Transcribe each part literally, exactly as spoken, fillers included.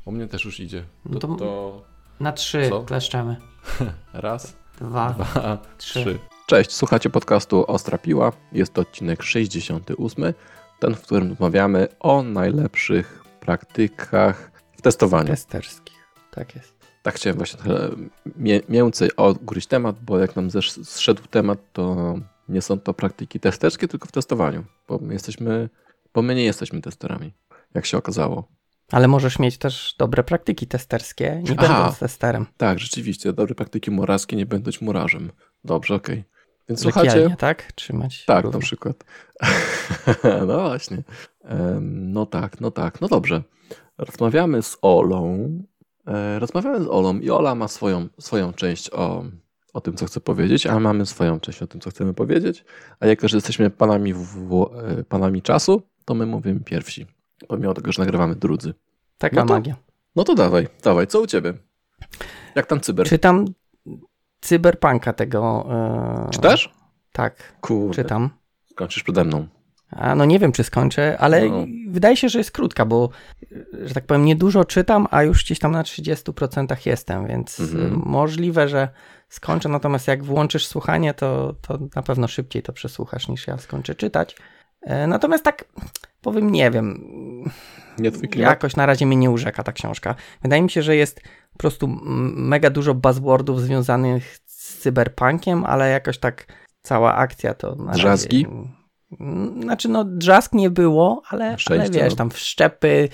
U mnie też już idzie. To, No to to... Na trzy Co? kleszczemy. Raz, Dwa, dwa, trzy. trzy. Cześć, słuchacie podcastu Ostra Piła. Jest to odcinek sześćdziesiąty ósmy. Ten, w którym rozmawiamy o najlepszych praktykach w testowaniu. Testerskich. Tak jest. Tak chciałem właśnie trochę mie- mięcej odgryźć temat, bo jak nam zesz- zszedł temat, to nie są to praktyki testerskie, tylko w testowaniu. Bo my jesteśmy, bo my nie jesteśmy testerami, jak się okazało. Ale możesz mieć też dobre praktyki testerskie, nie Aha. będąc testerem. Tak, rzeczywiście, dobre praktyki murarskie, nie będąc murarzem. Dobrze, okej. Okay. Więc Lekielnie, słuchajcie... tak? Trzymać. Tak, równo. na przykład. No właśnie. No tak, no tak, no dobrze. Rozmawiamy z Olą. Rozmawiamy z Olą i Ola ma swoją, swoją część o, o tym, co chce powiedzieć, a mamy swoją część o tym, co chcemy powiedzieć. A jako, że jesteśmy panami, w, panami czasu, to my mówimy pierwsi. Pomimo tego, że nagrywamy drudzy. Taka no to, magia. No to dawaj, dawaj, co u ciebie? Jak tam cyber? Czytam cyberpunka tego. Yy... Czytasz? Tak, Kurde. czytam. Skończysz przede mną. A no nie wiem, czy skończę, ale No. wydaje się, że jest krótka, bo, że tak powiem, niedużo czytam, a już gdzieś tam na trzydziestu procentach jestem, więc Mhm. możliwe, że skończę, natomiast jak włączysz słuchanie, to, to na pewno szybciej to przesłuchasz, niż ja skończę czytać. E, Natomiast tak, powiem, nie wiem, Nie twój klimat? jakoś na razie mnie nie urzeka ta książka. Wydaje mi się, że jest po prostu m- mega dużo buzzwordów związanych z cyberpunkiem, ale jakoś tak cała akcja to na Drzazgi? razie... Znaczy, no drzask nie było, ale, ale wiesz, tam wszczepy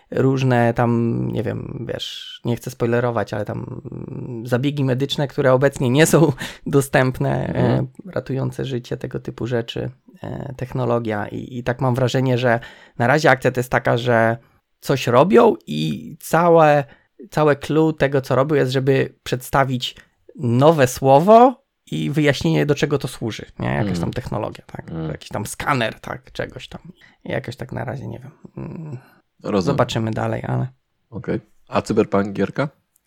różne tam, nie wiem, wiesz, nie chcę spoilerować, ale tam zabiegi medyczne, które obecnie nie są dostępne, Mhm. e, ratujące życie, tego typu rzeczy, e, technologia I, i tak mam wrażenie, że na razie akcja to jest taka, że coś robią i całe, całe clue tego, co robią, jest, żeby przedstawić nowe słowo i wyjaśnienie, do czego to służy, nie? Jakaś Mm. tam technologia, tak? Mm. Jakiś tam skaner, tak? Czegoś tam. I jakoś tak na razie, nie wiem. Mm. Rozumiem. Zobaczymy dalej, ale... Okej. A cyberpunk gierka?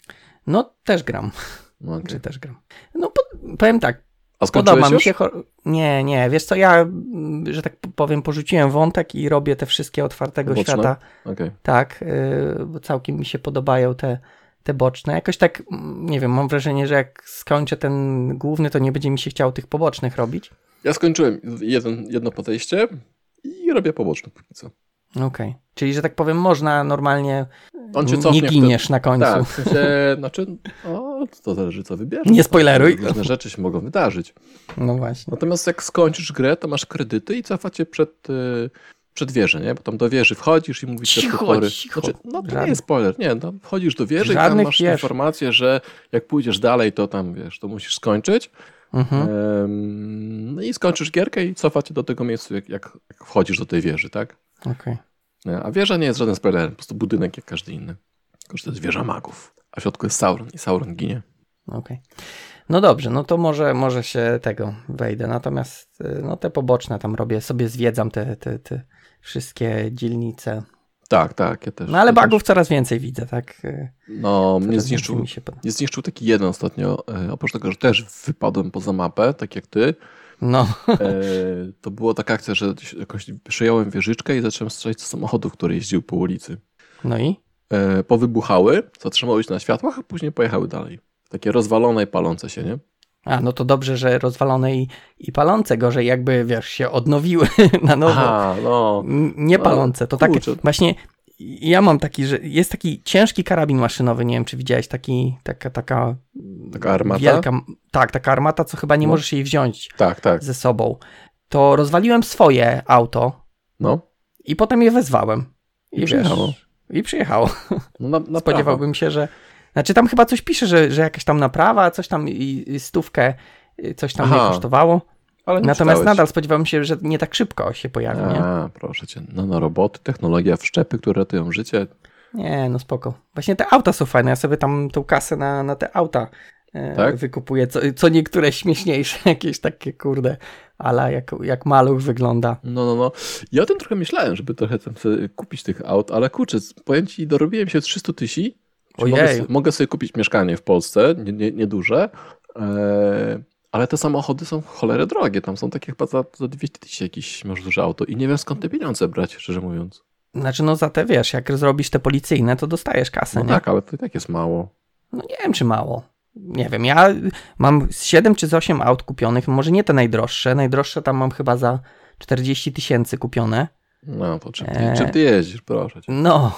No, też gram. No, okay. Czy też gram. No, po, powiem tak. A skończyłeś Podoba mi już? się... Cho- nie, nie. Wiesz co, ja, mm, że tak powiem, porzuciłem wątek i robię te wszystkie otwartego Boczne? świata. Okej. Tak, yy, bo całkiem mi się podobają te, te boczne. Jakoś tak, mm, nie wiem, mam wrażenie, że jak skończę ten główny, to nie będzie mi się chciało tych pobocznych robić. Ja skończyłem jeden, jedno podejście i robię poboczne póki co. Okej. Okay. Czyli, że tak powiem, można normalnie, On cię nie cofnie giniesz wtedy. na końcu. Tak, w sensie, znaczy, o, to zależy co wybierzesz. Nie spoileruj. Różne rzeczy się mogą wydarzyć. No właśnie. Natomiast jak skończysz grę, to masz kredyty i cofa cię przed, y, przed wieżę, nie? Bo tam do wieży wchodzisz i mówisz Cicho, te pory. cicho. Znaczy, no to Żadnych- nie jest spoiler, nie, no, wchodzisz do wieży i tam Żadnych masz wież. informację, że jak pójdziesz dalej, to tam, wiesz, to musisz skończyć. Mhm. Ym, No i skończysz gierkę i cofa cię do tego miejsca, jak, jak, jak wchodzisz do tej wieży, tak? Okej. Nie, A wieża nie jest żaden spoiler, po prostu budynek jak każdy inny. Tylko, że to jest wieża magów. A w środku jest Sauron i Sauron ginie. Okej. No dobrze, no to może, może się tego wejdę. Natomiast y, no te poboczne tam robię, sobie zwiedzam te, te, te wszystkie dzielnice. Tak, tak, ja też. No ale ja bugów też. coraz więcej widzę, tak? Y, No, mnie coraz zniszczył, więcej mi się podoba. mnie zniszczył taki jeden ostatnio. E, oprócz tego, że też wypadłem poza mapę, tak jak ty. No, E, to była taka akcja, że jakoś przejąłem wieżyczkę i zacząłem strzelać do samochodów, które jeździły po ulicy. no i? E, powybuchały, zatrzymały się na światłach, a później pojechały dalej. Takie rozwalone i palące się, nie? A, no to dobrze, że rozwalone i, i palące, gorzej jakby, wiesz, się odnowiły na nowo. Aha, no. N- Nie palące, to tak kurczę. właśnie ja mam taki, że jest taki ciężki karabin maszynowy, nie wiem czy widziałeś, taki, taka, taka Taka armata? wielka, tak, taka armata, co chyba nie No. możesz jej wziąć Tak, tak. ze sobą. To rozwaliłem swoje auto No. i potem je wezwałem. I, I wiesz, przyjechało. I przyjechało. no na, na Spodziewałbym się, że... Znaczy tam chyba coś pisze, że, że jakaś tam naprawa, coś tam i, i stówkę, y, coś tam Aha. mnie kosztowało. Ale nie Natomiast czytałeś. nadal spodziewałem się, że nie tak szybko się pojawi, nie? A, proszę cię. Nanoroboty, technologia, wszczepy, które ratują życie. Nie, no spoko. Właśnie te auta są fajne, ja sobie tam tą kasę na, na te auta e, Tak? wykupuję, co, co niektóre śmieszniejsze, jakieś takie kurde, ale jak, jak maluch wygląda. No, no, no. Ja o tym trochę myślałem, żeby trochę tam sobie kupić tych aut, ale kurczę, powiem ci, dorobiłem się trzysta tysięcy. Mogę, Ojej. sobie- mogę sobie kupić mieszkanie w Polsce, nie, nie, nieduże, e, ale te samochody są w cholerę drogie. Tam są takie chyba za, za dwieście tysięcy jakieś masz duże auto i nie wiem skąd te pieniądze brać, szczerze mówiąc. Znaczy, no za te, wiesz, jak zrobisz te policyjne, to dostajesz kasę, No nie? tak, ale to i tak jest mało. No nie wiem, czy mało. Nie wiem, ja mam z siedem czy z osiem aut kupionych, może nie te najdroższe, najdroższe tam mam chyba za czterdzieści tysięcy kupione. No, to czym ty, Eee, czym ty jeździsz, proszę cię. No,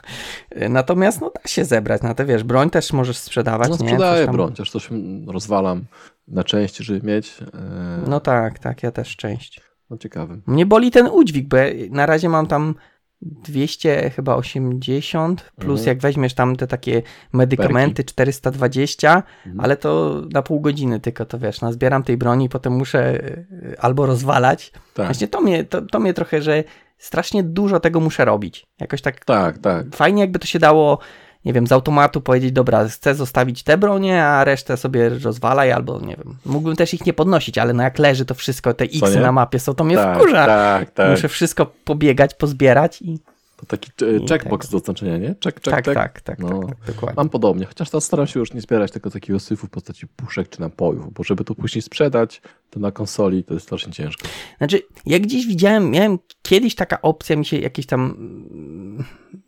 natomiast no da się zebrać na te, wiesz, broń też możesz sprzedawać, No nie? sprzedaję Coś tam... broń, też coś rozwalam na części, żeby mieć. Eee, No tak, tak, ja też część. no ciekawy. Mnie boli ten udźwig, bo ja na razie mam tam dwieście chyba osiemdziesiąt, plus Mhm. jak weźmiesz tam te takie medykamenty czterysta dwadzieścia, Mhm. ale to na pół godziny tylko, to wiesz, nazbieram tej broni i potem muszę y, albo rozwalać. Tak, Właśnie to mnie, to, to mnie trochę, że strasznie dużo tego muszę robić. Jakoś tak tak, tak. fajnie jakby to się dało, nie wiem, z automatu powiedzieć, dobra, chcę zostawić te bronie, a resztę sobie rozwalaj, albo nie wiem, mógłbym też ich nie podnosić, ale no jak leży to wszystko, te Co X-y nie? na mapie są, to mnie tak, wkurza. tak, tak. Muszę wszystko pobiegać, pozbierać i... To taki e, I checkbox tego. do oznaczenia, nie? Check, check, Tak, check. tak, tak, No. tak, tak, dokładnie. Mam podobnie, chociaż teraz staram się już nie zbierać tego takiego syfu w postaci puszek czy napojów, bo żeby to później sprzedać, to na konsoli to jest strasznie ciężko. Znaczy, jak gdzieś widziałem, miałem kiedyś taka opcja, mi się jakieś tam, mm,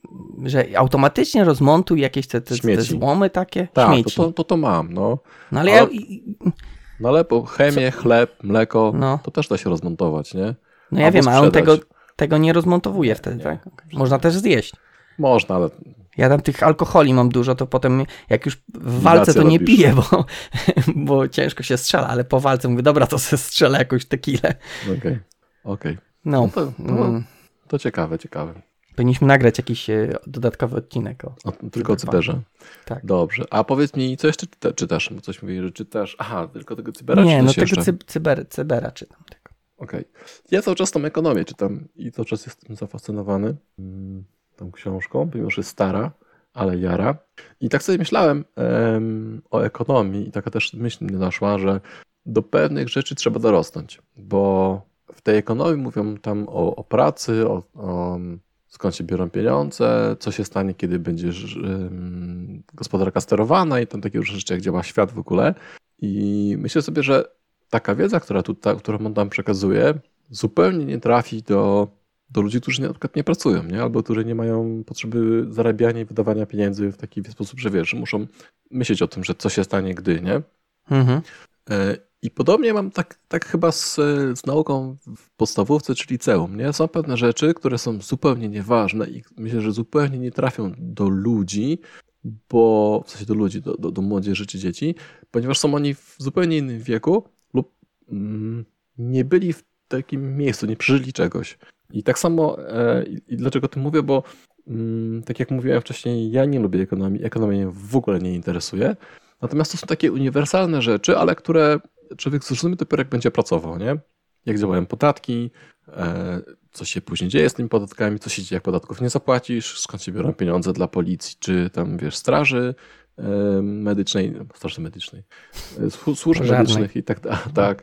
że automatycznie rozmontuj jakieś te, te, te Śmieci. złomy takie, Tak, to, śmieci. to, to to mam, no. No ale ale- ja, i- No ale po chemię, chleb, mleko, No. to też da się rozmontować, nie? no ja albo wiem, ale on sprzedać. tego, tego nie rozmontowuje wtedy, nie. tak? Można też zjeść. Można, ale Ja tam tych alkoholi mam dużo, to potem jak już w walce to nie robisz. piję, bo, bo ciężko się strzela, ale po walce mówię, dobra, to se strzelę jakąś tequilę. okej, okej. No, No to, to, mm, to ciekawe, ciekawe. powinniśmy nagrać jakiś e, dodatkowy odcinek. O, O, tylko o cyberze. tak. Dobrze. A powiedz mi, co jeszcze czyta, czytasz? Bo coś mówi, że czytasz. Aha, tylko tego cybera, Nie, czy no coś tego jeszcze? cy, cyber, cybera czytam. Tylko. Okej. Ja cały czas tą ekonomię czytam i cały czas jestem zafascynowany mm, tą książką, mimo że jest stara, ale jara. I tak sobie myślałem em, o ekonomii i taka też myśl mnie naszła, że do pewnych rzeczy trzeba dorosnąć, bo w tej ekonomii mówią tam o, o pracy, o, o skąd się biorą pieniądze, co się stanie, kiedy będzie em, gospodarka sterowana i tam takie różne rzeczy, jak działa świat w ogóle. I myślę sobie, że taka wiedza, która tutaj, którą on tam przekazuje, zupełnie nie trafi do, do ludzi, którzy na przykład nie pracują, nie? Albo którzy nie mają potrzeby zarabiania i wydawania pieniędzy w taki sposób, że wiesz, że muszą myśleć o tym, że co się stanie, gdy, nie? Mhm. E, I podobnie mam tak, tak chyba z, z nauką w podstawówce czy liceum, nie? Są pewne rzeczy, które są zupełnie nieważne i myślę, że zupełnie nie trafią do ludzi, bo w sensie do ludzi, do, do, do młodzieży czy dzieci, ponieważ są oni w zupełnie innym wieku lub mm, nie byli w takim miejscu, nie przeżyli czegoś. I tak samo, e, i, i dlaczego o tym mówię, bo mm, tak jak mówiłem wcześniej, ja nie lubię ekonomii, ekonomia mnie w ogóle nie interesuje, natomiast to są takie uniwersalne rzeczy, ale które człowiek zrozumie dopiero jak będzie pracował, nie? Jak działają podatki, e, co się później dzieje z tymi podatkami, co się dzieje, jak podatków nie zapłacisz, skąd się biorą pieniądze dla policji, czy tam, wiesz, straży e, medycznej, straży medycznej, e, słu- służb Pożarnej. medycznych i tak, da- tak,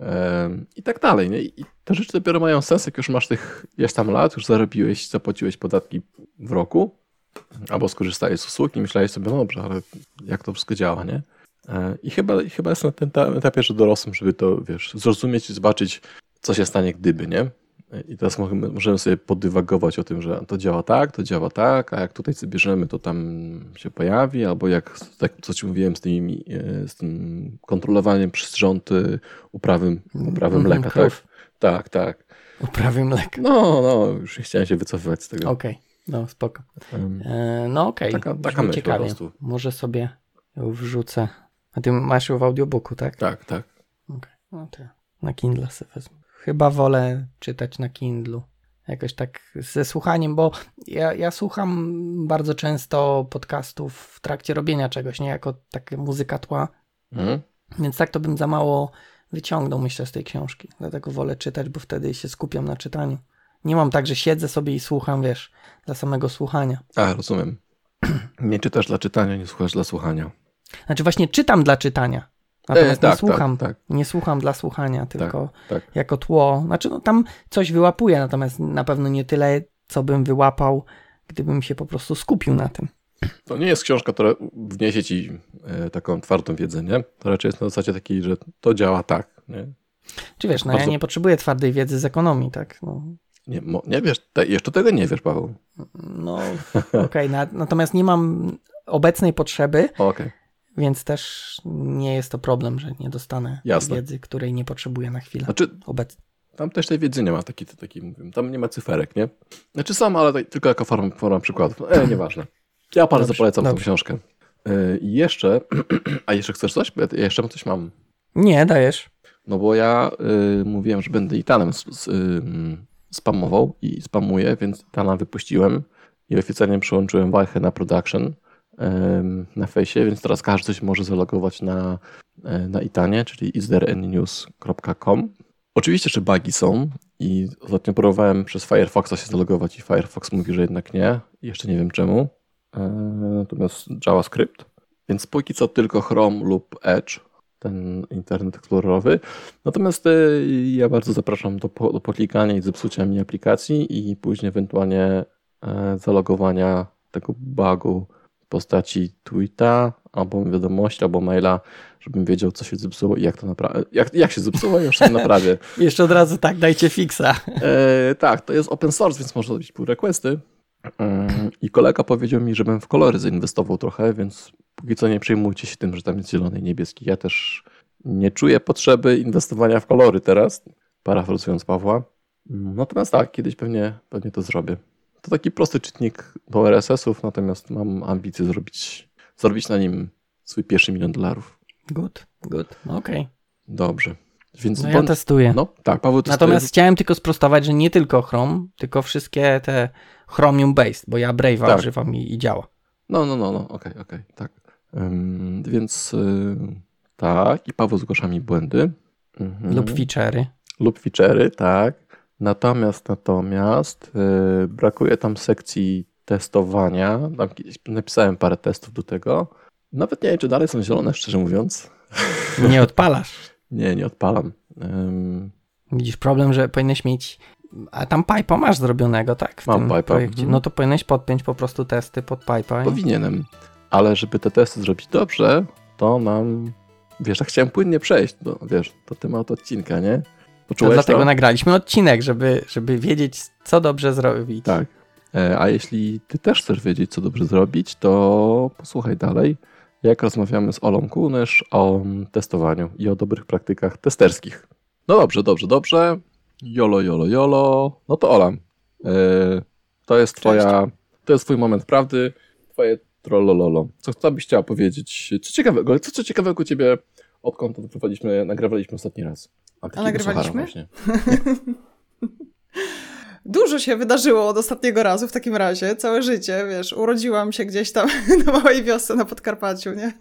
e, i tak dalej, nie? I te rzeczy dopiero mają sens, jak już masz tych ileś tam lat, już zarobiłeś, zapłaciłeś podatki w roku, albo skorzystałeś z usług i myślałeś sobie, no dobrze, ale jak to wszystko działa, nie? E, I chyba, i chyba jest na tym ta- etapie, że dorosłym, żeby to, wiesz, zrozumieć i zobaczyć, co się stanie, gdyby, nie? I teraz możemy, możemy sobie podywagować o tym, że to działa tak, to działa tak, a jak tutaj sobie bierzemy, to tam się pojawi, albo jak, tak co ci mówiłem z, tymi, e, z tym kontrolowaniem przez rząd e, uprawy, uprawy Mhm, mleka, tak? krów. Tak, tak. Uprawy mleka. No, no, już nie chciałem się wycofywać z tego. Okej, no spoko. Em, E, no okej, Taka- taka brzmi myśl po ciekawie. prostu. Może sobie ją wrzucę. A ty masz ją w audiobooku, tak? Tak, tak. Okej, no to ja na Kindle sobie wezmę. Chyba wolę czytać na Kindlu. Jakoś tak ze słuchaniem, bo ja, ja słucham bardzo często podcastów w trakcie robienia czegoś, nie? Jako taka muzyka tła. Mhm. Więc tak to bym za mało wyciągnął, myślę, z tej książki. Dlatego wolę czytać, bo wtedy się skupiam na czytaniu. Nie mam tak, że siedzę sobie i słucham, wiesz, dla samego słuchania. A, rozumiem. Nie czytasz dla czytania, nie słuchasz dla słuchania. Znaczy właśnie czytam dla czytania. Natomiast E, tak, nie słucham, tak, tak. nie słucham dla słuchania, tylko tak. jako tło. Znaczy no tam coś wyłapuję, natomiast na pewno nie tyle, co bym wyłapał, gdybym się po prostu skupił na tym. To nie jest książka, która wniesie ci e, taką twardą wiedzę, nie? To raczej jest na zasadzie takiej, że to działa tak, nie? Czy wiesz, no Bardzo- ja nie potrzebuję twardej wiedzy z ekonomii, tak? No, Nie, mo, nie wiesz, te, jeszcze tego nie wiesz, Paweł. No, okej, okay, na, natomiast nie mam obecnej potrzeby, okay. Więc też nie jest to problem, że nie dostanę Jasne. wiedzy, której nie potrzebuję na chwilę znaczy, obecnie. Tam też tej wiedzy nie ma, taki, taki mówię, tam nie ma cyferek, nie? Znaczy sam, ale tak, tylko jako forma, forma przykładów. E, nieważne. Ja bardzo dobrze, polecam dobrze. tą książkę. I jeszcze, a jeszcze chcesz coś? Ja jeszcze coś mam. Nie, dajesz. No bo ja y, mówiłem, że będę Itanem y, spamował i spamuję, więc Itana wypuściłem i oficjalnie przełączyłem wajchę na production y, na fejsie, więc teraz każdy się może zalogować na, y, na Itanie, czyli is there any news kropka com. Oczywiście, że bugi są i ostatnio próbowałem przez Firefoxa się zalogować i Firefox mówi, że jednak nie. Jeszcze nie wiem czemu. Y, natomiast JavaScript. Więc póki co tylko Chrome lub Edge, ten Internet Explororowy. Natomiast y, ja bardzo zapraszam do, po, do poklikania i zepsucia mi aplikacji i później ewentualnie y, zalogowania tego bugu w postaci tweeta, albo wiadomości, albo maila, żebym wiedział, co się zepsuło i jak to naprawię. Jak, jak się zepsuło i już to naprawię. Jeszcze od razu tak, dajcie fixa. E, tak, to jest open source, więc można robić pull requesty. I kolega powiedział mi, żebym w kolory zainwestował trochę, więc póki co nie przejmujcie się tym, że tam jest zielony i niebieski. Ja też nie czuję potrzeby inwestowania w kolory teraz, parafrazując Pawła. Natomiast tak, kiedyś pewnie, pewnie to zrobię. To taki prosty czytnik do er es esów, natomiast mam ambicje zrobić, zrobić na nim swój pierwszy milion dolarów. Good, good, okej. Okay. Dobrze. Więc no ja testuję. No tak, Paweł testuje. Natomiast chciałem tylko sprostować, że nie tylko Chrome, tylko wszystkie te Chromium based, bo ja Brave'a tak. używam i, i działa. No, no, no, no, okej, okay, okej, okay, tak. Um, więc yy, tak, i Paweł zgłasza mi błędy. Mhm. Lub feature'y. Lub feature'y, tak. Natomiast, natomiast yy, brakuje tam sekcji testowania. Tam napisałem parę testów do tego. Nawet nie wiem, czy dalej są zielone, szczerze mówiąc. Nie odpalasz. Nie, nie odpalam. Um... Widzisz problem, że powinieneś mieć... A tam pipe'a masz zrobionego, tak? W Mam tym pipe'a. projekcie. No to powinieneś podpiąć po prostu testy pod pipe'a. Powinienem. Ale żeby te testy zrobić dobrze, to nam... Wiesz, tak chciałem płynnie przejść, bo wiesz, to temat odcinka, nie? Poczułeś to dlatego to? nagraliśmy odcinek, żeby, żeby wiedzieć, co dobrze zrobić. Tak. A jeśli ty też chcesz wiedzieć, co dobrze zrobić, to posłuchaj dalej, jak rozmawiamy z Olą Kulnysz o testowaniu i o dobrych praktykach testerskich. No dobrze, dobrze, dobrze. Jolo, jolo, jolo. No to Ola, yy, to jest twoja, to jest twój moment prawdy, twoje trollololo. Co, co byś chciała powiedzieć? Co ciekawego, co, co ciekawego u ciebie, odkąd to wyprowadziliśmy, nagrywaliśmy ostatni raz? A, A nagrywaliśmy? Dużo się wydarzyło od ostatniego razu w takim razie, całe życie, wiesz, urodziłam się gdzieś tam na małej wiosce na Podkarpaciu, nie?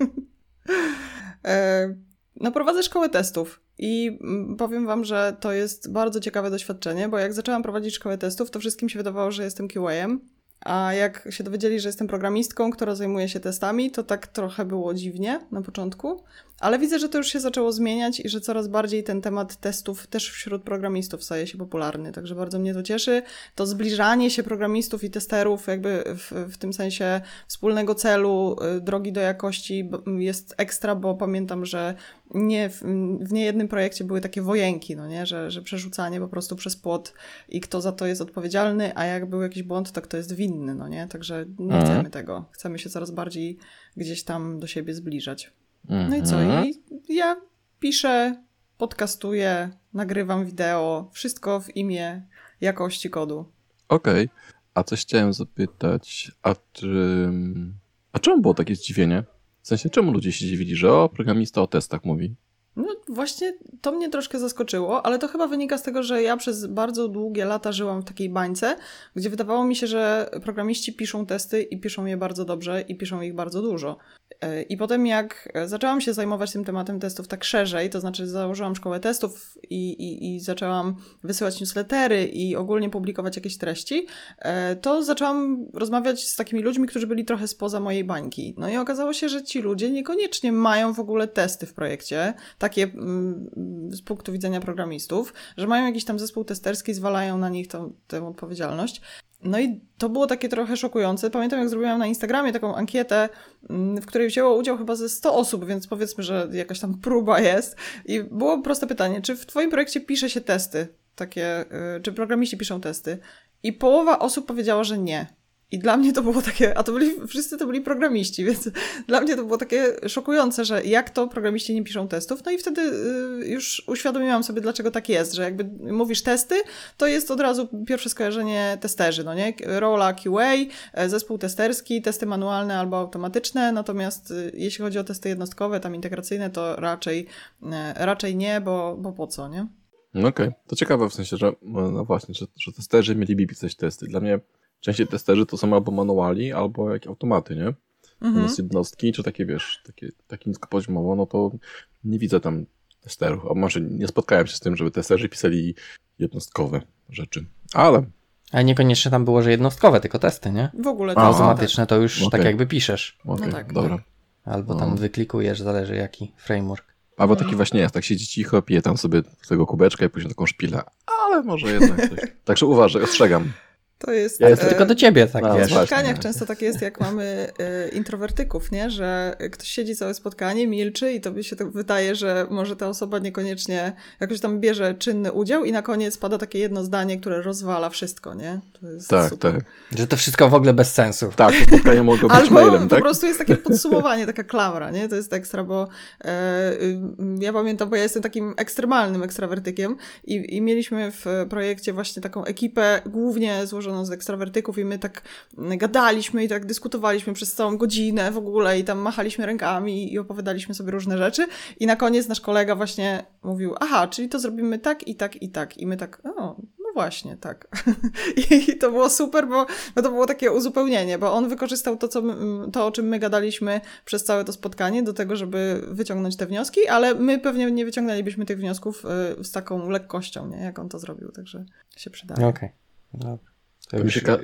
E, no prowadzę szkołę testów i powiem wam, że to jest bardzo ciekawe doświadczenie, bo jak zaczęłam prowadzić szkołę testów, to wszystkim się wydawało, że jestem Q A em, a jak się dowiedzieli, że jestem programistką, która zajmuje się testami, to tak trochę było dziwnie na początku, ale widzę, że to już się zaczęło zmieniać i że coraz bardziej ten temat testów też wśród programistów staje się popularny, także bardzo mnie to cieszy. To zbliżanie się programistów i testerów jakby w, w tym sensie wspólnego celu, drogi do jakości jest ekstra, bo pamiętam, że nie, w, w niejednym projekcie były takie wojenki, no nie? Że, że przerzucanie po prostu przez płot i kto za to jest odpowiedzialny, a jak był jakiś błąd, to kto jest winny, no nie? Także nie mhm. chcemy tego. Chcemy się coraz bardziej gdzieś tam do siebie zbliżać. No i co? I ja piszę, podcastuję, nagrywam wideo, wszystko w imię jakości kodu. Okej. Okay. A coś chciałem zapytać, a czy... A czemu było takie zdziwienie? W sensie, czemu ludzie się dziwili, że o, programista o testach mówi? No właśnie to mnie troszkę zaskoczyło, ale to chyba wynika z tego, że ja przez bardzo długie lata żyłam w takiej bańce, gdzie wydawało mi się, że programiści piszą testy i piszą je bardzo dobrze i piszą ich bardzo dużo. I potem jak zaczęłam się zajmować tym tematem testów tak szerzej, to znaczy założyłam szkołę testów i, i, i zaczęłam wysyłać newslettery i ogólnie publikować jakieś treści, to zaczęłam rozmawiać z takimi ludźmi, którzy byli trochę spoza mojej bańki. No i okazało się, że ci ludzie niekoniecznie mają w ogóle testy w projekcie, takie mm, z punktu widzenia programistów, że mają jakiś tam zespół testerski, zwalają na nich tą, tę odpowiedzialność. No i to było takie trochę szokujące. Pamiętam, jak zrobiłam na Instagramie taką ankietę, w której wzięło udział chyba ze sto osób, więc powiedzmy, że jakaś tam próba jest. I było proste pytanie, czy w twoim projekcie pisze się testy? takie, czy programiści piszą testy. I połowa osób powiedziała, że nie. I dla mnie to było takie, a to byli, wszyscy to byli programiści, więc dla mnie to było takie szokujące, że jak to programiści nie piszą testów. No i wtedy już uświadomiłam sobie, dlaczego tak jest, że jakby mówisz testy, to jest od razu pierwsze skojarzenie testerzy, no nie? Rola Q A, zespół testerski, testy manualne albo automatyczne, natomiast jeśli chodzi o testy jednostkowe, tam integracyjne, to raczej, raczej nie, bo, bo po co, nie? No okej, okay. To ciekawe w sensie, że no właśnie, że, że testerzy mieliby pisać testy. Dla mnie częściej testerzy to są albo manuali, albo jakieś automaty, nie? Natomiast mhm. jednostki, czy takie, wiesz, takie, takie niskopoziomowo, no to nie widzę tam testerów. A może nie spotkałem się z tym, żeby testerzy pisali jednostkowe rzeczy. Ale... Ale niekoniecznie tam było, że jednostkowe, tylko testy, nie? W ogóle to automatyczne to już okay. tak jakby piszesz. Okay. No tak. Dobra. Albo tam no. wyklikujesz, zależy jaki framework. Albo taki właśnie jest, tak siedzi cicho, pije tam sobie tego kubeczka i później taką szpilę. Ale może jednak coś. Także uważaj, ostrzegam. To jest... Ja jestem e... tylko do ciebie, tak no, wiesz. W spotkaniach często tak jest, jak mamy e, introwertyków, nie? Że ktoś siedzi całe spotkanie, milczy i tobie się tak wydaje, że może ta osoba niekoniecznie jakoś tam bierze czynny udział i na koniec pada takie jedno zdanie, które rozwala wszystko, nie? To jest tak, super. tak. Że to wszystko w ogóle bez sensu. Tak, to spotkanie mogło być Albo mailem, po tak? prostu jest takie podsumowanie, taka klamra, nie? To jest ekstra, bo e, ja pamiętam, bo ja jestem takim ekstremalnym ekstrawertykiem i, i mieliśmy w projekcie właśnie taką ekipę głównie złożoną z ekstrawertyków i my tak gadaliśmy i tak dyskutowaliśmy przez całą godzinę w ogóle i tam machaliśmy rękami i opowiadaliśmy sobie różne rzeczy i na koniec nasz kolega właśnie mówił, aha, czyli to zrobimy tak i tak i tak i my tak, o, no właśnie, tak. I to było super, bo, bo to było takie uzupełnienie, bo on wykorzystał to, co my, to, o czym my gadaliśmy przez całe to spotkanie do tego, żeby wyciągnąć te wnioski, ale my pewnie nie wyciągnęlibyśmy tych wniosków z taką lekkością, nie, jak on to zrobił, także się przydaje. Okej, okay. Dobra. To mi się ka-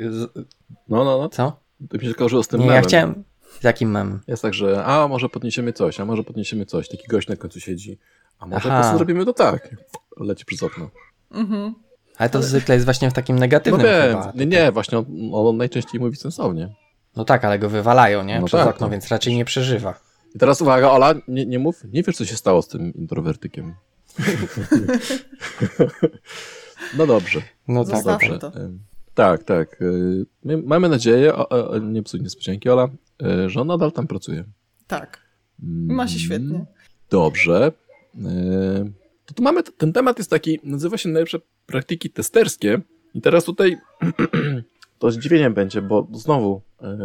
no, no, no. Co? To mi się kojarzyło z tym Nie, memem. ja chciałem... Z jakim memem? Jest tak, że a może podniesiemy coś, a może podniesiemy coś. Taki gość na końcu siedzi. A może Aha. po prostu zrobimy to tak. Leci przez okno. Mhm. Ale to Ale... zwykle jest właśnie w takim negatywnym no wiem, chyba. Nie, nie, właśnie on, on najczęściej mówi sensownie. No tak, ale go wywalają, nie? No Przez tak, okno, no. Więc raczej nie przeżywa. I teraz uwaga, Ola, nie, nie mów, nie wiesz co się stało z tym introwertykiem. No dobrze. No tak, dobrze. to. Tak, tak. My mamy nadzieję, o, o, nie psuj niespodzianki, Ola, że on nadal tam pracuje. Tak. Ma się świetnie. Dobrze. To tu mamy, ten temat jest taki, nazywa się najlepsze praktyki testerskie i teraz tutaj to zdziwieniem będzie, bo znowu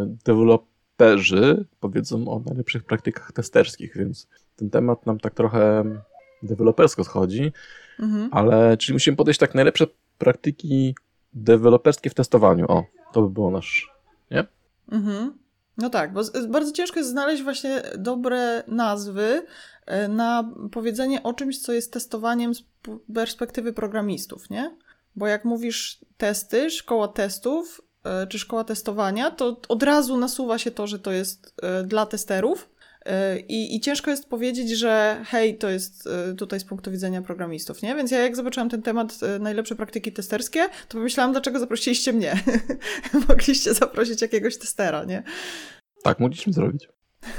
deweloperzy powiedzą o najlepszych praktykach testerskich, więc ten temat nam tak trochę dewelopersko schodzi, mhm. ale czyli musimy podejść tak najlepsze praktyki deweloperskie w testowaniu. O, to by było nasz, nie? Mhm. No tak, bo bardzo ciężko jest znaleźć właśnie dobre nazwy na powiedzenie o czymś, co jest testowaniem z perspektywy programistów, nie? Bo jak mówisz testy, szkoła testów, czy szkoła testowania, to od razu nasuwa się to, że to jest dla testerów i, i ciężko jest powiedzieć, że hej, to jest tutaj z punktu widzenia programistów, nie? Więc ja jak zobaczyłam ten temat najlepsze praktyki testerskie, to pomyślałam, dlaczego zaprosiliście mnie? Mogliście zaprosić jakiegoś testera, nie? Tak, mogliśmy zrobić.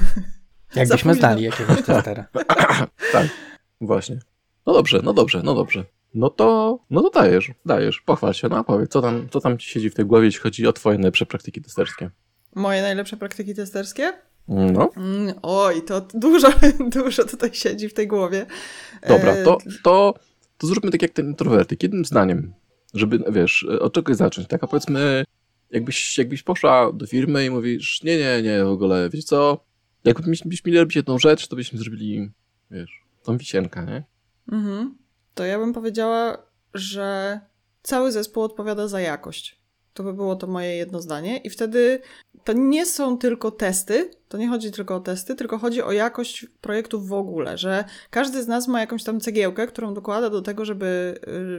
Jakbyśmy znali jakiegoś testera. Tak, właśnie. No dobrze, no dobrze, no dobrze. No to, no to dajesz, dajesz, pochwal się, no powiedz, co tam, co tam ci siedzi w tej głowie, jeśli chodzi o twoje najlepsze praktyki testerskie. Moje najlepsze praktyki testerskie? No. Mm, oj, to dużo, dużo tutaj siedzi w tej głowie. Dobra, to, to, to zróbmy tak jak ten introwertyk, jednym zdaniem, żeby, wiesz, od czegoś zacząć, tak? A powiedzmy, jakbyś, jakbyś poszła do firmy i mówisz, nie, nie, nie, w ogóle, wiecie co, jakbyśmy mieli robić jedną rzecz, to byśmy zrobili, wiesz, tą wisienkę, nie? Mhm. To ja bym powiedziała, że cały zespół odpowiada za jakość. To by było to moje jedno zdanie. I wtedy to nie są tylko testy, to nie chodzi tylko o testy, tylko chodzi o jakość projektów w ogóle, że każdy z nas ma jakąś tam cegiełkę, którą dokłada do tego, żeby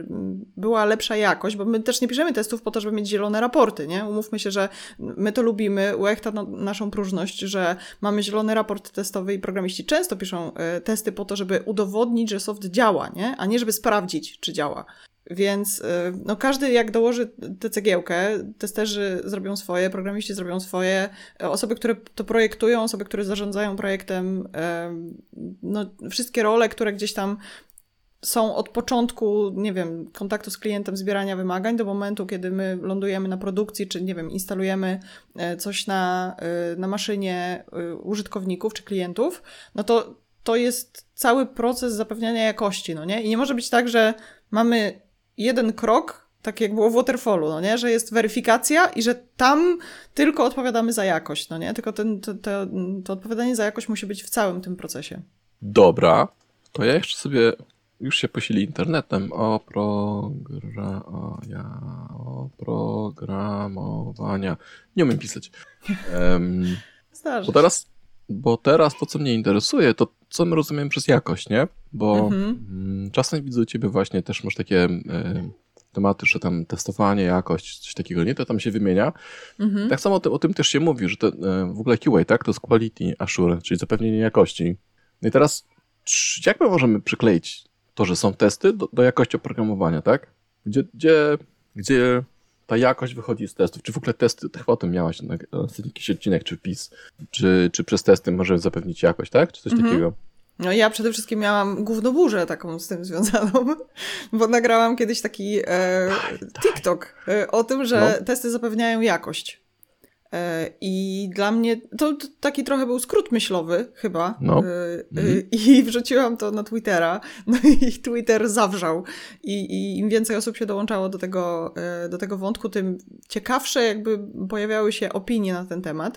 była lepsza jakość, bo my też nie piszemy testów po to, żeby mieć zielone raporty, nie? Umówmy się, że my to lubimy, łechta na naszą próżność, że mamy zielony raport testowy i programiści często piszą testy po to, żeby udowodnić, że soft działa, nie? A nie żeby sprawdzić, czy działa. Więc no, każdy jak dołoży tę cegiełkę, testerzy zrobią swoje, programiści zrobią swoje, osoby, które to projektują, osoby, które zarządzają projektem, no, wszystkie role, które gdzieś tam są od początku, nie wiem, kontaktu z klientem, zbierania wymagań do momentu, kiedy my lądujemy na produkcji, czy nie wiem, instalujemy coś na, na maszynie użytkowników czy klientów, no to to jest cały proces zapewniania jakości, no nie? I nie może być tak, że mamy jeden krok, tak jak było w Waterfallu, no nie? Że jest weryfikacja i że tam tylko odpowiadamy za jakość, no nie? Tylko ten, to, to, to odpowiadanie za jakość musi być w całym tym procesie. Dobra, to ja jeszcze sobie już się posili internetem o, progra... o, ja... o programowania. Nie umiem pisać. Um, Zdarzy bo teraz, bo teraz to, co mnie interesuje, to co my rozumiemy przez jakość, nie? Bo mhm. czasem widzę u ciebie właśnie też masz takie y, tematy, że tam testowanie, jakość, coś takiego, nie? To tam się wymienia. Mhm. Tak samo o tym, o tym też się mówi, że to y, w ogóle Q A, tak? To jest Quality Assurance, czyli zapewnienie jakości. No i teraz jak my możemy przykleić to, że są testy do, do jakości oprogramowania, tak? Gdzie, gdzie, gdzie ta jakość wychodzi z testów? Czy w ogóle testy, chyba o tym miałaś na, na jakiś odcinek, czy wpis, czy, czy przez testy możemy zapewnić jakość, tak? Czy coś mhm. takiego? No ja przede wszystkim miałam gównoburzę taką z tym związaną, bo nagrałam kiedyś taki e, daj, TikTok daj. o tym, że no. testy zapewniają jakość. I dla mnie to, to taki trochę był skrót myślowy chyba no. mm. i wrzuciłam to na Twittera, no i Twitter zawrzał I, i im więcej osób się dołączało do tego, do tego wątku, tym ciekawsze jakby pojawiały się opinie na ten temat.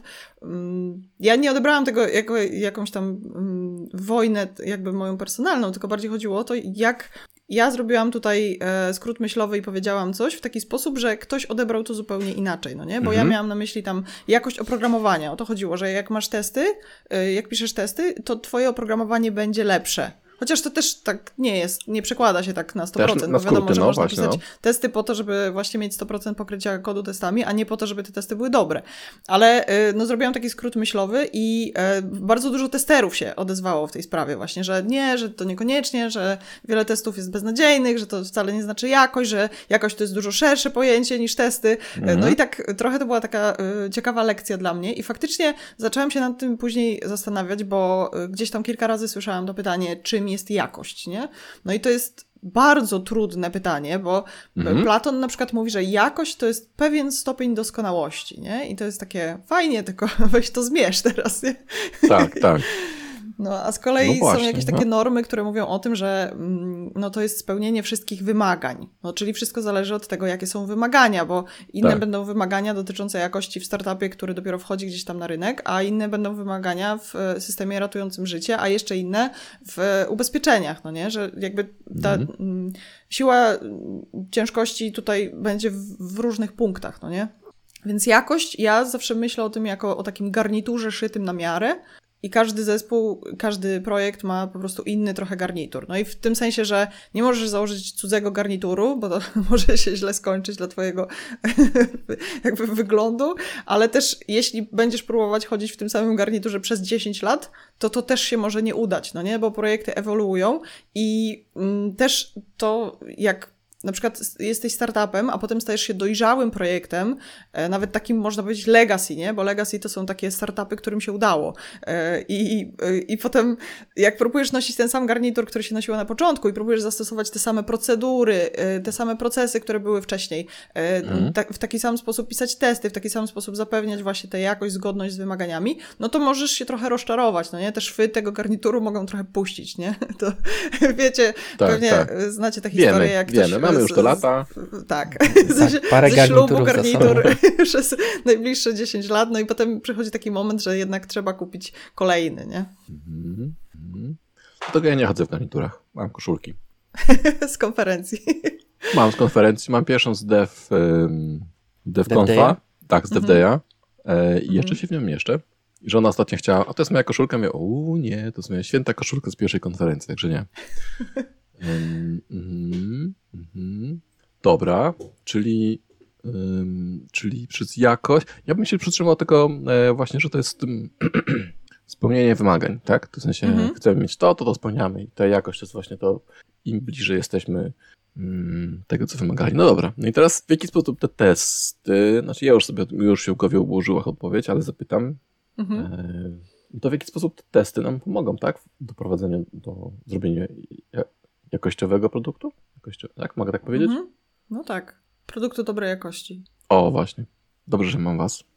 Ja nie odebrałam tego jako jakąś tam wojnę jakby moją personalną, tylko bardziej chodziło o to, jak ja zrobiłam tutaj e, skrót myślowy i powiedziałam coś w taki sposób, że ktoś odebrał to zupełnie inaczej, no nie? Bo mhm. ja miałam na myśli tam jakość oprogramowania. O to chodziło, że jak masz testy, e, jak piszesz testy, to twoje oprogramowanie będzie lepsze. Chociaż to też tak nie jest, nie przekłada się tak na sto procent, też bo wiadomo, skróty, że no, można właśnie, pisać no. testy po to, żeby właśnie mieć sto procent pokrycia kodu testami, a nie po to, żeby te testy były dobre. Ale no, zrobiłam taki skrót myślowy i e, bardzo dużo testerów się odezwało w tej sprawie właśnie, że nie, że to niekoniecznie, że wiele testów jest beznadziejnych, że to wcale nie znaczy jakość, że jakość to jest dużo szersze pojęcie niż testy. Mhm. No i tak trochę to była taka e, ciekawa lekcja dla mnie i faktycznie zaczęłam się nad tym później zastanawiać, bo gdzieś tam kilka razy słyszałam to pytanie, czym jest jakość, nie? No i to jest bardzo trudne pytanie, bo mhm. Platon na przykład mówi, że jakość to jest pewien stopień doskonałości, nie? I to jest takie fajnie, tylko weź to zmierz teraz, nie? Tak, tak. No, a z kolei no właśnie, są jakieś no. takie normy, które mówią o tym, że no, to jest spełnienie wszystkich wymagań. No, czyli wszystko zależy od tego, jakie są wymagania, bo inne tak. będą wymagania dotyczące jakości w startupie, który dopiero wchodzi gdzieś tam na rynek, a inne będą wymagania w systemie ratującym życie, a jeszcze inne w ubezpieczeniach, no nie? Że jakby ta mhm. siła ciężkości tutaj będzie w, w różnych punktach, no nie? Więc jakość, ja zawsze myślę o tym jako o takim garniturze szytym na miarę, i każdy zespół, każdy projekt ma po prostu inny trochę garnitur. No i w tym sensie, że nie możesz założyć cudzego garnituru, bo to może się źle skończyć dla twojego jakby wyglądu, ale też jeśli będziesz próbować chodzić w tym samym garniturze przez dziesięć lat, to to też się może nie udać, no nie? Bo projekty ewoluują i mm, też to jak na przykład jesteś startupem, a potem stajesz się dojrzałym projektem, nawet takim można powiedzieć legacy, nie? Bo legacy to są takie startupy, którym się udało. I, i, i potem jak próbujesz nosić ten sam garnitur, który się nosiło na początku i próbujesz zastosować te same procedury, te same procesy, które były wcześniej, mhm. ta, w taki sam sposób pisać testy, w taki sam sposób zapewniać właśnie tę jakość, zgodność z wymaganiami, no to możesz się trochę rozczarować, no nie? Te szwy tego garnituru mogą trochę puścić, nie? To wiecie, tak, pewnie tak. znacie te historie, wiemy, jak wiemy. ktoś... Mamy już to lata. Z, tak. tak. Ze, Parę ze ślubu garnitur przez najbliższe dziesięć lat, no i potem przychodzi taki moment, że jednak trzeba kupić kolejny, nie? Mm-hmm. Dlatego ja nie chodzę w garniturach. Mam koszulki. Z konferencji. Mam z konferencji. Mam pierwszą z Dev, um, DevConfa. Tak, z DevDay'a. Mm-hmm. I jeszcze mm-hmm. się w nią mieszczę. I żona ostatnio chciała, a to jest moja koszulka. Mówię, o nie, to jest moja święta koszulka z pierwszej konferencji, także nie. Um, mm, mm, dobra, czyli, um, czyli przez jakość. Ja bym się przytrzymał tego e, właśnie, że to jest um, spełnienie wymagań, tak? To w sensie mm-hmm. chcemy mieć to, to to spełniamy i ta jakość to jest właśnie to, im bliżej jesteśmy um, tego, co wymagali. No dobra, no i teraz w jaki sposób te testy, znaczy ja już sobie już się w głowie ułożyłam odpowiedź, ale zapytam, mm-hmm. e, to w jaki sposób te testy nam pomogą, tak? Do prowadzenia, do zrobienia jakościowego produktu? Jakościo... Tak, mogę tak powiedzieć? Mhm. No tak, produktu dobrej jakości. O, właśnie. Dobrze, że mam was.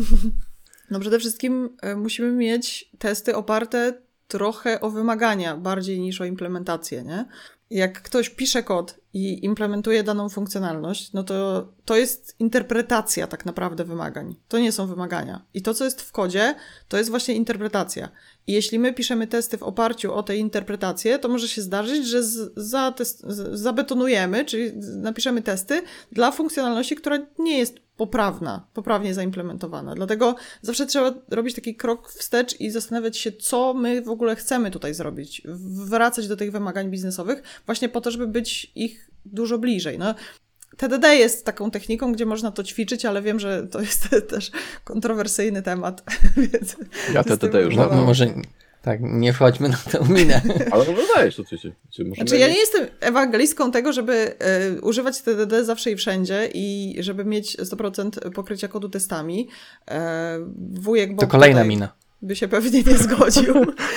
No przede wszystkim musimy mieć testy oparte trochę o wymagania, bardziej niż o implementację, nie? Jak ktoś pisze kod i implementuje daną funkcjonalność, no to to jest interpretacja tak naprawdę wymagań. To nie są wymagania. I to, co jest w kodzie, to jest właśnie interpretacja. I jeśli my piszemy testy w oparciu o tę interpretację, to może się zdarzyć, że z, zatest, z, zabetonujemy, czyli napiszemy testy dla funkcjonalności, która nie jest poprawna, poprawnie zaimplementowana. Dlatego zawsze trzeba robić taki krok wstecz i zastanawiać się, co my w ogóle chcemy tutaj zrobić. Wracać do tych wymagań biznesowych właśnie po to, żeby być ich dużo bliżej. No, T D D jest taką techniką, gdzie można to ćwiczyć, ale wiem, że to jest też kontrowersyjny temat. Więc ja T D D już no, może tak, nie wchodźmy na tę minę. Ale może dajesz to coś. Znaczy ja nie jestem ewangelistką tego, żeby y, używać T D D zawsze i wszędzie i żeby mieć sto procent pokrycia kodu testami. E, wujek Bob to kolejna mina. By się pewnie nie zgodził.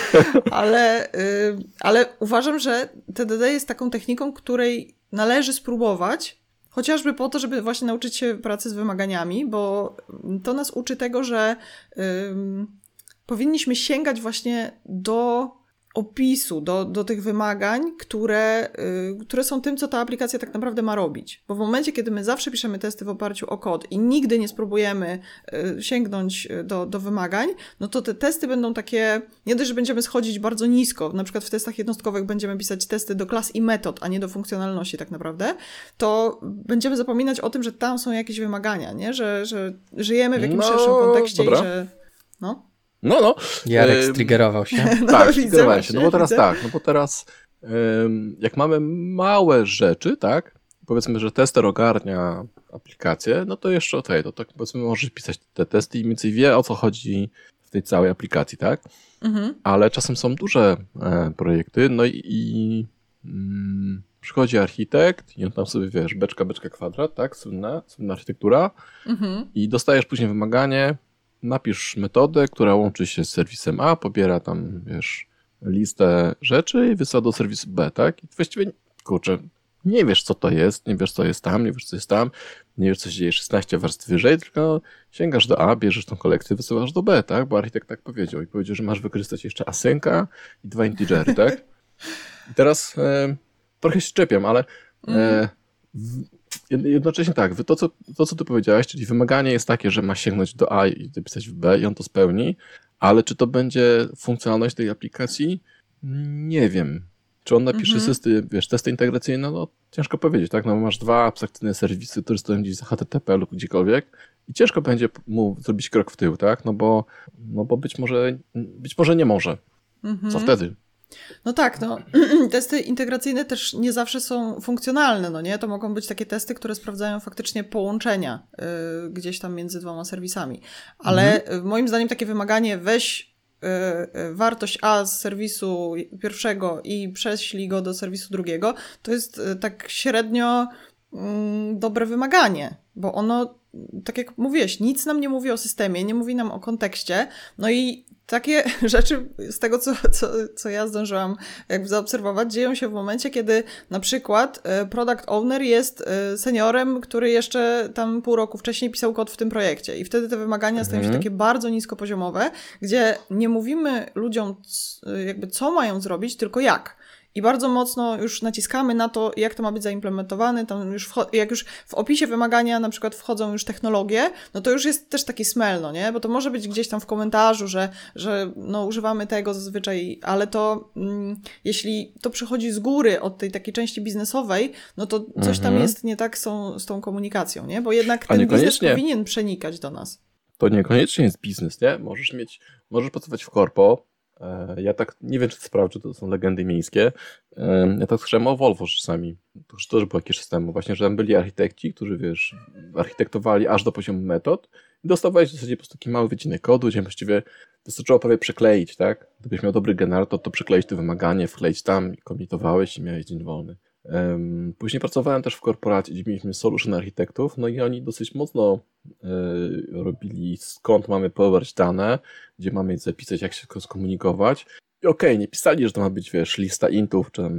ale, y, ale uważam, że T D D jest taką techniką, której należy spróbować, chociażby po to, żeby właśnie nauczyć się pracy z wymaganiami, bo to nas uczy tego, że y, powinniśmy sięgać właśnie do opisu, do, do tych wymagań, które, y, które są tym, co ta aplikacja tak naprawdę ma robić. Bo w momencie, kiedy my zawsze piszemy testy w oparciu o kod i nigdy nie spróbujemy y, sięgnąć do, do wymagań, no to te testy będą takie, nie dość, że będziemy schodzić bardzo nisko, na przykład w testach jednostkowych będziemy pisać testy do klas i metod, a nie do funkcjonalności tak naprawdę, to będziemy zapominać o tym, że tam są jakieś wymagania, nie? Że, że żyjemy w jakimś no, szerszym kontekście dobra. i że... No. No, no. Jarek striggerował się. No, tak, striggerowałem się. No bo teraz widzę. tak, no bo teraz jak mamy małe rzeczy, tak, powiedzmy, że tester ogarnia aplikację, no to jeszcze okej, okay, to tak powiedzmy możesz pisać te testy i mniej więcej wie, o co chodzi w tej całej aplikacji, tak? Mhm. Ale czasem są duże e, projekty, no i, i mm, przychodzi architekt i on tam sobie, wiesz, beczka, beczka, kwadrat, tak, słynna, słynna architektura mhm. i dostajesz później wymaganie, napisz metodę, która łączy się z serwisem A, pobiera tam, wiesz, listę rzeczy i wysyła do serwisu B, tak? I właściwie, kurczę, nie wiesz, co to jest, nie wiesz, co jest tam, nie wiesz, co jest tam, nie wiesz, co się dzieje szesnaście warstw wyżej, tylko sięgasz do A, bierzesz tą kolekcję, wysyłasz do B, tak? Bo architekt tak powiedział i powiedział, że masz wykorzystać jeszcze asynka i dwa integery, tak? I teraz e, trochę się czepiam, ale e, w, jednocześnie tak, to co, to co ty powiedziałeś, czyli wymaganie jest takie, że ma sięgnąć do A i dopisać w B i on to spełni, ale czy to będzie funkcjonalność tej aplikacji? Nie wiem. Czy on napisze mhm. systy, wiesz, testy integracyjne? No ciężko powiedzieć, tak? No masz dwa abstrakcyjne serwisy, które stoją gdzieś za H T T P lub gdziekolwiek i ciężko będzie mu zrobić krok w tył, tak? No bo, no bo być może, być może nie może. Mhm. Co wtedy? No tak, no testy integracyjne też nie zawsze są funkcjonalne, no nie? To mogą być takie testy, które sprawdzają faktycznie połączenia y, gdzieś tam między dwoma serwisami. Ale mhm. moim zdaniem takie wymaganie weź y, y, wartość A z serwisu pierwszego i prześlij go do serwisu drugiego, to jest y, tak średnio y, dobre wymaganie, bo ono, tak jak mówiłeś, nic nam nie mówi o systemie, nie mówi nam o kontekście, no i takie rzeczy z tego, co, co, co ja zdążyłam jakby zaobserwować, dzieją się w momencie, kiedy na przykład product owner jest seniorem, który jeszcze tam pół roku wcześniej pisał kod w tym projekcie i wtedy te wymagania stają się takie bardzo niskopoziomowe, gdzie nie mówimy ludziom jakby co mają zrobić, tylko jak. I bardzo mocno już naciskamy na to, jak to ma być zaimplementowane. Tam już wcho- jak już w opisie wymagania na przykład wchodzą już technologie, no to już jest też taki smell, no nie? Bo to może być gdzieś tam w komentarzu, że, że no używamy tego zazwyczaj, ale to mm, jeśli to przychodzi z góry od tej takiej części biznesowej, no to coś mhm. tam jest nie tak z tą, z tą komunikacją, nie? Bo jednak ten biznes powinien przenikać do nas. To niekoniecznie jest biznes, nie? Możesz mieć, możesz pracować w korpo. Ja tak nie wiem, czy to sprawdzę, czy to są legendy miejskie. Ja tak słyszałem o Volvo czasami. To już też było jakieś systemy. Właśnie, że tam byli architekci, którzy, wiesz, architektowali aż do poziomu metod i dostawałeś w zasadzie po prostu taki mały wycinek kodu, gdzie właściwie wystarczyło prawie przekleić, tak? Gdybyś miał dobry generator, to przekleić to wymaganie, wkleić tam, komitowałeś i miałeś dzień wolny. Um, później pracowałem też w korporacji, gdzie mieliśmy solution architektów, no i oni dosyć mocno y, robili, skąd mamy pobrać dane, gdzie mamy je zapisać, jak się skomunikować. I okej, okay, nie pisali, że to ma być, wiesz, lista intów, czy tam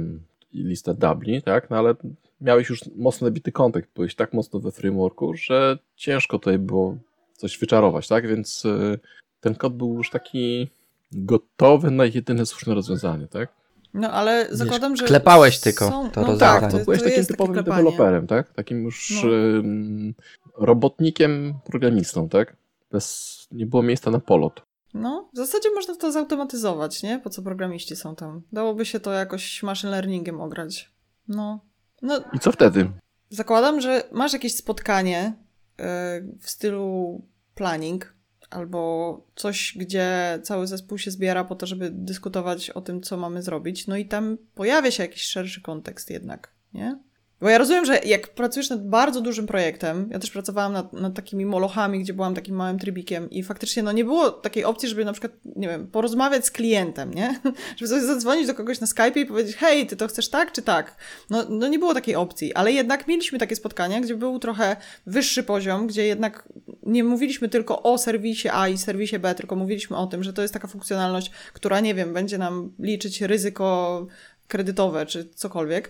i listę dubli, tak? No ale miałeś już mocno nabity kontekst, byłeś tak mocno we frameworku, że ciężko tutaj było coś wyczarować, tak? Więc ten kod był już taki gotowy na jedyne słuszne rozwiązanie, tak? No ale zakładam, Wiesz, że... klepałeś tylko są... to no rozwiązanie. tak, to to, byłeś to takim jest typowym takie klepanie. deweloperem, tak? Takim już No. ym, robotnikiem, programistą, tak? Bez, nie było miejsca na polot. No, w zasadzie można to zautomatyzować, nie? Po co programiści są tam? Dałoby się to jakoś machine learningiem ograć. No. no I co wtedy? Zakładam, że masz jakieś spotkanie yy, w stylu planning albo coś, gdzie cały zespół się zbiera po to, żeby dyskutować o tym, co mamy zrobić. No i tam pojawia się jakiś szerszy kontekst jednak, nie? Bo ja rozumiem, że jak pracujesz nad bardzo dużym projektem, ja też pracowałam nad, nad takimi molochami, gdzie byłam takim małym trybikiem i faktycznie no nie było takiej opcji, żeby na przykład, nie wiem, porozmawiać z klientem, nie? Żeby sobie zadzwonić do kogoś na Skype'ie i powiedzieć, hej, ty to chcesz tak czy tak? No, no nie było takiej opcji, ale jednak mieliśmy takie spotkania, gdzie był trochę wyższy poziom, gdzie jednak nie mówiliśmy tylko o serwisie A i serwisie B, tylko mówiliśmy o tym, że to jest taka funkcjonalność, która, nie wiem, będzie nam liczyć ryzyko kredytowe czy cokolwiek.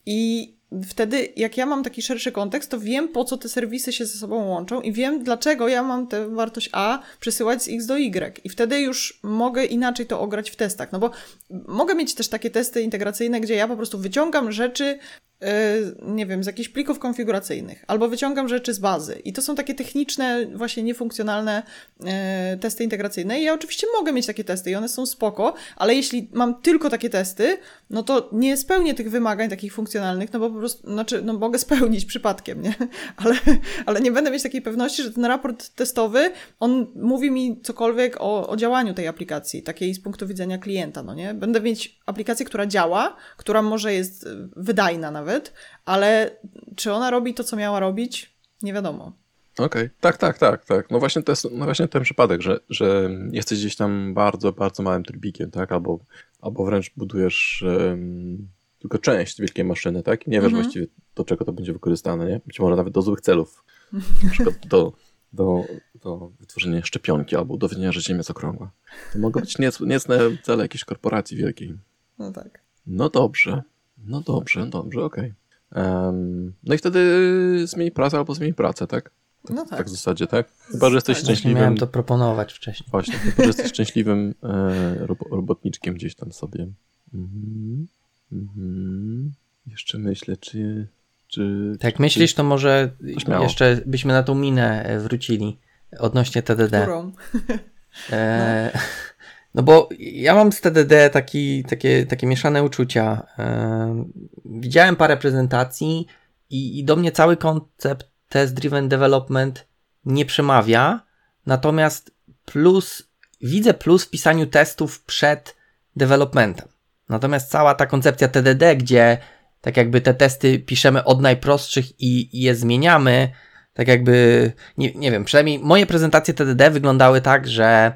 I wtedy, jak ja mam taki szerszy kontekst, to wiem, po co te serwisy się ze sobą łączą i wiem, dlaczego ja mam tę wartość A przesyłać z X do Y. I wtedy już mogę inaczej to ograć w testach. No bo mogę mieć też takie testy integracyjne, gdzie ja po prostu wyciągam rzeczy, yy, nie wiem, z jakichś plików konfiguracyjnych, albo wyciągam rzeczy z bazy. I to są takie techniczne, właśnie niefunkcjonalne yy, testy integracyjne. I ja oczywiście mogę mieć takie testy i one są spoko, ale jeśli mam tylko takie testy, no to nie spełnię tych wymagań takich funkcjonalnych, no bo po prostu, znaczy, no mogę spełnić przypadkiem, nie? Ale, ale nie będę mieć takiej pewności, że ten raport testowy, on mówi mi cokolwiek o, o działaniu tej aplikacji, takiej z punktu widzenia klienta, no nie? Będę mieć aplikację, która działa, która może jest wydajna nawet, ale czy ona robi to, co miała robić? Nie wiadomo. Okej, okay. tak, tak, tak, tak. No właśnie to jest no właśnie ten przypadek, że, że jesteś gdzieś tam bardzo, bardzo małym trybikiem, tak? Albo, albo wręcz budujesz um, tylko część wielkiej maszyny, tak? I nie wiesz mm-hmm. właściwie, do czego to będzie wykorzystane, nie? Być może nawet do złych celów. Na przykład do, do, do wytworzenia szczepionki albo udowodnienia, że Ziemia jest okrągła. To mogą być niecne cele jakiejś korporacji wielkiej. No tak. No dobrze, no dobrze, dobrze, okej. Okay. Um, no i wtedy zmień pracę albo zmień pracę, tak? Tak, no tak. tak w zasadzie, tak? Chyba, że jesteś tak, szczęśliwym... Miałem to proponować wcześniej. Właśnie, chyba, że jesteś szczęśliwym e, rob, robotniczkiem gdzieś tam sobie. Mhm. Mhm. Jeszcze myślę, czy... czy tak czy, myślisz, czy... to może Śmiało. jeszcze byśmy na tą minę wrócili odnośnie T D D. Którą? E, no. no bo ja mam z T D D taki, takie, takie mieszane uczucia. E, widziałem parę prezentacji i, i do mnie cały koncept test-driven development nie przemawia, natomiast plus, widzę plus w pisaniu testów przed developmentem. Natomiast cała ta koncepcja T D D, gdzie tak jakby te testy piszemy od najprostszych i, i je zmieniamy, tak jakby, nie, nie wiem, przynajmniej moje prezentacje T D D wyglądały tak, że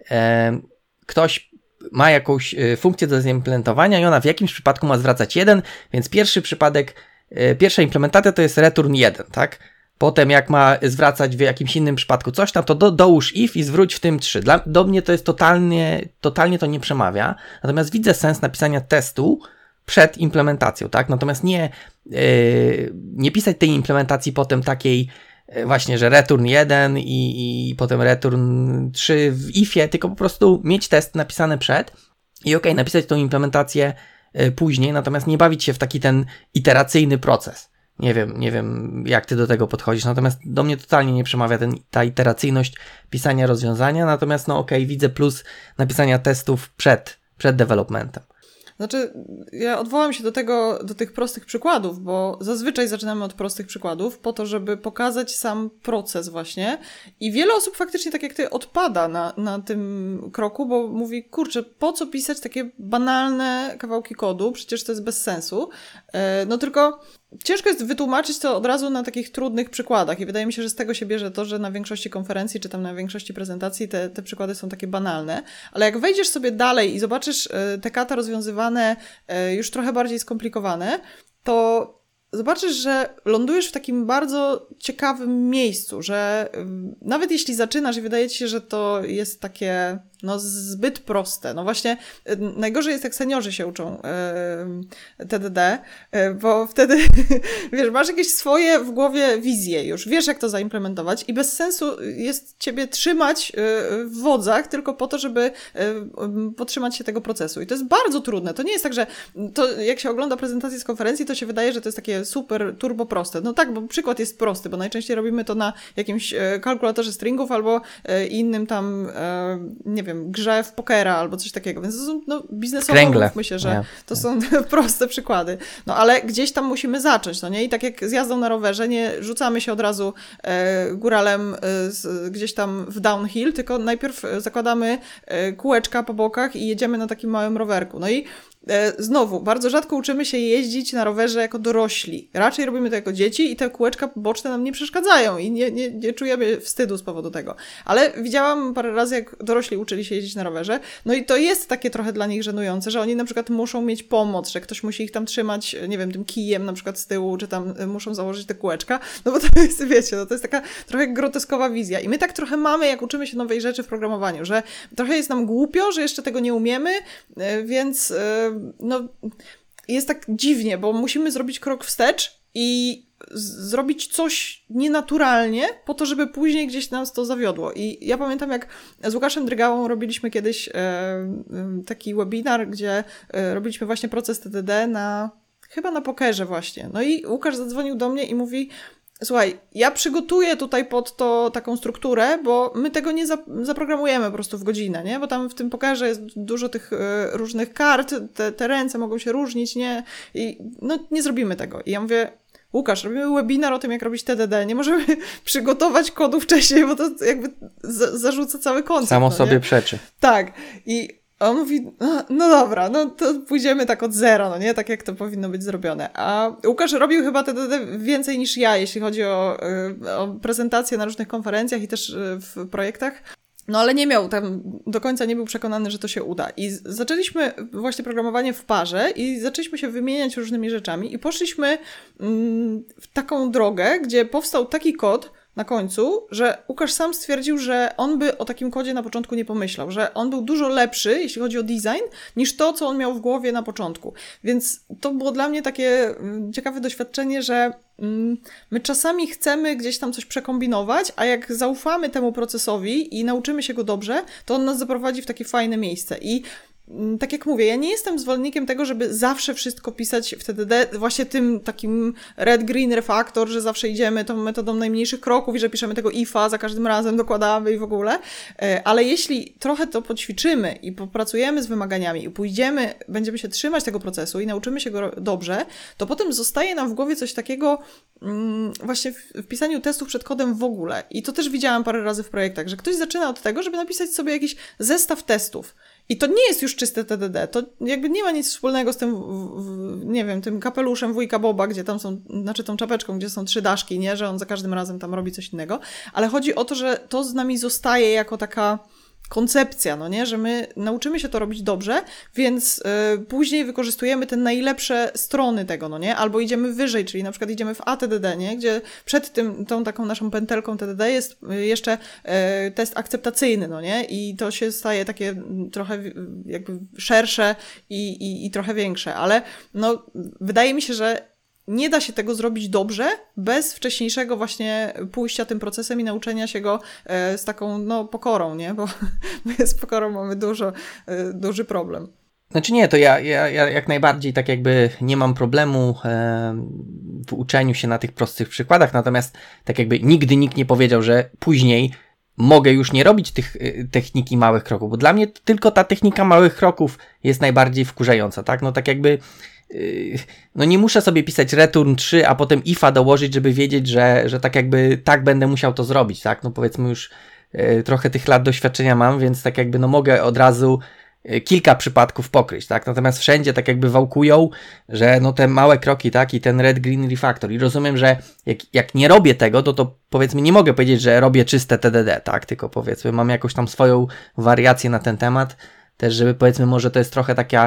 e, ktoś ma jakąś e, funkcję do zaimplementowania i ona w jakimś przypadku ma zwracać jeden, więc pierwszy przypadek, e, pierwsza implementacja to jest return jeden, tak? Potem jak ma zwracać w jakimś innym przypadku coś tam, to do, dołóż if i zwróć w tym trzy. Dla, do mnie to jest totalnie, totalnie to nie przemawia. Natomiast widzę sens napisania testu przed implementacją, tak? Natomiast nie, yy, nie pisać tej implementacji potem takiej yy, właśnie, że return jeden i, i potem return trzy w ifie, tylko po prostu mieć test napisany przed i okej, okay, napisać tą implementację yy, później, natomiast nie bawić się w taki ten iteracyjny proces. Nie wiem, nie wiem jak ty do tego podchodzisz, natomiast do mnie totalnie nie przemawia ten, ta iteracyjność pisania rozwiązania, natomiast no okej, okay, widzę plus napisania testów przed, przed developmentem. Znaczy, ja odwołam się do tego, do tych prostych przykładów, bo zazwyczaj zaczynamy od prostych przykładów po to, żeby pokazać sam proces właśnie i wiele osób faktycznie tak jak ty odpada na, na tym kroku, bo mówi, kurczę, po co pisać takie banalne kawałki kodu, przecież to jest bez sensu, no tylko ciężko jest wytłumaczyć to od razu na takich trudnych przykładach i wydaje mi się, że z tego się bierze to, że na większości konferencji czy tam na większości prezentacji te, te przykłady są takie banalne, ale jak wejdziesz sobie dalej i zobaczysz te kata rozwiązywane już trochę bardziej skomplikowane, to zobaczysz, że lądujesz w takim bardzo ciekawym miejscu, że nawet jeśli zaczynasz i wydaje ci się, że to jest takie no zbyt proste. No właśnie najgorzej jest, jak seniorzy się uczą yy, T D D, yy, bo wtedy wiesz, masz jakieś swoje w głowie wizje już, wiesz jak to zaimplementować i bez sensu jest ciebie trzymać yy, w wodzach tylko po to, żeby yy, podtrzymać się tego procesu. I to jest bardzo trudne. To nie jest tak, że to jak się ogląda prezentację z konferencji, to się wydaje, że to jest takie super turbo proste. No tak, bo przykład jest prosty, bo najczęściej robimy to na jakimś yy, kalkulatorze stringów albo yy, innym tam, yy, nie wiem, grze w pokera albo coś takiego, więc to są no, biznesowo, myślę, że nie. to są proste przykłady. No ale gdzieś tam musimy zacząć, no nie? I tak jak z jazdą na rowerze, nie rzucamy się od razu e, góralem e, z, gdzieś tam w downhill, tylko najpierw zakładamy e, kółeczka po bokach i jedziemy na takim małym rowerku. No i znowu, bardzo rzadko uczymy się jeździć na rowerze jako dorośli. Raczej robimy to jako dzieci i te kółeczka boczne nam nie przeszkadzają i nie, nie, nie czujemy wstydu z powodu tego. Ale widziałam parę razy, jak dorośli uczyli się jeździć na rowerze. No i to jest takie trochę dla nich żenujące, że oni na przykład muszą mieć pomoc, że ktoś musi ich tam trzymać, nie wiem, tym kijem na przykład z tyłu, czy tam muszą założyć te kółeczka. No bo to jest, wiecie, no to jest taka trochę groteskowa wizja. I my tak trochę mamy, jak uczymy się nowej rzeczy w programowaniu, że trochę jest nam głupio, że jeszcze tego nie umiemy, więc no, jest tak dziwnie, bo musimy zrobić krok wstecz i z- zrobić coś nienaturalnie po to, żeby później gdzieś nas to zawiodło. I ja pamiętam, jak z Łukaszem Drygałą robiliśmy kiedyś e, e, taki webinar, gdzie e, robiliśmy właśnie proces T D D na, chyba na pokerze właśnie. No i Łukasz zadzwonił do mnie i mówi: słuchaj, ja przygotuję tutaj pod to taką strukturę, bo my tego nie zaprogramujemy po prostu w godzinę, nie? Bo tam w tym pokerze jest dużo tych y, różnych kart, te, te ręce mogą się różnić, nie? I no nie zrobimy tego. I ja mówię: Łukasz, robimy webinar o tym, jak robić T D D. Nie możemy przygotować kodu wcześniej, bo to jakby za- zarzuca cały koncept. Samo no, sobie nie? przeczy. Tak. I a on mówi: no, no dobra, no to pójdziemy tak od zera, no nie? Tak jak to powinno być zrobione. A Łukasz robił chyba T D D więcej niż ja, jeśli chodzi o, o prezentacje na różnych konferencjach i też w projektach. No ale nie miał tam, do końca nie był przekonany, że to się uda. I zaczęliśmy właśnie programowanie w parze i zaczęliśmy się wymieniać różnymi rzeczami i poszliśmy mm, w taką drogę, gdzie powstał taki kod na końcu, że Łukasz sam stwierdził, że on by o takim kodzie na początku nie pomyślał, że on był dużo lepszy, jeśli chodzi o design, niż to, co on miał w głowie na początku. Więc to było dla mnie takie ciekawe doświadczenie, że my czasami chcemy gdzieś tam coś przekombinować, a jak zaufamy temu procesowi i nauczymy się go dobrze, to on nas zaprowadzi w takie fajne miejsce. I tak jak mówię, ja nie jestem zwolennikiem tego, żeby zawsze wszystko pisać w T D D, właśnie tym takim red, green refactor, że zawsze idziemy tą metodą najmniejszych kroków i że piszemy tego ifa, za każdym razem dokładamy i w ogóle, ale jeśli trochę to poćwiczymy i popracujemy z wymaganiami i pójdziemy, będziemy się trzymać tego procesu i nauczymy się go dobrze, to potem zostaje nam w głowie coś takiego mm, właśnie w, w pisaniu testów przed kodem w ogóle. I to też widziałam parę razy w projektach, że ktoś zaczyna od tego, żeby napisać sobie jakiś zestaw testów. I to nie jest już czyste T D D, to jakby nie ma nic wspólnego z tym, w, w, nie wiem, tym kapeluszem wujka Boba, gdzie tam są, znaczy tą czapeczką, gdzie są trzy daszki, nie, że on za każdym razem tam robi coś innego, ale chodzi o to, że to z nami zostaje jako taka koncepcja, no nie, że my nauczymy się to robić dobrze, więc y, później wykorzystujemy te najlepsze strony tego, no nie, albo idziemy wyżej, czyli na przykład idziemy w A T D D, nie, gdzie przed tym, tą taką naszą pętelką T D D jest jeszcze y, test akceptacyjny, no nie, i to się staje takie trochę jakby szersze i, i, i trochę większe, ale no wydaje mi się, że nie da się tego zrobić dobrze bez wcześniejszego właśnie pójścia tym procesem i nauczenia się go e, z taką no, pokorą, nie? Bo my z pokorą mamy dużo, e, duży problem. Znaczy nie, to ja, ja, ja jak najbardziej tak jakby nie mam problemu e, w uczeniu się na tych prostych przykładach, natomiast tak jakby nigdy nikt nie powiedział, że później mogę już nie robić tych y, techniki małych kroków, bo dla mnie tylko ta technika małych kroków jest najbardziej wkurzająca, tak? No tak jakby no nie muszę sobie pisać return trzy, a potem ifa dołożyć, żeby wiedzieć, że, że tak jakby tak będę musiał to zrobić, tak? No powiedzmy już y, trochę tych lat doświadczenia mam, więc tak jakby no mogę od razu y, kilka przypadków pokryć, tak? Natomiast wszędzie tak jakby wałkują, że no te małe kroki, tak? I ten red, green refactor. I rozumiem, że jak, jak nie robię tego, to to powiedzmy nie mogę powiedzieć, że robię czyste T D D, tak? Tylko powiedzmy mam jakąś tam swoją wariację na ten temat, też żeby powiedzmy może to jest trochę taka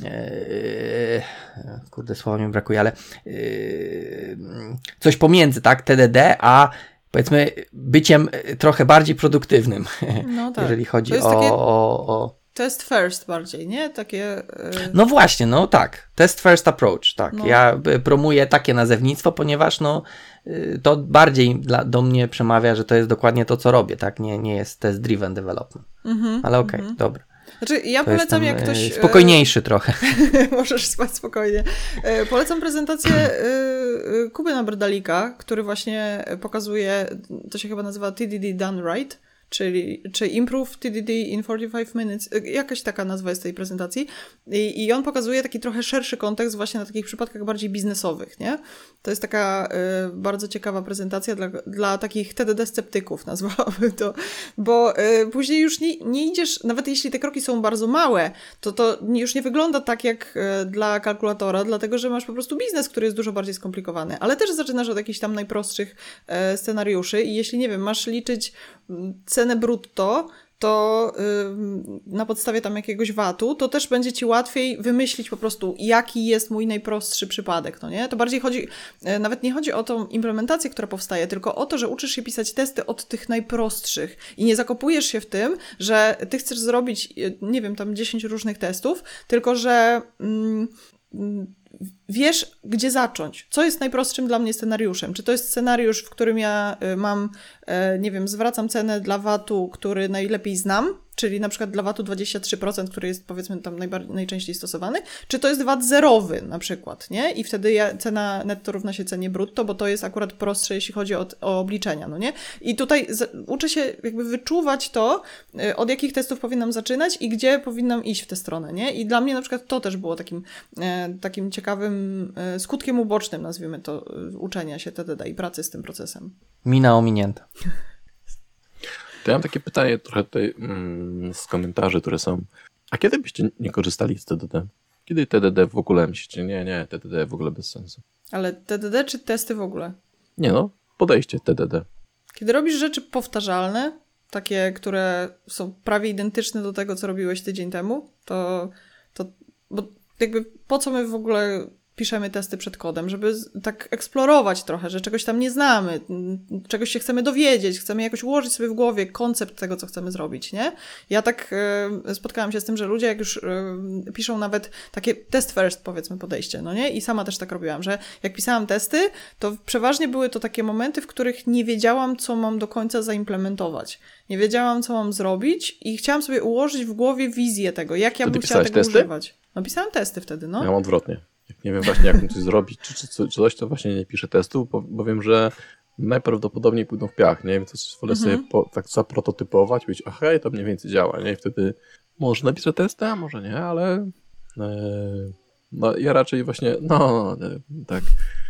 Yy, kurde, słowa mi brakuje, ale yy, coś pomiędzy, tak, T D D, a powiedzmy byciem trochę bardziej produktywnym, no tak. jeżeli chodzi o, takie... o, o... Test first bardziej, nie? Takie... Yy... No właśnie, no tak. Test first approach, tak. No. Ja promuję takie nazewnictwo, ponieważ no to bardziej dla, do mnie przemawia, że to jest dokładnie to, co robię, tak? Nie, nie jest test driven development. Mm-hmm, Ale okej, okay, mm-hmm. dobra. Znaczy, ja to polecam, jak ktoś... Spokojniejszy trochę. Możesz spać spokojnie. Polecam prezentację Kuby Nabrdalika, który właśnie pokazuje, to się chyba nazywa T D D Done Right, czyli czy Improve T D D in forty-five minutes, jakaś taka nazwa jest tej prezentacji. I, i on pokazuje taki trochę szerszy kontekst właśnie na takich przypadkach bardziej biznesowych, nie? To jest taka y, bardzo ciekawa prezentacja dla, dla takich T D D sceptyków, nazwałabym to, bo y, później już nie, nie idziesz, nawet jeśli te kroki są bardzo małe, to to już nie wygląda tak jak y, dla kalkulatora, dlatego że masz po prostu biznes, który jest dużo bardziej skomplikowany, ale też zaczynasz od jakichś tam najprostszych y, scenariuszy i jeśli, nie wiem, masz liczyć cenę brutto, to yy, na podstawie tam jakiegoś vatu, to też będzie ci łatwiej wymyślić po prostu, jaki jest mój najprostszy przypadek, no nie? To bardziej chodzi, yy, nawet nie chodzi o tą implementację, która powstaje, tylko o to, że uczysz się pisać testy od tych najprostszych i nie zakopujesz się w tym, że ty chcesz zrobić, yy, nie wiem, tam dziesięć różnych testów, tylko że yy, yy, wiesz, gdzie zacząć. Co jest najprostszym dla mnie scenariuszem? Czy to jest scenariusz, w którym ja mam, nie wiem, zwracam cenę dla vatu, który najlepiej znam, czyli na przykład dla vatu dwadzieścia trzy procent, który jest powiedzmy tam najbar- najczęściej stosowany, czy to jest vat zerowy na przykład, nie? I wtedy ja, cena netto równa się cenie brutto, bo to jest akurat prostsze, jeśli chodzi o, o obliczenia, no nie? I tutaj z, uczę się jakby wyczuwać to, od jakich testów powinnam zaczynać i gdzie powinnam iść w tę stronę, nie? I dla mnie na przykład to też było takim, e, takim ciekawym e, skutkiem ubocznym, nazwijmy to, e, uczenia się T D D i pracy z tym procesem. Mina ominięta. To ja mam takie pytanie trochę tutaj mm, z komentarzy, które są. A kiedy byście nie korzystali z T D D? Kiedy T D D w ogóle myślicie? Nie, nie, T D D w ogóle bez sensu. Ale T D D czy testy w ogóle? Nie no, podejście T D D. Kiedy robisz rzeczy powtarzalne, takie, które są prawie identyczne do tego, co robiłeś tydzień temu, to, to bo jakby po co my w ogóle piszemy testy przed kodem, żeby tak eksplorować trochę, że czegoś tam nie znamy, czegoś się chcemy dowiedzieć, chcemy jakoś ułożyć sobie w głowie koncept tego, co chcemy zrobić, nie? Ja tak y, spotkałam się z tym, że ludzie jak już y, piszą nawet takie test first, powiedzmy, podejście, no nie? I sama też tak robiłam, że jak pisałam testy, to przeważnie były to takie momenty, w których nie wiedziałam, co mam do końca zaimplementować. Nie wiedziałam, co mam zrobić i chciałam sobie ułożyć w głowie wizję tego, jak ja to bym chciała tego testy? używać. No pisałam testy wtedy, no. Ja mam odwrotnie. Jak nie wiem właśnie, jak coś zrobić, czy, czy, czy coś, to właśnie nie piszę testów, bo, bo wiem, że najprawdopodobniej pójdą w piach, nie? Więc wolę mm-hmm. sobie po, tak zaprototypować, powiedzieć, a hej, to mniej więcej działa, nie? I wtedy może napiszę testy, a może nie, ale e, no, ja raczej właśnie, no, e, tak,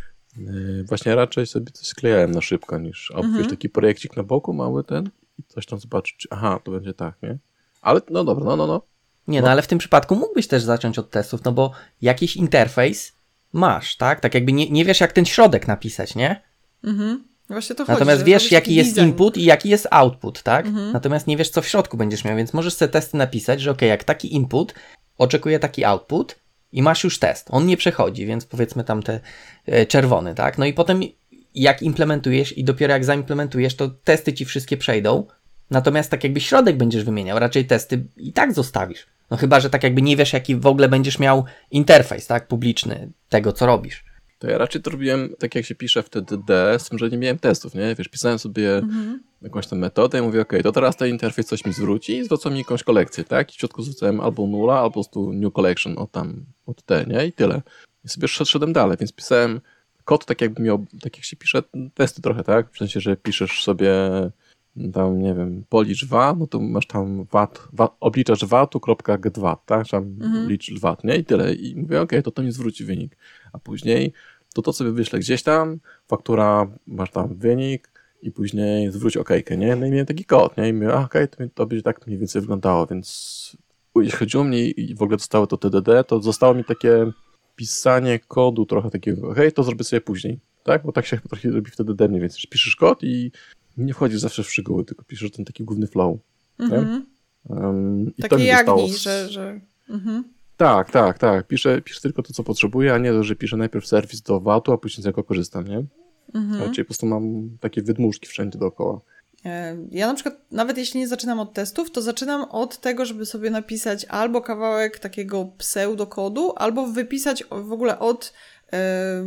e, właśnie raczej sobie coś sklejałem na szybko, niż a, mm-hmm. wiesz, taki projekcik na boku, mały ten i coś tam zobaczyć, aha, to będzie tak, nie? Ale no dobra, no, no, no. Nie, no, no ale w tym przypadku mógłbyś też zacząć od testów, no bo jakiś interfejs masz, tak? Tak jakby nie, nie wiesz, jak ten środek napisać, nie? Mhm. Właśnie to Natomiast chodzi, wiesz, jaki jest design. input i jaki jest output, tak? Mhm. Natomiast nie wiesz, co w środku będziesz miał, więc możesz sobie testy napisać, że ok, jak taki input oczekuje taki output i masz już test. On nie przechodzi, więc powiedzmy tam te e, czerwony, tak? No i potem jak implementujesz i dopiero jak zaimplementujesz, to testy ci wszystkie przejdą. Natomiast tak jakby środek będziesz wymieniał, raczej testy i tak zostawisz. No chyba, że tak jakby nie wiesz, jaki w ogóle będziesz miał interfejs, tak, publiczny tego, co robisz. To ja raczej to robiłem tak, jak się pisze w T D D, z tym, że nie miałem testów, nie? Wiesz, pisałem sobie mhm. jakąś tam metodę i mówię, okej, okay, to teraz ten interfejs coś mi zwróci i zwrócą mi jakąś kolekcję, tak? I w środku zwróciłem albo nulla, albo po prostu new collection od tam, od T, nie? I tyle. I sobie szedłem dalej, więc pisałem kod tak, jakby miał, tak jak się pisze testy trochę, tak? W sensie, że piszesz sobie tam, nie wiem, policz V A T, no to masz tam VAT, VAT obliczasz vatu.get vat, tak? Tam mhm. licz V A T, nie? I tyle. I mówię, okej, okay, to to mi zwróci wynik. A później to to sobie wyślę gdzieś tam, faktura, masz tam wynik i później zwróć okejkę, nie? No i miałem taki kod, nie? I mówię, okej, okay, to, to będzie tak mniej więcej wyglądało, więc jeśli chodzi o mnie i w ogóle zostało to T D D, to zostało mi takie pisanie kodu trochę takiego, okej, okay, to zrobię sobie później, tak? Bo tak się trochę robi w T D D mniej więcej, że piszesz kod i nie wchodzisz zawsze w szczegóły, tylko piszesz ten taki główny flow. Mm-hmm. Um, i Takie jagni, że... że... Mm-hmm. Tak, tak, tak. Piszę, piszę tylko to, co potrzebuję, a nie to, że piszę najpierw serwis do V A T u, a później z niego korzystam, nie? Mhm. Raczej po prostu mam takie wydmuszki wszędzie dookoła. Ja na przykład, nawet jeśli nie zaczynam od testów, to zaczynam od tego, żeby sobie napisać albo kawałek takiego pseudokodu, albo wypisać w ogóle od, yy,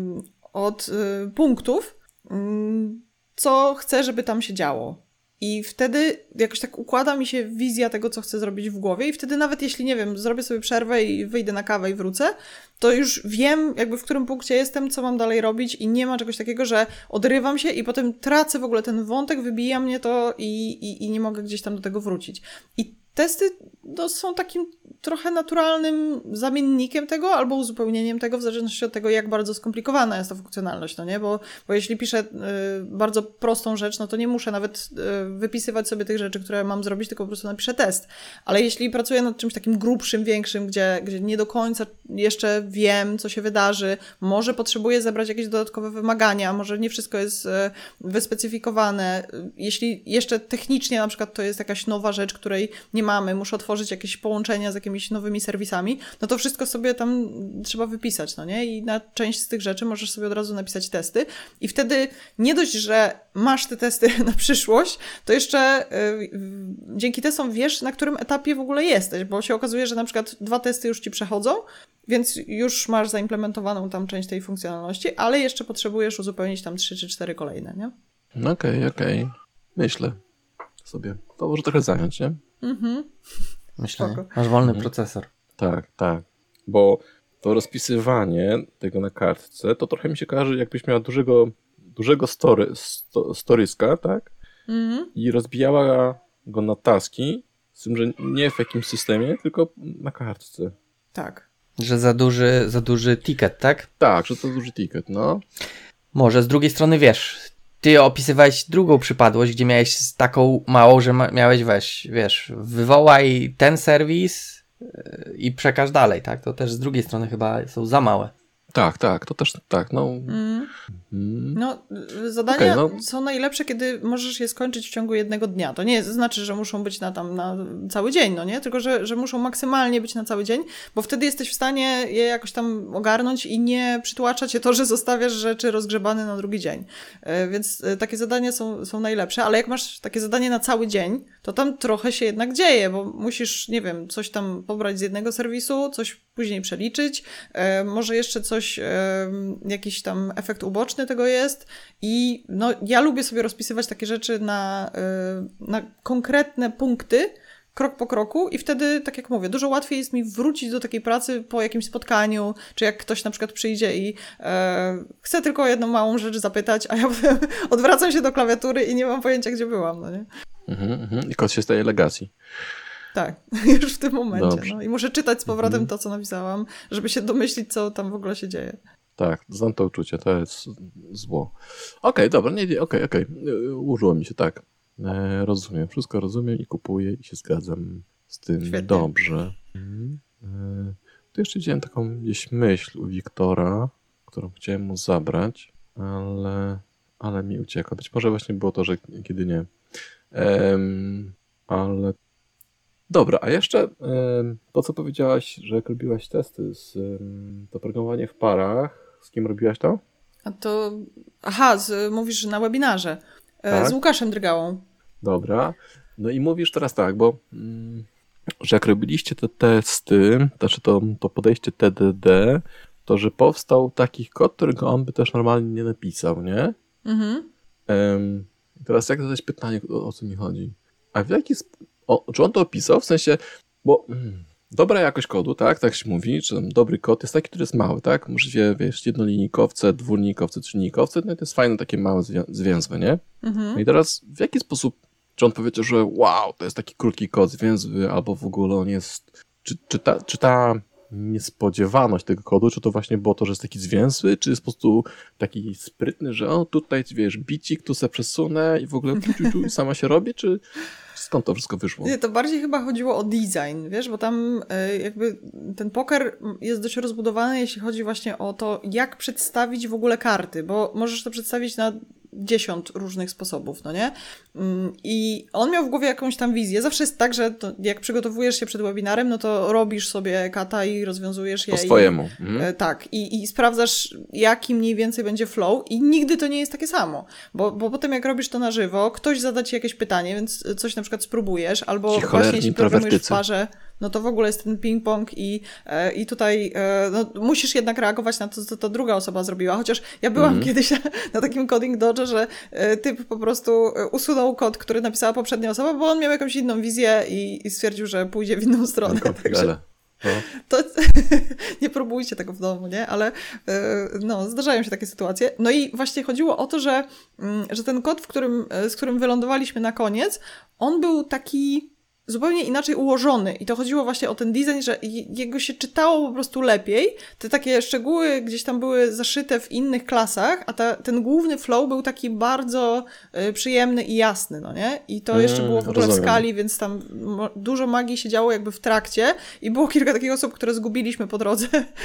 od yy, punktów, yy, co chcę, żeby tam się działo. I wtedy jakoś tak układa mi się wizja tego, co chcę zrobić w głowie i wtedy nawet jeśli, nie wiem, zrobię sobie przerwę i wyjdę na kawę i wrócę, to już wiem jakby w którym punkcie jestem, co mam dalej robić i nie ma czegoś takiego, że odrywam się i potem tracę w ogóle ten wątek, wybija mnie to i, i, i nie mogę gdzieś tam do tego wrócić. I testy no, są takim trochę naturalnym zamiennikiem tego albo uzupełnieniem tego, w zależności od tego, jak bardzo skomplikowana jest ta funkcjonalność, no nie? Bo, bo jeśli piszę y, bardzo prostą rzecz, no to nie muszę nawet y, wypisywać sobie tych rzeczy, które mam zrobić, tylko po prostu napiszę test. Ale jeśli pracuję nad czymś takim grubszym, większym, gdzie, gdzie nie do końca jeszcze wiem, co się wydarzy, może potrzebuję zebrać jakieś dodatkowe wymagania, może nie wszystko jest y, wyspecyfikowane. Jeśli jeszcze technicznie na przykład to jest jakaś nowa rzecz, której nie mamy, muszę otworzyć jakieś połączenia z jakimiś nowymi serwisami, no to wszystko sobie tam trzeba wypisać, no nie? I na część z tych rzeczy możesz sobie od razu napisać testy i wtedy nie dość, że masz te testy na przyszłość, to jeszcze yy, dzięki testom wiesz, na którym etapie w ogóle jesteś, bo się okazuje, że na przykład dwa testy już ci przechodzą, więc już masz zaimplementowaną tam część tej funkcjonalności, ale jeszcze potrzebujesz uzupełnić tam trzy czy cztery kolejne, nie? Okej, okay, okej. Okay. Myślę sobie. To może trochę zająć, nie? Mhm. Myślę, nie? Masz wolny mhm. procesor. Tak, tak. Bo to rozpisywanie tego na kartce, to trochę mi się kojarzy, jakbyś miała dużego, dużego story, sto, storyska, tak? Mhm. I rozbijała go na taski, z tym, że nie w jakimś systemie, tylko na kartce. Tak. Że za duży, za duży ticket, tak? Tak, że to duży ticket, no. Może z drugiej strony, wiesz, ty opisywałeś drugą przypadłość, gdzie miałeś taką małą, że ma- miałeś weź, wiesz, wywołaj ten serwis yy, i przekaż dalej, tak? To też z drugiej strony chyba są za małe. Tak, tak, to też tak, no. Mm. Mm. No, zadania okay, no. są najlepsze, kiedy możesz je skończyć w ciągu jednego dnia. To nie znaczy, że muszą być na tam na cały dzień, no nie? Tylko, że, że muszą maksymalnie być na cały dzień, bo wtedy jesteś w stanie je jakoś tam ogarnąć i nie przytłacza cię to, że zostawiasz rzeczy rozgrzebane na drugi dzień. Więc takie zadania są, są najlepsze, ale jak masz takie zadanie na cały dzień, to tam trochę się jednak dzieje, bo musisz, nie wiem, coś tam pobrać z jednego serwisu, coś później przeliczyć, może jeszcze coś, jakiś tam efekt uboczny tego jest i no, ja lubię sobie rozpisywać takie rzeczy na, na konkretne punkty, krok po kroku i wtedy, tak jak mówię, dużo łatwiej jest mi wrócić do takiej pracy po jakimś spotkaniu, czy jak ktoś na przykład przyjdzie i e, chce tylko o jedną małą rzecz zapytać, a ja odwracam się do klawiatury i nie mam pojęcia, gdzie byłam, no nie? Mhm, mhm. I kod się staje legacji. Tak, już w tym momencie. No. I muszę czytać z powrotem mhm. to, co napisałam, żeby się domyślić, co tam w ogóle się dzieje. Tak, znam to uczucie, to jest zło. Okej, okay, dobra, nie, okej, okay, okej. Okay. Użyło mi się, tak. E, rozumiem, wszystko rozumiem i kupuję i się zgadzam z tym. Świetnie. Dobrze. Mhm. E, tu jeszcze widziałem taką gdzieś myśl u Wiktora, którą chciałem mu zabrać, ale, ale mi uciekła. Być może właśnie było to, że kiedy nie. E, ale dobra, a jeszcze to, co powiedziałaś, że jak robiłaś testy z to programowanie w parach, z kim robiłaś to? A to, aha, z, mówisz, że na webinarze. Tak? Z Łukaszem Drgałą. Dobra, no i mówisz teraz tak, bo że jak robiliście te testy, znaczy to, to podejście T D D, to że powstał taki kod, którego on by też normalnie nie napisał, nie? Mhm. Um, teraz jak zadać pytanie, o, o co mi chodzi? A w jaki sposób? O, czy on to opisał? W sensie, bo mm, dobra jakość kodu, tak, tak się mówi, czy dobry kod jest taki, który jest mały, tak? Możecie, wiesz, jednolinijkowce, dwulinijkowce, trzylinijkowce, no i to jest fajne takie małe zwią- zwięzłe, nie? Mhm. No i teraz w jaki sposób, czy on powiedział, że wow, to jest taki krótki kod zwięzły, albo w ogóle on jest, czy, czy, ta, czy ta niespodziewaność tego kodu, czy to właśnie było to, że jest taki zwięzły, czy jest po prostu taki sprytny, że o, tutaj, wiesz, bicik, tu se przesunę i w ogóle tu, tu, tu, i sama się robi, czy skąd to wszystko wyszło? Nie, to bardziej chyba chodziło o design, wiesz, bo tam y, jakby ten poker jest dość rozbudowany, jeśli chodzi właśnie o to, jak przedstawić w ogóle karty, bo możesz to przedstawić na dziesiąt różnych sposobów, no nie? I on miał w głowie jakąś tam wizję. Zawsze jest tak, że to jak przygotowujesz się przed webinarem, no to robisz sobie kata i rozwiązujesz je. Po swojemu. I, mhm. Tak. I, I sprawdzasz, jaki mniej więcej będzie flow i nigdy to nie jest takie samo. Bo, bo potem jak robisz to na żywo, ktoś zada ci jakieś pytanie, więc coś na przykład spróbujesz, albo Ci właśnie jeśli programujesz w introwertycy. parze, no to w ogóle jest ten ping-pong i, e, i tutaj e, no, musisz jednak reagować na to, co ta druga osoba zrobiła. Chociaż ja byłam mm. kiedyś na, na takim coding dodge, że e, typ po prostu usunął kod, który napisała poprzednia osoba, bo on miał jakąś inną wizję i, i stwierdził, że pójdzie w inną stronę. No, Także no. to nie próbujcie tego w domu, nie? Ale e, no, zdarzają się takie sytuacje. No i właśnie chodziło o to, że, m, że ten kod, w którym, z którym wylądowaliśmy na koniec, on był taki zupełnie inaczej ułożony i to chodziło właśnie o ten design, że jego się czytało po prostu lepiej. Te takie szczegóły gdzieś tam były zaszyte w innych klasach, a ta, ten główny flow był taki bardzo y, przyjemny i jasny, no nie? I to jeszcze było w ogóle rozumiem. w skali, więc tam dużo magii się działo jakby w trakcie i było kilka takich osób, które zgubiliśmy po drodze,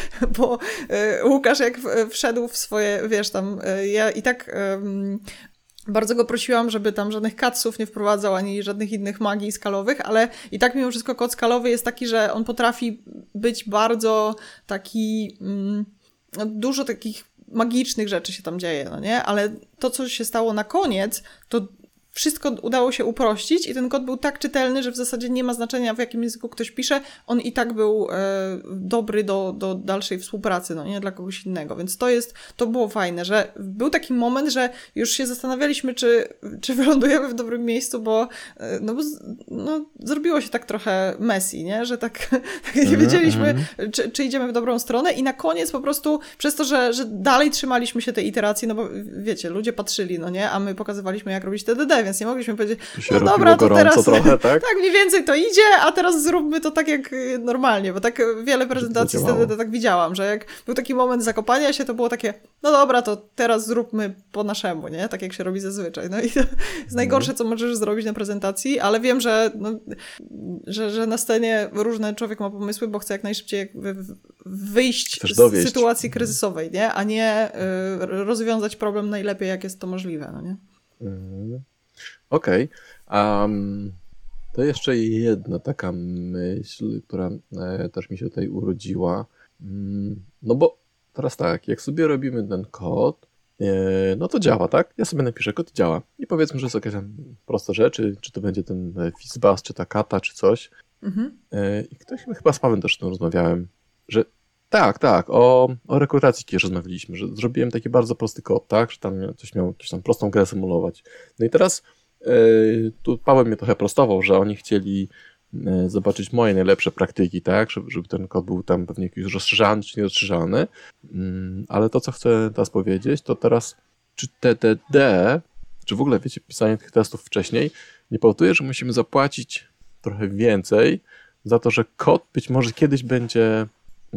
bo y, Łukasz jak w, wszedł w swoje, wiesz tam, y, ja i tak... Y, Bardzo go prosiłam, żeby tam żadnych katsów nie wprowadzał, ani żadnych innych magii skalowych, ale i tak mimo wszystko kod skalowy jest taki, że on potrafi być bardzo taki... Mm, dużo takich magicznych rzeczy się tam dzieje, no nie? Ale to, co się stało na koniec, to wszystko udało się uprościć i ten kod był tak czytelny, że w zasadzie nie ma znaczenia, w jakim języku ktoś pisze, on i tak był e, dobry do, do dalszej współpracy, no nie dla kogoś innego, więc to jest, to było fajne, że był taki moment, że już się zastanawialiśmy, czy, czy wylądujemy w dobrym miejscu, bo e, no, bo z, no, zrobiło się tak trochę messy, nie, że tak, tak nie wiedzieliśmy, mm-hmm. czy, czy idziemy w dobrą stronę i na koniec po prostu przez to, że, że dalej trzymaliśmy się tej iteracji, no bo wiecie, ludzie patrzyli, no nie, a my pokazywaliśmy, jak robić T D D, więc nie mogliśmy powiedzieć, no dobra, to teraz trochę, tak? tak mniej więcej to idzie, a teraz zróbmy to tak jak normalnie, bo tak wiele prezentacji z T D D tak widziałam, że jak był taki moment zakopania się, to było takie, no dobra, to teraz zróbmy po naszemu, nie? Tak jak się robi zazwyczaj. No i to jest najgorsze, co możesz zrobić na prezentacji, ale wiem, że, no, że, że na scenie różne człowiek ma pomysły, bo chce jak najszybciej wyjść z sytuacji kryzysowej, nie? A nie y, rozwiązać problem najlepiej, jak jest to możliwe, no nie? Mhm. Okej. Okay. Um, to jeszcze jedna taka myśl, która e, też mi się tutaj urodziła. Mm, no bo teraz tak, jak sobie robimy ten kod, e, no to działa, tak? Ja sobie napiszę kod i działa. I powiedzmy, że jest jakaś tam prosta rzecz, czy to będzie ten Fizzbuzz, czy ta kata, czy coś. Mhm. E, I ktoś chyba z Pawłem też o tym rozmawiałem, że tak, tak, o, o rekrutacji kiedyś rozmawialiśmy, że zrobiłem taki bardzo prosty kod, tak? Że tam coś miał jakąś tam prostą grę symulować. No i teraz tu Paweł mnie trochę prostował, że oni chcieli zobaczyć moje najlepsze praktyki, tak, żeby, żeby ten kod był tam pewnie jakiś rozszerzany czy nierozszerzany, ale to, co chcę teraz powiedzieć, to teraz czy T D D, czy w ogóle, wiecie, pisanie tych testów wcześniej nie powoduje, że musimy zapłacić trochę więcej za to, że kod być może kiedyś będzie,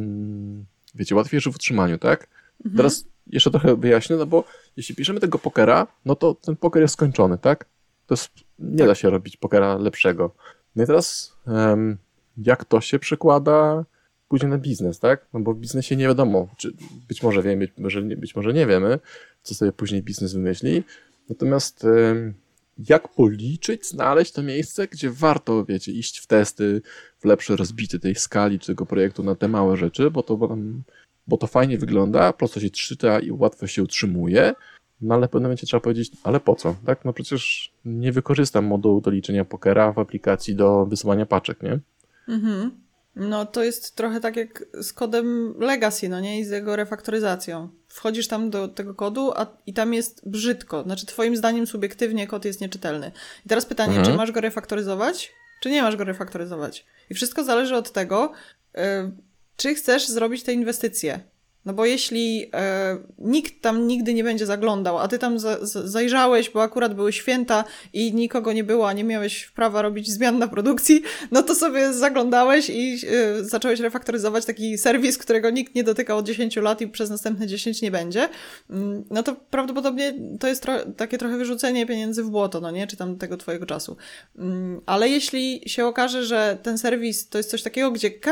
wiecie, łatwiejszy w utrzymaniu, tak? Mhm. Teraz jeszcze trochę wyjaśnię, no bo jeśli piszemy tego pokera, no to ten poker jest skończony, tak? To jest, nie tak. da się robić pokera lepszego. No i teraz um, jak to się przekłada później na biznes, tak? No bo w biznesie nie wiadomo, czy być może wiemy, być może nie, być może nie wiemy, co sobie później biznes wymyśli. Natomiast um, jak policzyć, znaleźć to miejsce, gdzie warto, wiecie, iść w testy, w lepsze rozbicie tej skali czy tego projektu na te małe rzeczy, bo to, bo, bo to fajnie wygląda, prosto się czyta i łatwo się utrzymuje. No ale w pewnym momencie trzeba powiedzieć, ale po co? Tak? No przecież nie wykorzystam modułu do liczenia pokera w aplikacji do wysyłania paczek, nie? Mhm. No to jest trochę tak jak z kodem Legacy, no nie? I z jego refaktoryzacją. Wchodzisz tam do tego kodu a, i tam jest brzydko. Znaczy twoim zdaniem subiektywnie kod jest nieczytelny. I teraz pytanie, mhm. czy masz go refaktoryzować, czy nie masz go refaktoryzować? I wszystko zależy od tego, yy, czy chcesz zrobić te inwestycje. No bo jeśli e, nikt tam nigdy nie będzie zaglądał, a ty tam za, za, zajrzałeś, bo akurat były święta i nikogo nie było, a nie miałeś prawa robić zmian na produkcji, no to sobie zaglądałeś i e, zacząłeś refaktoryzować taki serwis, którego nikt nie dotyka od dziesięciu lat i przez następne dziesięć nie będzie, no to prawdopodobnie to jest tro- takie trochę wyrzucenie pieniędzy w błoto, no nie? Czy tam tego twojego czasu. Ale jeśli się okaże, że ten serwis to jest coś takiego, gdzie każdy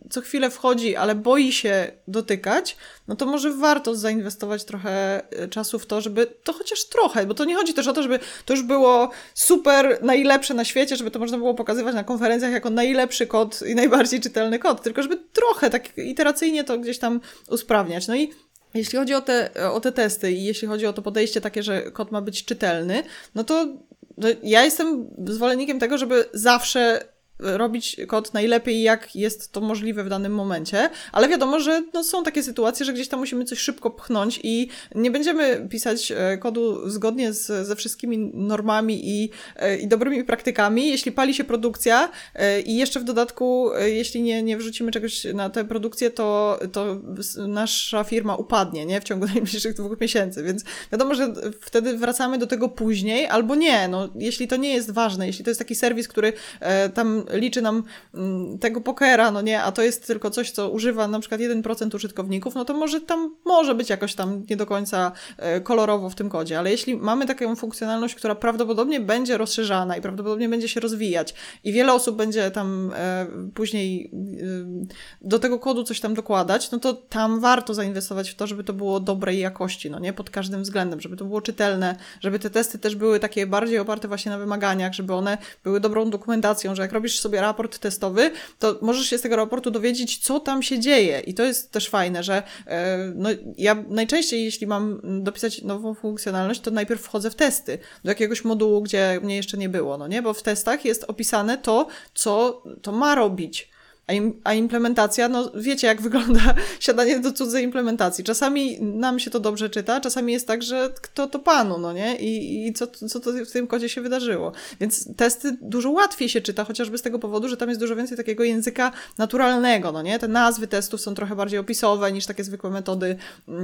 co chwilę wchodzi, ale boi się dotykać, no to może warto zainwestować trochę czasu w to, żeby to chociaż trochę, bo to nie chodzi też o to, żeby to już było super, najlepsze na świecie, żeby to można było pokazywać na konferencjach jako najlepszy kod i najbardziej czytelny kod, tylko żeby trochę tak iteracyjnie to gdzieś tam usprawniać. No i jeśli chodzi o te, o te testy i jeśli chodzi o to podejście takie, że kod ma być czytelny, no to no ja jestem zwolennikiem tego, żeby zawsze robić kod najlepiej, jak jest to możliwe w danym momencie, ale wiadomo, że no, są takie sytuacje, że gdzieś tam musimy coś szybko pchnąć i nie będziemy pisać kodu zgodnie z, ze wszystkimi normami i, i dobrymi praktykami, jeśli pali się produkcja i jeszcze w dodatku, jeśli nie, nie wrzucimy czegoś na tę produkcję, to, to nasza firma upadnie, nie? W ciągu najbliższych dwóch miesięcy, więc wiadomo, że wtedy wracamy do tego później, albo nie, no, jeśli to nie jest ważne, jeśli to jest taki serwis, który tam liczy nam tego pokera, no nie, a to jest tylko coś, co używa na przykład jeden procent użytkowników, no to może tam może być jakoś tam nie do końca kolorowo w tym kodzie, ale jeśli mamy taką funkcjonalność, która prawdopodobnie będzie rozszerzana i prawdopodobnie będzie się rozwijać i wiele osób będzie tam e, później e, do tego kodu coś tam dokładać, no to tam warto zainwestować w to, żeby to było dobrej jakości, no nie, pod każdym względem, żeby to było czytelne, żeby te testy też były takie bardziej oparte właśnie na wymaganiach, żeby one były dobrą dokumentacją, że jak robisz sobie raport testowy, to możesz się z tego raportu dowiedzieć, co tam się dzieje. I to jest też fajne, że e, no, ja najczęściej, jeśli mam dopisać nową funkcjonalność, to najpierw wchodzę w testy do jakiegoś modułu, gdzie mnie jeszcze nie było, no nie? Bo w testach jest opisane to, co to ma robić. A, im, a implementacja, no wiecie, jak wygląda siadanie do cudzej implementacji. Czasami nam się to dobrze czyta, czasami jest tak, że kto to panu, no nie? I, i co, co to w tym kodzie się wydarzyło. Więc testy dużo łatwiej się czyta, chociażby z tego powodu, że tam jest dużo więcej takiego języka naturalnego, no nie? Te nazwy testów są trochę bardziej opisowe niż takie zwykłe metody.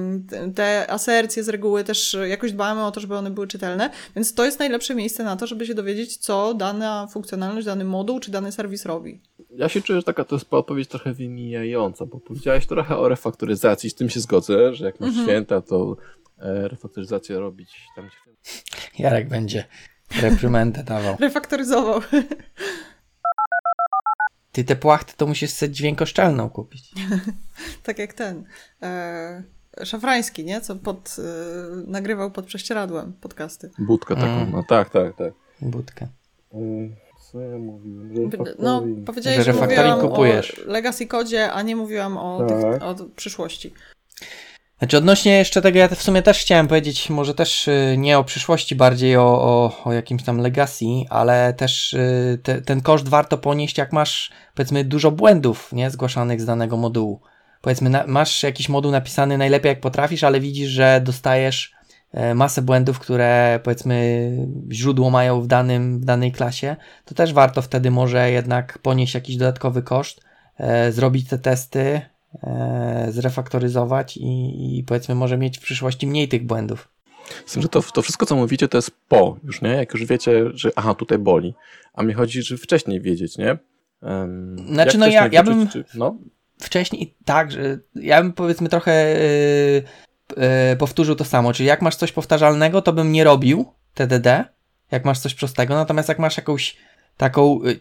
Te asercje z reguły też jakoś dbamy o to, żeby one były czytelne, więc to jest najlepsze miejsce na to, żeby się dowiedzieć, co dana funkcjonalność, dany moduł czy dany serwis robi. Ja się czuję, że taka to jest odpowiedź trochę wymijająca, bo powiedziałeś trochę o refaktoryzacji, z tym się zgodzę, że jak masz mm-hmm. święta, to e, refaktoryzację robić tam gdzie... Jarek będzie reprymendę dawał. Refaktoryzował. Ty te płachty to musisz sobie dźwiękoszczelną kupić. Tak jak ten e, Szafrański, nie? Co pod, e, nagrywał pod prześcieradłem podcasty. Budkę taką, mm. no tak, tak, tak. Budkę. Y- Co ja mówiłem? Że no, powiedziałeś, że, że mówiłam kupujesz. o legacy kodzie, a nie mówiłam o, tak. tych, o przyszłości. Znaczy odnośnie jeszcze tego, ja w sumie też chciałem powiedzieć, może też nie o przyszłości, bardziej o, o, o jakimś tam legacy, ale też te, ten koszt warto ponieść, jak masz, powiedzmy, dużo błędów, nie, zgłaszanych z danego modułu. Powiedzmy, na, masz jakiś moduł napisany najlepiej jak potrafisz, ale widzisz, że dostajesz masę błędów, które, powiedzmy, źródło mają w, danym, w danej klasie, to też warto wtedy może jednak ponieść jakiś dodatkowy koszt, e, zrobić te testy, e, zrefaktoryzować i, i powiedzmy może mieć w przyszłości mniej tych błędów. Z tym, że to, to wszystko, co mówicie, to jest po już, nie? Jak już wiecie, że aha, tutaj boli. A mnie chodzi, że wcześniej wiedzieć, nie? Um, znaczy, no ja, ja bym czy, no? wcześniej, tak, że ja bym powiedzmy trochę yy, yy, powtórzył to samo, czyli jak masz coś powtarzalnego, to bym nie robił T D D, jak masz coś prostego, natomiast jak masz jakąś taką yy,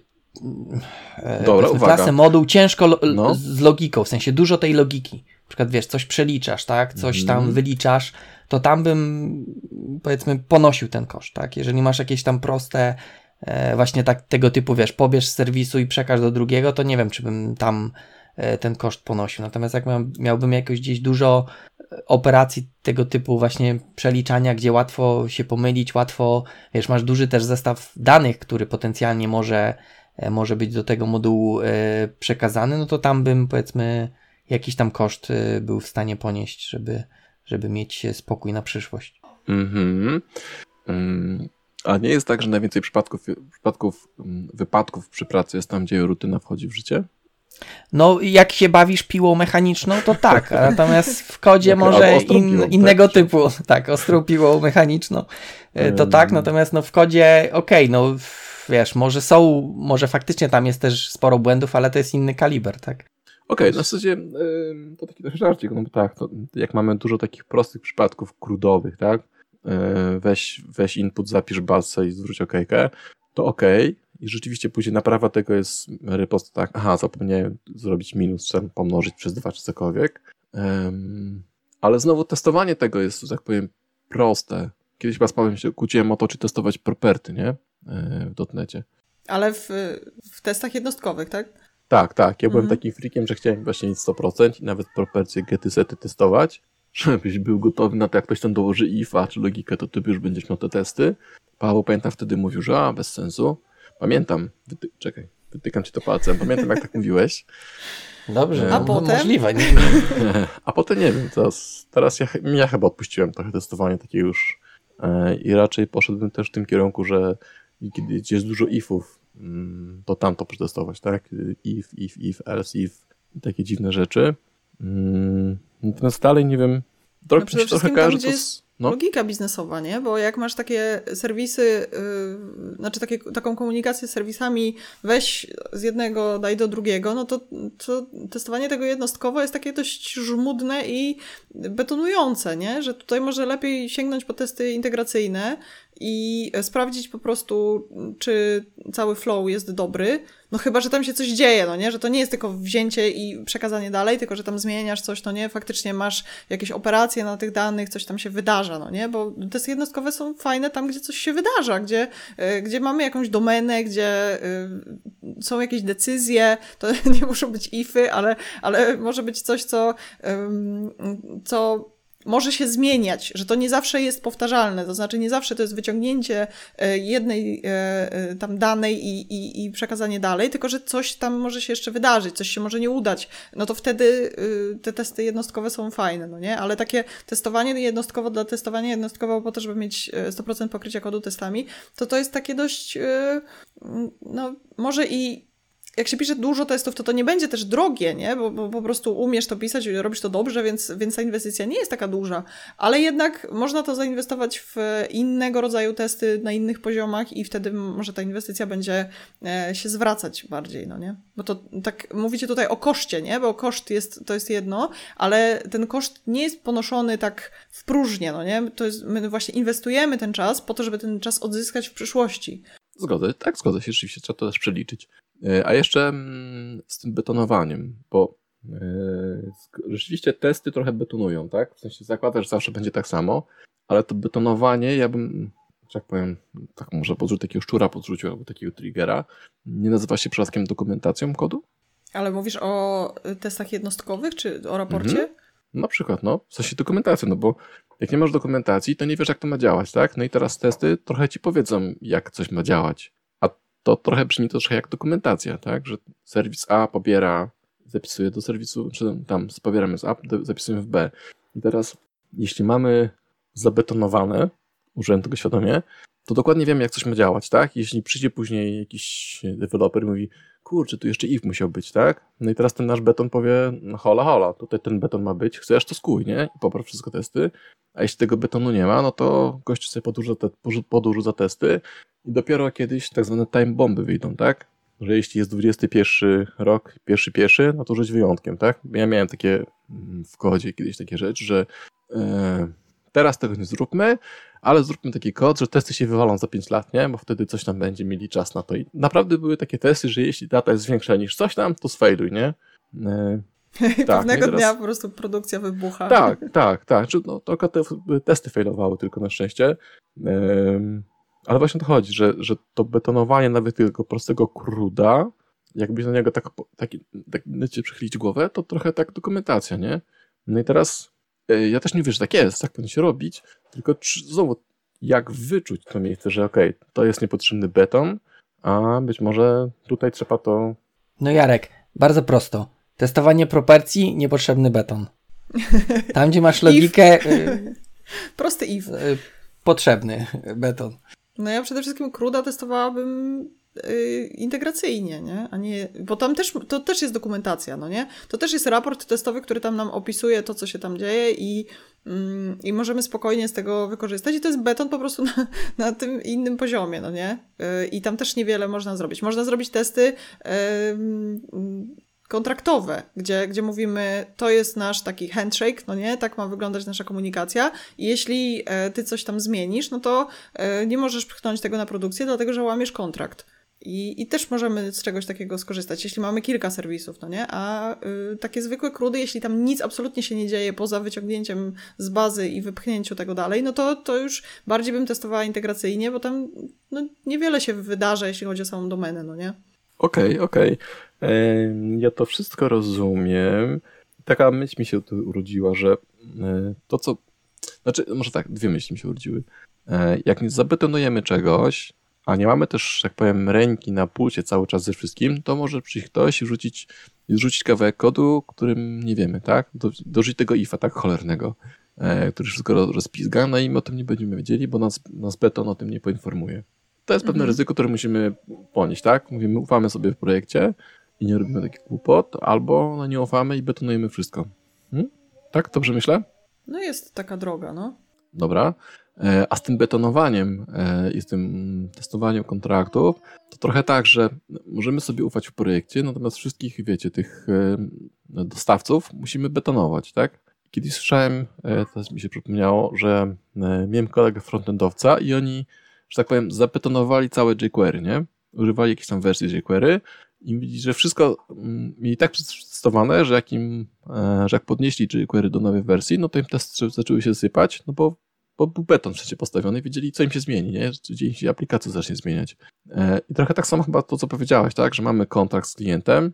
Dobra, uwaga. klasę, moduł ciężko lo, no. z logiką, w sensie dużo tej logiki, na przykład wiesz, coś przeliczasz, tak, coś tam mm. wyliczasz, to tam bym powiedzmy ponosił ten koszt, tak, jeżeli masz jakieś tam proste e, właśnie tak tego typu, wiesz, pobierz z serwisu i przekaż do drugiego, to nie wiem, czy bym tam e, ten koszt ponosił, natomiast jak miał, miałbym jakoś gdzieś dużo operacji tego typu właśnie przeliczania, gdzie łatwo się pomylić, łatwo, wiesz, masz duży też zestaw danych, który potencjalnie może może być do tego modułu przekazany, no to tam bym powiedzmy jakiś tam koszt był w stanie ponieść, żeby, żeby mieć spokój na przyszłość. Mm-hmm. Mm. A nie jest tak, że najwięcej przypadków, przypadków wypadków przy pracy jest tam, gdzie rutyna wchodzi w życie? No jak się bawisz piłą mechaniczną, to tak, natomiast w kodzie okay, może in, piłą, innego tak? typu, tak, ostrą piłą mechaniczną, to um. tak, natomiast no w kodzie okej, okay, no wiesz, może są, może faktycznie tam jest też sporo błędów, ale to jest inny kaliber, tak? Okej, okay, no w zasadzie yy, to taki trochę żarcik, no bo tak, to jak mamy dużo takich prostych przypadków krudowych, tak? Yy, weź, weź input, zapisz bazę i zwróć okejkę, to okej, okay. i rzeczywiście później naprawa tego jest riposta tak, aha, zapomniałem zrobić minus, czy pomnożyć przez dwa, czy cokolwiek. Um, ale znowu testowanie tego jest, że tak powiem, proste. Kiedyś chyba z Pawłem się kłóciłem o to, czy testować property, nie? W dotnecie. Ale w, w testach jednostkowych, tak? Tak, tak. Ja byłem mhm. takim freakiem, że chciałem właśnie mieć sto procent i nawet propercje, gety, sety testować, żebyś był gotowy na to, jak ktoś tam dołoży ifa czy logikę, to ty już będziesz miał te testy. Paweł, pamiętam, wtedy mówił, że a, bez sensu. Pamiętam, wyty- czekaj, wytykam ci to palcem, pamiętam, jak tak mówiłeś. Dobrze, a no, potem? Możliwe. Nie? A potem nie wiem, teraz, teraz ja, ja chyba odpuściłem trochę testowanie takie już e, i raczej poszedłem też w tym kierunku, że kiedy jest dużo ifów, mm, to tam to przetestować, tak? If, if, if, else, if i takie dziwne rzeczy. Mm, natomiast dalej nie wiem, trochę, no mi się trochę każe, to... No. Logika biznesowa, nie? Bo jak masz takie serwisy, yy, znaczy takie, taką komunikację z serwisami, weź z jednego, daj do drugiego, no to, to testowanie tego jednostkowo jest takie dość żmudne i betonujące, nie? Że tutaj może lepiej sięgnąć po testy integracyjne i sprawdzić po prostu, czy cały flow jest dobry. No chyba, że tam się coś dzieje, no nie? Że to nie jest tylko wzięcie i przekazanie dalej, tylko że tam zmieniasz coś, no nie? Faktycznie masz jakieś operacje na tych danych, coś tam się wydarza, no nie? Bo testy jednostkowe są fajne tam, gdzie coś się wydarza, gdzie, y, gdzie mamy jakąś domenę, gdzie y, są jakieś decyzje, to nie muszą być ify, ale, ale może być coś, co, y, co może się zmieniać, że to nie zawsze jest powtarzalne, to znaczy nie zawsze to jest wyciągnięcie jednej tam danej i, i, i przekazanie dalej, tylko że coś tam może się jeszcze wydarzyć, coś się może nie udać, no to wtedy te testy jednostkowe są fajne, no nie? Ale takie testowanie jednostkowo dla testowania jednostkowo po to, żeby mieć sto procent pokrycia kodu testami, to to jest takie dość, no może i jak się pisze dużo testów, to to nie będzie też drogie, nie? Bo, bo po prostu umiesz to pisać, robisz to dobrze, więc, więc ta inwestycja nie jest taka duża. Ale jednak można to zainwestować w innego rodzaju testy na innych poziomach i wtedy może ta inwestycja będzie e, się zwracać bardziej, no nie? Bo to tak mówicie tutaj o koszcie, nie? Bo koszt jest, to jest jedno, ale ten koszt nie jest ponoszony tak w próżnię, no nie? To jest, my właśnie inwestujemy ten czas po to, żeby ten czas odzyskać w przyszłości. Zgodzę, tak, zgodzę się, rzeczywiście trzeba to też przeliczyć. A jeszcze z tym betonowaniem, bo rzeczywiście testy trochę betonują, tak? W sensie zakładasz, że zawsze będzie tak samo, ale to betonowanie, ja bym, że tak powiem, tak może podrzucić takiego szczura podrzucił, albo takiego triggera, nie nazywa się przypadkiem dokumentacją kodu? Ale mówisz o testach jednostkowych, czy o raporcie? Mhm. Na przykład, no, w sensie dokumentacją, no bo jak nie masz dokumentacji, to nie wiesz, jak to ma działać, tak? No i teraz testy trochę ci powiedzą, jak coś ma działać. A to trochę brzmi to trochę jak dokumentacja, tak? Że serwis A pobiera, zapisuje do serwisu, czy tam pobieramy z A, zapisujemy w B. I teraz, jeśli mamy zabetonowane, użyłem tego świadomie, to dokładnie wiemy, jak coś ma działać, tak? Jeśli przyjdzie później jakiś deweloper i mówi, kurczę, tu jeszcze if musiał być, tak? No i teraz ten nasz beton powie, no hola, hola, tutaj ten beton ma być, chcesz, to skuj, nie? I popraw wszystko testy. A jeśli tego betonu nie ma, no to gościu sobie podłuża, te, podłuża testy i dopiero kiedyś tak zwane time bomby wyjdą, tak? Że jeśli jest dwudziesty pierwszy rok, pierwszy, pierwszy, no to żyć wyjątkiem, tak? Ja miałem takie w kodzie kiedyś takie rzeczy, że e, teraz tego nie zróbmy, ale zróbmy taki kod, że testy się wywalą za pięć lat, nie? Bo wtedy coś tam będzie mieli czas na to. I naprawdę były takie testy, że jeśli data jest większa niż coś tam, to sfailuj, nie? E, I tak, pewnego teraz... dnia po prostu produkcja wybucha. Tak, tak, tak. No, tylko te testy failowały tylko na szczęście. Um, ale właśnie to chodzi, że, że to betonowanie nawet tego prostego cruda, jakbyś na niego tak, tak, tak chcecie przychylić głowę, to trochę tak dokumentacja, nie? No i teraz y, ja też nie wiem, że tak jest, tak powinno się robić, tylko czy, znowu, jak wyczuć to miejsce, że okej, okay, to jest niepotrzebny beton, a być może tutaj trzeba to... No Jarek, bardzo prosto. Testowanie proporcji, niepotrzebny beton. Tam, gdzie masz logikę... y, Prosty if. Y, potrzebny beton. No ja przede wszystkim cruda testowałabym yy, integracyjnie, nie? A nie, bo tam też, to też jest dokumentacja, no nie? To też jest raport testowy, który tam nam opisuje to, co się tam dzieje i, yy, i możemy spokojnie z tego wykorzystać i to jest beton po prostu na, na tym innym poziomie, no nie? Yy, I tam też niewiele można zrobić. Można zrobić testy yy, kontraktowe, gdzie, gdzie mówimy, to jest nasz taki handshake, no nie, tak ma wyglądać nasza komunikacja i jeśli e, ty coś tam zmienisz, no to e, nie możesz pchnąć tego na produkcję, dlatego że łamiesz kontrakt. I, I też możemy z czegoś takiego skorzystać, jeśli mamy kilka serwisów, no nie? A y, takie zwykłe crudy, jeśli tam nic absolutnie się nie dzieje poza wyciągnięciem z bazy i wypchnięciu tego dalej, no to, to już bardziej bym testowała integracyjnie, bo tam no, niewiele się wydarza, jeśli chodzi o samą domenę, no nie? Okej, okay, okej. Okay. Ja to wszystko rozumiem. Taka myśl mi się tu urodziła, że to co... Znaczy, może tak, dwie myśli mi się urodziły. Jak nie zabetonujemy czegoś, a nie mamy też, tak powiem, ręki na pulsie cały czas ze wszystkim, to może przyjść ktoś i rzucić, rzucić kawałek kodu, którym nie wiemy, tak? Do, dożyć tego ifa, tak cholernego, e, który wszystko rozpizga, no i my o tym nie będziemy wiedzieli, bo nas, nas beton o tym nie poinformuje. To jest pewne mhm. ryzyko, które musimy ponieść, tak? Mówimy, ufamy sobie w projekcie i nie robimy takich głupot, albo no, nie ufamy i betonujemy wszystko. Hmm? Tak? Dobrze myślę? No jest taka droga, no. Dobra. A z tym betonowaniem i z tym testowaniem kontraktów, to trochę tak, że możemy sobie ufać w projekcie, natomiast wszystkich, wiecie, tych dostawców musimy betonować, tak? Kiedyś słyszałem, teraz mi się przypomniało, że miałem kolegę frontendowca i oni, że tak powiem, zabetonowali całe jQuery, nie? Używali jakiejś tam wersji jQuery i widzieli, że wszystko mieli tak przetestowane, że jak im, że jak podnieśli jQuery do nowej wersji, no to im testy zaczęły się sypać, no bo bo był beton przecież postawiony i wiedzieli, co im się zmieni, nie? Gdzie im się aplikacja zacznie zmieniać. I trochę tak samo chyba to, co powiedziałaś, tak? Że mamy kontrakt z klientem,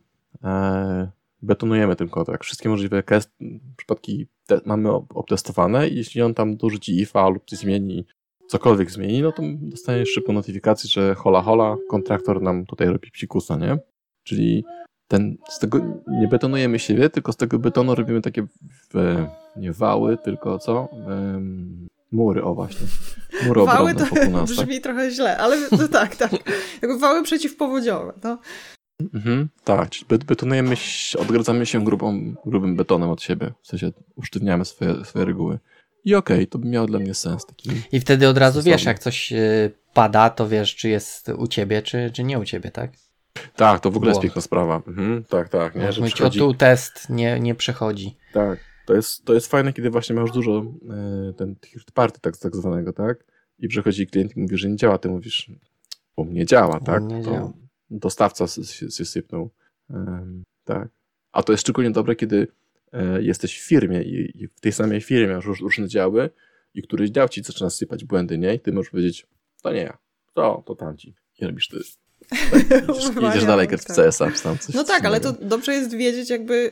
betonujemy ten kontrakt. Wszystkie możliwe przypadki te mamy obtestowane i jeśli on tam dorzuci ifa lub coś zmieni, cokolwiek zmieni, no to dostaniesz szybką notyfikację, że hola hola, kontraktor nam tutaj robi psikusa, nie? Czyli ten, z tego nie betonujemy siebie, tylko z tego betonu robimy takie w, nie wały, tylko co? Um, mury, o właśnie. Mury wały to wokół nas, brzmi tak? trochę źle, ale no tak, tak. Jakby wały przeciwpowodziowe, no. Mhm, tak, czyli betonujemy, odgradzamy się grubą, grubym betonem od siebie, w sensie usztywniamy swoje, swoje reguły. I okej, okay, to by miało dla mnie sens. Taki I wtedy od razu stosowny. Wiesz, jak coś pada, to wiesz, czy jest u ciebie, czy, czy nie u ciebie, tak? Tak, to w ogóle Było. jest piękna sprawa. Mhm, tak, tak. Nie, że mówić, przychodzi... o tu test nie, nie przechodzi. Tak, to jest, to jest fajne, kiedy właśnie masz dużo e, ten third party tak, tak zwanego, tak? I przychodzi klient i mówi, że nie działa, ty mówisz, bo mnie działa, tak? Nie to działa. Dostawca się, się sypnął. Um, tak. A to jest szczególnie dobre, kiedy e, jesteś w firmie i, i w tej samej firmie masz różne działy i któryś dział ci zaczyna sypać błędy, nie? I ty możesz powiedzieć, to nie ja, to, to tamci. I robisz ty. Tak, idziesz, idziesz dalej grać w C S a, czy tam coś. No tak, coś ale to dobrze jest wiedzieć jakby,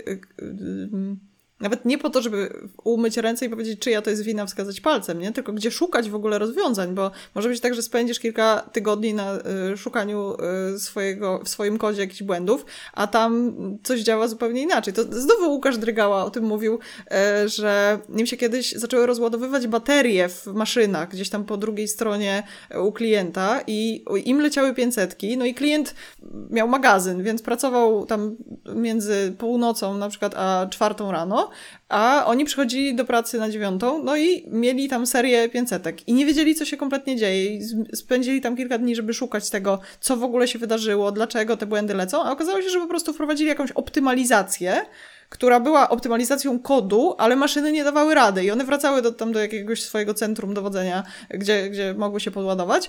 nawet nie po to, żeby umyć ręce i powiedzieć, czyja to jest wina, wskazać palcem, nie? Tylko gdzie szukać w ogóle rozwiązań, bo może być tak, że spędzisz kilka tygodni na y, szukaniu y, swojego, w swoim kodzie jakichś błędów, a tam coś działa zupełnie inaczej. To znowu Łukasz Drygała o tym mówił, y, że nim się kiedyś zaczęły rozładowywać baterie w maszynach, gdzieś tam po drugiej stronie u klienta i im leciały pięćsetki, no i klient miał magazyn, więc pracował tam między północą na przykład a czwartą rano, a oni przychodzili do pracy na dziewiątą, no i mieli tam serię pięćsetek i nie wiedzieli, co się kompletnie dzieje i spędzili tam kilka dni, żeby szukać tego, co w ogóle się wydarzyło, dlaczego te błędy lecą, a okazało się, że po prostu wprowadzili jakąś optymalizację, która była optymalizacją kodu, ale maszyny nie dawały rady i one wracały do, tam do jakiegoś swojego centrum dowodzenia, gdzie, gdzie mogły się podładować,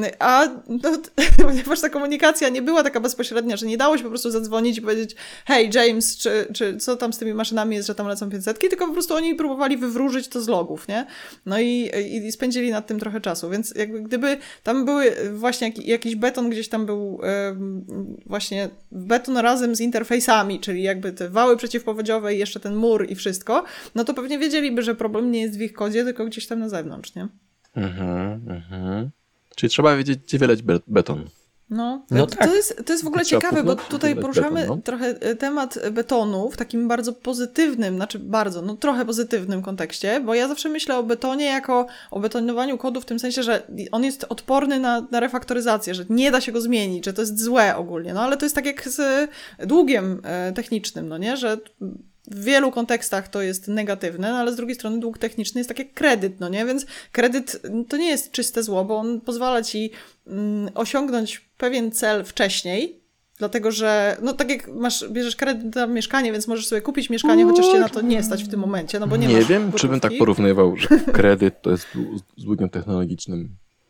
a no, ponieważ ta komunikacja nie była taka bezpośrednia, że nie dało się po prostu zadzwonić i powiedzieć, hej James, czy, czy co tam z tymi maszynami jest, że tam lecą pięćsetki, tylko po prostu oni próbowali wywróżyć to z logów, nie? No i, i spędzili nad tym trochę czasu, więc jakby gdyby tam były właśnie jak, jakiś beton gdzieś tam był yy, właśnie beton razem z interfejsami, czyli jakby te wały przeciwpowodziowe i jeszcze ten mur i wszystko, no to pewnie wiedzieliby, że problem nie jest w ich kodzie, tylko gdzieś tam na zewnątrz, nie? Mhm, mhm. Czyli trzeba wiedzieć, gdzie wyleć beton. No, no to, tak. to, jest, to jest w ogóle Trzeba ciekawe, bo poznać, tutaj poruszamy beton, no. trochę temat betonu w takim bardzo pozytywnym, znaczy bardzo, no trochę pozytywnym kontekście, bo ja zawsze myślę o betonie jako o betonowaniu kodu w tym sensie, że on jest odporny na, na refaktoryzację, że nie da się go zmienić, że to jest złe ogólnie, no ale to jest tak jak z długiem technicznym, no nie, że w wielu kontekstach to jest negatywne, no ale z drugiej strony dług techniczny jest tak jak kredyt, no nie? Więc kredyt to nie jest czyste zło, bo on pozwala ci mm, osiągnąć pewien cel wcześniej, dlatego że, no tak jak masz, bierzesz kredyt na mieszkanie, więc możesz sobie kupić mieszkanie, chociaż cię na to nie stać w tym momencie, no bo nie, nie masz wiem, gotówki. Czy bym tak porównywał, że kredyt to jest z długiem technologicznym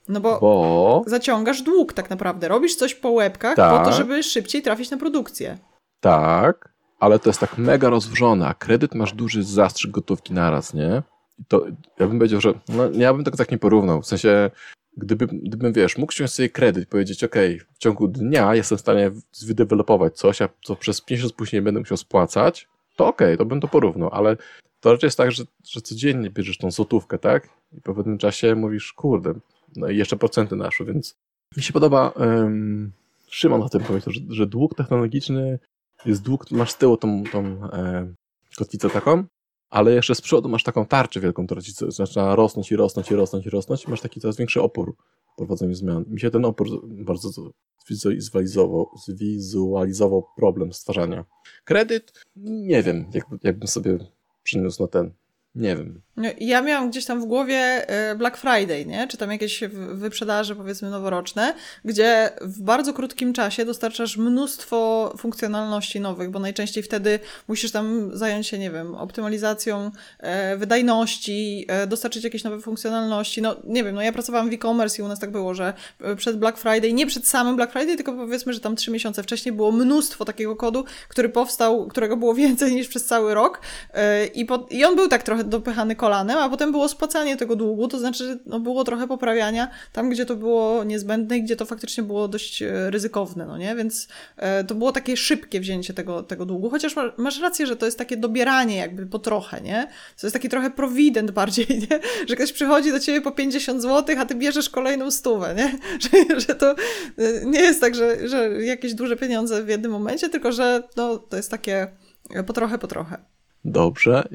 No bo, bo zaciągasz dług tak naprawdę. Robisz coś po łebkach tak, po to, żeby szybciej trafić na produkcję. Tak, ale to jest tak mega rozwrzone, a kredyt masz duży zastrzyk gotówki naraz, nie? I to ja bym powiedział, że no, ja bym tego tak nie porównał. W sensie, gdyby, gdybym, wiesz, mógł wziąć sobie kredyt i powiedzieć, okej, okay, w ciągu dnia jestem w stanie wydevelopować coś, a co przez pięć lat później będę musiał spłacać, to okej, okay, to bym to porównał, ale to raczej jest tak, że, że codziennie bierzesz tą złotówkę, tak? I po pewnym czasie mówisz, kurde, no i jeszcze procenty naszły, więc mi się podoba, um, Szymon o tym powiedział, że, że dług technologiczny jest dług, masz z tyłu tą, tą e, kotwicę taką, ale jeszcze z przodu masz taką tarczę wielką, która ci zaczyna rosnąć i rosnąć i rosnąć i rosnąć i masz taki coraz większy opór w prowadzeniu zmian. Mi się ten opór bardzo zwizualizował, zwizualizował problem stwarzania. Kredyt? Nie wiem, jak, jakbym sobie przyniósł na ten. Nie wiem. Ja miałam gdzieś tam w głowie Black Friday, nie? Czy tam jakieś wyprzedaże, powiedzmy, noworoczne, gdzie w bardzo krótkim czasie dostarczasz mnóstwo funkcjonalności nowych, bo najczęściej wtedy musisz tam zająć się, nie wiem, optymalizacją e, wydajności, e, dostarczyć jakieś nowe funkcjonalności. No, nie wiem, no ja pracowałam w e-commerce i u nas tak było, że przed Black Friday, nie przed samym Black Friday, tylko powiedzmy, że tam trzy miesiące wcześniej było mnóstwo takiego kodu, który powstał, którego było więcej niż przez cały rok e, i, po, i on był tak trochę dopychany kolanem, a potem było spłacanie tego długu, to znaczy no, było trochę poprawiania tam, gdzie to było niezbędne i gdzie to faktycznie było dość ryzykowne, no nie? Więc e, to było takie szybkie wzięcie tego, tego długu, chociaż ma, masz rację, że to jest takie dobieranie jakby po trochę, nie? To jest taki trochę prowident bardziej, nie? Że ktoś przychodzi do ciebie po pięćdziesiąt złotych, a ty bierzesz kolejną stówę, nie? Że, że to nie jest tak, że, że jakieś duże pieniądze w jednym momencie, tylko że no, to jest takie po trochę, po trochę. Dobrze.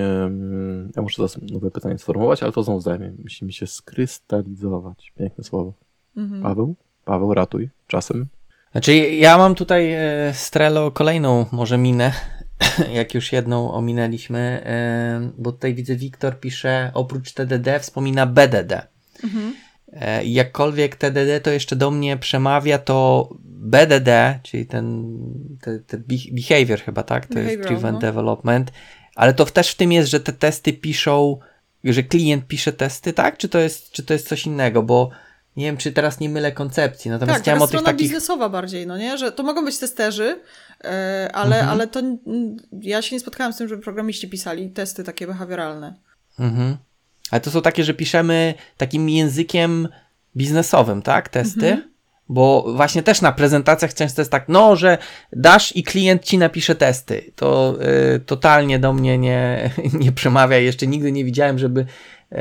Ja muszę teraz nowe pytanie sformułować, ale to znowu zdaje musi mi się skrystalizować. Piękne słowo. Mhm. Paweł? Paweł, ratuj. Czasem. Znaczy ja mam tutaj z Trello kolejną może minę, jak już jedną ominęliśmy, bo tutaj widzę Wiktor pisze, oprócz T D D wspomina B D D. Mhm. I jakkolwiek T D D to jeszcze do mnie przemawia, to B D D, czyli ten, ten, ten behavior chyba, tak? To jest driven no. development, ale to też w tym jest, że te testy piszą, że klient pisze testy, tak? Czy to jest, czy to jest coś innego? Bo nie wiem, czy teraz nie mylę koncepcji. Natomiast tak, teraz o tych strona takich... biznesowa bardziej, no nie? Że to mogą być testerzy, ale, mhm. ale to ja się nie spotkałam z tym, żeby programiści pisali testy takie behawioralne. Mhm. Ale to są takie, że piszemy takim językiem biznesowym, tak? Testy. Mhm. Bo właśnie też na prezentacjach często jest tak, no, że dasz i klient ci napisze testy. To y, totalnie do mnie nie, nie przemawia. Jeszcze nigdy nie widziałem, żeby y,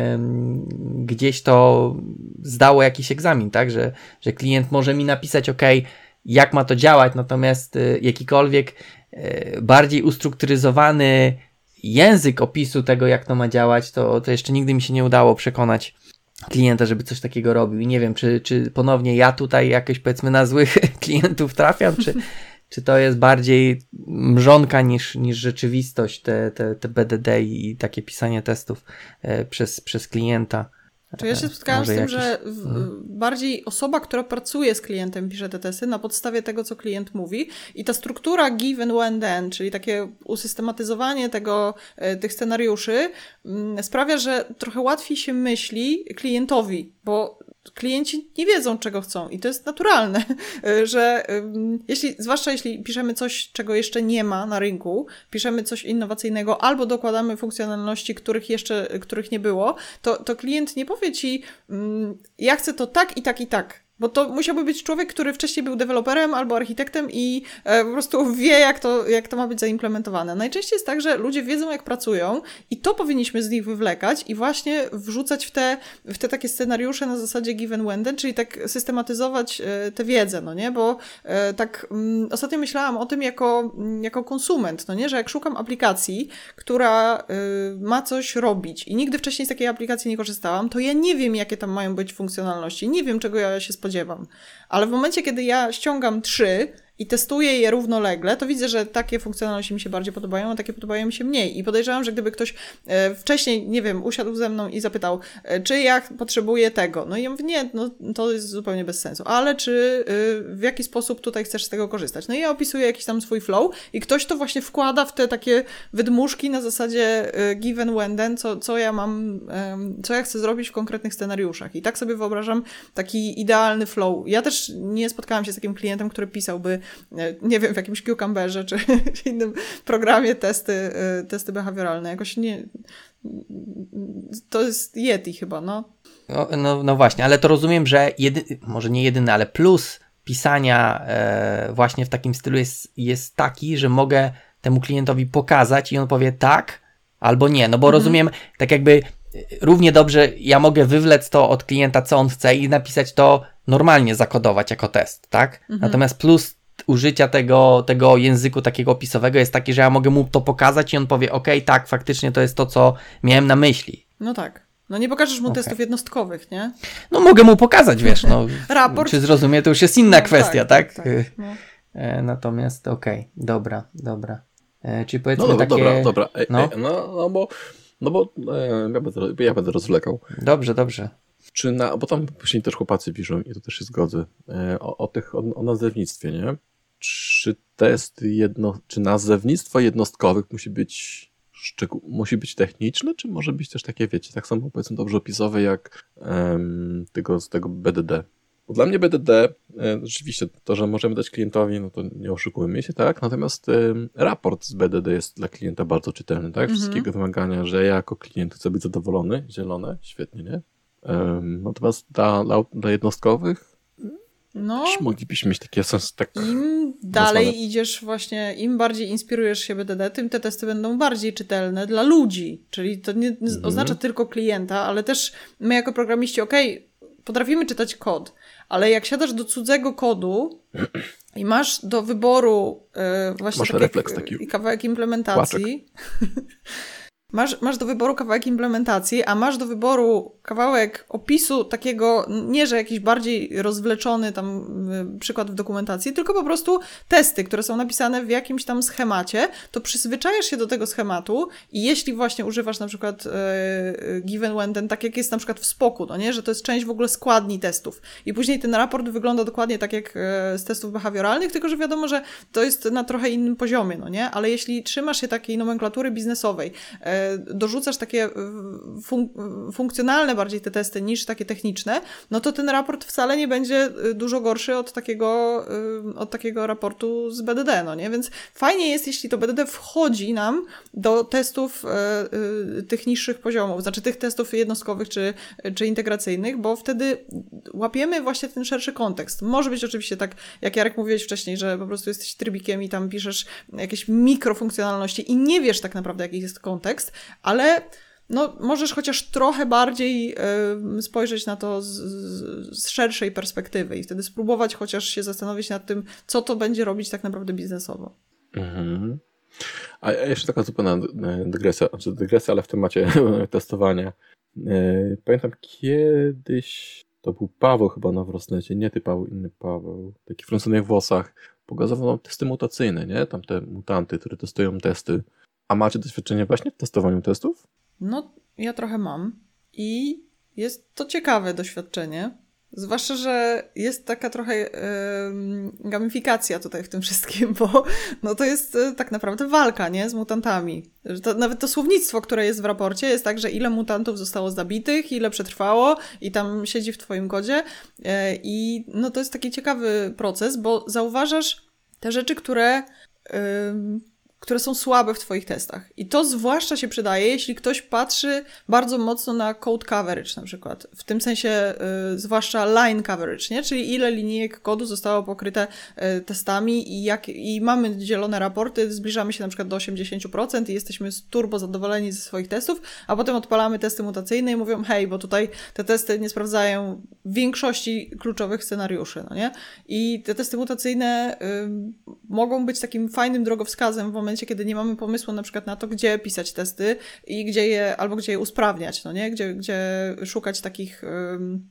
gdzieś to zdało jakiś egzamin, tak? Że, że klient może mi napisać, ok, jak ma to działać, natomiast y, jakikolwiek y, bardziej ustrukturyzowany język opisu tego, jak to ma działać, to, to jeszcze nigdy mi się nie udało przekonać klienta, żeby coś takiego robił. I nie wiem, czy, czy ponownie ja tutaj jakoś, powiedzmy, na złych klientów trafiam, czy, czy to jest bardziej mrzonka niż, niż rzeczywistość, te, te, te B D D i takie pisanie testów e, przez, przez klienta. Czy ja się spotkałam Może z tym, jakiś... że w, hmm. bardziej osoba, która pracuje z klientem, pisze te testy na podstawie tego, co klient mówi i ta struktura give and when then, czyli takie usystematyzowanie tego, tych scenariuszy sprawia, że trochę łatwiej się myśli klientowi, bo klienci nie wiedzą, czego chcą i to jest naturalne, że jeśli, zwłaszcza jeśli piszemy coś, czego jeszcze nie ma na rynku, piszemy coś innowacyjnego albo dokładamy funkcjonalności, których jeszcze, których nie było, to, to klient nie powie ci, ja chcę to tak i tak i tak. Bo to musiałby być człowiek, który wcześniej był deweloperem albo architektem i e, po prostu wie, jak to, jak to ma być zaimplementowane. Najczęściej jest tak, że ludzie wiedzą, jak pracują i to powinniśmy z nich wywlekać i właśnie wrzucać w te, w te takie scenariusze na zasadzie give and when then, czyli tak systematyzować e, tę wiedzę, no nie? Bo e, tak m, ostatnio myślałam o tym jako, jako konsument, no nie? Że jak szukam aplikacji, która e, ma coś robić i nigdy wcześniej z takiej aplikacji nie korzystałam, to ja nie wiem, jakie tam mają być funkcjonalności, nie wiem, czego ja się spodziewam. Ale w momencie, kiedy ja ściągam trzy i testuję je równolegle, to widzę, że takie funkcjonalności mi się bardziej podobają, a takie podobają mi się mniej. I podejrzewam, że gdyby ktoś e, wcześniej, nie wiem, usiadł ze mną i zapytał, e, czy ja potrzebuję tego. No i ja mówię, nie, no to jest zupełnie bez sensu. Ale czy e, w jaki sposób tutaj chcesz z tego korzystać? No i ja opisuję jakiś tam swój flow i ktoś to właśnie wkłada w te takie wydmuszki na zasadzie e, given when then, co, co ja mam, e, co ja chcę zrobić w konkretnych scenariuszach. I tak sobie wyobrażam taki idealny flow. Ja też nie spotkałam się z takim klientem, który pisałby, nie wiem, w jakimś Cucumberze czy w innym programie testy, testy behawioralne. Jakoś nie... To jest Yeti chyba, no. No, no, no właśnie, ale to rozumiem, że jedy... może nie jedyny, ale plus pisania e, właśnie w takim stylu jest, jest taki, że mogę temu klientowi pokazać i on powie tak albo nie. No bo mhm. rozumiem, tak jakby równie dobrze ja mogę wywlec to od klienta, co on chce i napisać to normalnie, zakodować jako test, tak? Mhm. Natomiast plus użycia tego, tego języku takiego opisowego jest taki, że ja mogę mu to pokazać i on powie, okej, okay, tak, faktycznie to jest to, co miałem na myśli. No tak. No nie pokażesz mu okay. testów jednostkowych, nie? No mogę mu pokazać, wiesz, no. Raport. Czy zrozumie, to już jest inna no, kwestia, tak? tak? tak, tak. No. E, natomiast okej, okay, dobra, dobra. E, czyli powiedzmy no dobra, takie... dobra, dobra. Ej, no? Ej, no, no bo, no bo e, ja, będę, ja będę rozwlekał. Dobrze, dobrze. Czy na, bo tam później też chłopacy piszą i to też się zgodzę, e, o, o, tych, o, o nazewnictwie, nie? Czy test jedno, czy nazewnictwo jednostkowych musi być szczegół, musi być techniczne, czy może być też takie, wiecie, tak samo powiedzmy dobrze opisowe jak um, tego, z tego B D D. Bo dla mnie B D D, e, rzeczywiście to, że możemy dać klientowi, no to nie oszukujmy się, tak? Natomiast e, raport z B D D jest dla klienta bardzo czytelny, tak? Wszystkiego mm-hmm. wymagania, że ja jako klient chcę być zadowolony, zielone, świetnie, nie? E, natomiast dla, dla, dla jednostkowych no, też moglibyśmy mieć takie sens, tak im dalej nazwane. Idziesz właśnie, im bardziej inspirujesz się B D D, tym te testy będą bardziej czytelne dla ludzi, czyli to nie mm-hmm. oznacza tylko klienta, ale też my jako programiści, okej, okay, potrafimy czytać kod, ale jak siadasz do cudzego kodu i masz do wyboru yy, właśnie masz tak refleks jak, taki. kawałek implementacji, Masz, masz do wyboru kawałek implementacji, a masz do wyboru kawałek opisu takiego, nie że jakiś bardziej rozwleczony tam przykład w dokumentacji, tylko po prostu testy, które są napisane w jakimś tam schemacie, to przyzwyczajasz się do tego schematu i jeśli właśnie używasz na przykład e, given when then, tak jak jest na przykład w Spoku, no nie, że to jest część w ogóle składni testów i później ten raport wygląda dokładnie tak jak e, z testów behawioralnych, tylko że wiadomo, że to jest na trochę innym poziomie, no nie, ale jeśli trzymasz się takiej nomenklatury biznesowej, e, dorzucasz takie fun- funkcjonalne bardziej te testy niż takie techniczne, no to ten raport wcale nie będzie dużo gorszy od takiego, od takiego raportu z B D D, no nie? Więc fajnie jest, jeśli to B D D wchodzi nam do testów tych niższych poziomów, znaczy tych testów jednostkowych czy, czy integracyjnych, bo wtedy łapiemy właśnie ten szerszy kontekst. Może być oczywiście tak, jak Jarek mówiłeś wcześniej, że po prostu jesteś trybikiem i tam piszesz jakieś mikrofunkcjonalności i nie wiesz tak naprawdę, jaki jest kontekst, ale no, możesz chociaż trochę bardziej y, spojrzeć na to z, z szerszej perspektywy i wtedy spróbować chociaż się zastanowić nad tym, co to będzie robić tak naprawdę biznesowo. Mhm. A jeszcze taka zupełna dygresja, znaczy dygresja, ale w temacie testowania. Pamiętam kiedyś, to był Paweł chyba na Wrosnecie, nie ty Paweł, inny Paweł, taki w kręconych włosach, pokazywał nam testy mutacyjne, nie? Tam te mutanty, które testują testy. A macie doświadczenie właśnie w testowaniu testów? No, ja trochę mam i jest to ciekawe doświadczenie. Zwłaszcza, że jest taka trochę yy, gamifikacja tutaj w tym wszystkim, bo no to jest yy, tak naprawdę walka, nie? Z mutantami. Że to, nawet to słownictwo, które jest w raporcie, jest tak, że ile mutantów zostało zabitych, ile przetrwało i tam siedzi w twoim kodzie. Yy, I no to jest taki ciekawy proces, bo zauważasz te rzeczy, które... Yy, które są słabe w twoich testach. I to zwłaszcza się przydaje, jeśli ktoś patrzy bardzo mocno na code coverage na przykład. W tym sensie y, zwłaszcza line coverage, nie? Czyli ile linijek kodu zostało pokryte y, testami i, jak, i mamy dzielone raporty, zbliżamy się na przykład do osiemdziesiąt procent i jesteśmy turbo zadowoleni ze swoich testów, a potem odpalamy testy mutacyjne i mówią, hej, bo tutaj te testy nie sprawdzają większości kluczowych scenariuszy, no nie? I te testy mutacyjne y, mogą być takim fajnym drogowskazem w momencie, kiedy nie mamy pomysłu na przykład na to, gdzie pisać testy i gdzie je, albo gdzie je usprawniać, no nie? Gdzie, gdzie szukać takich, um,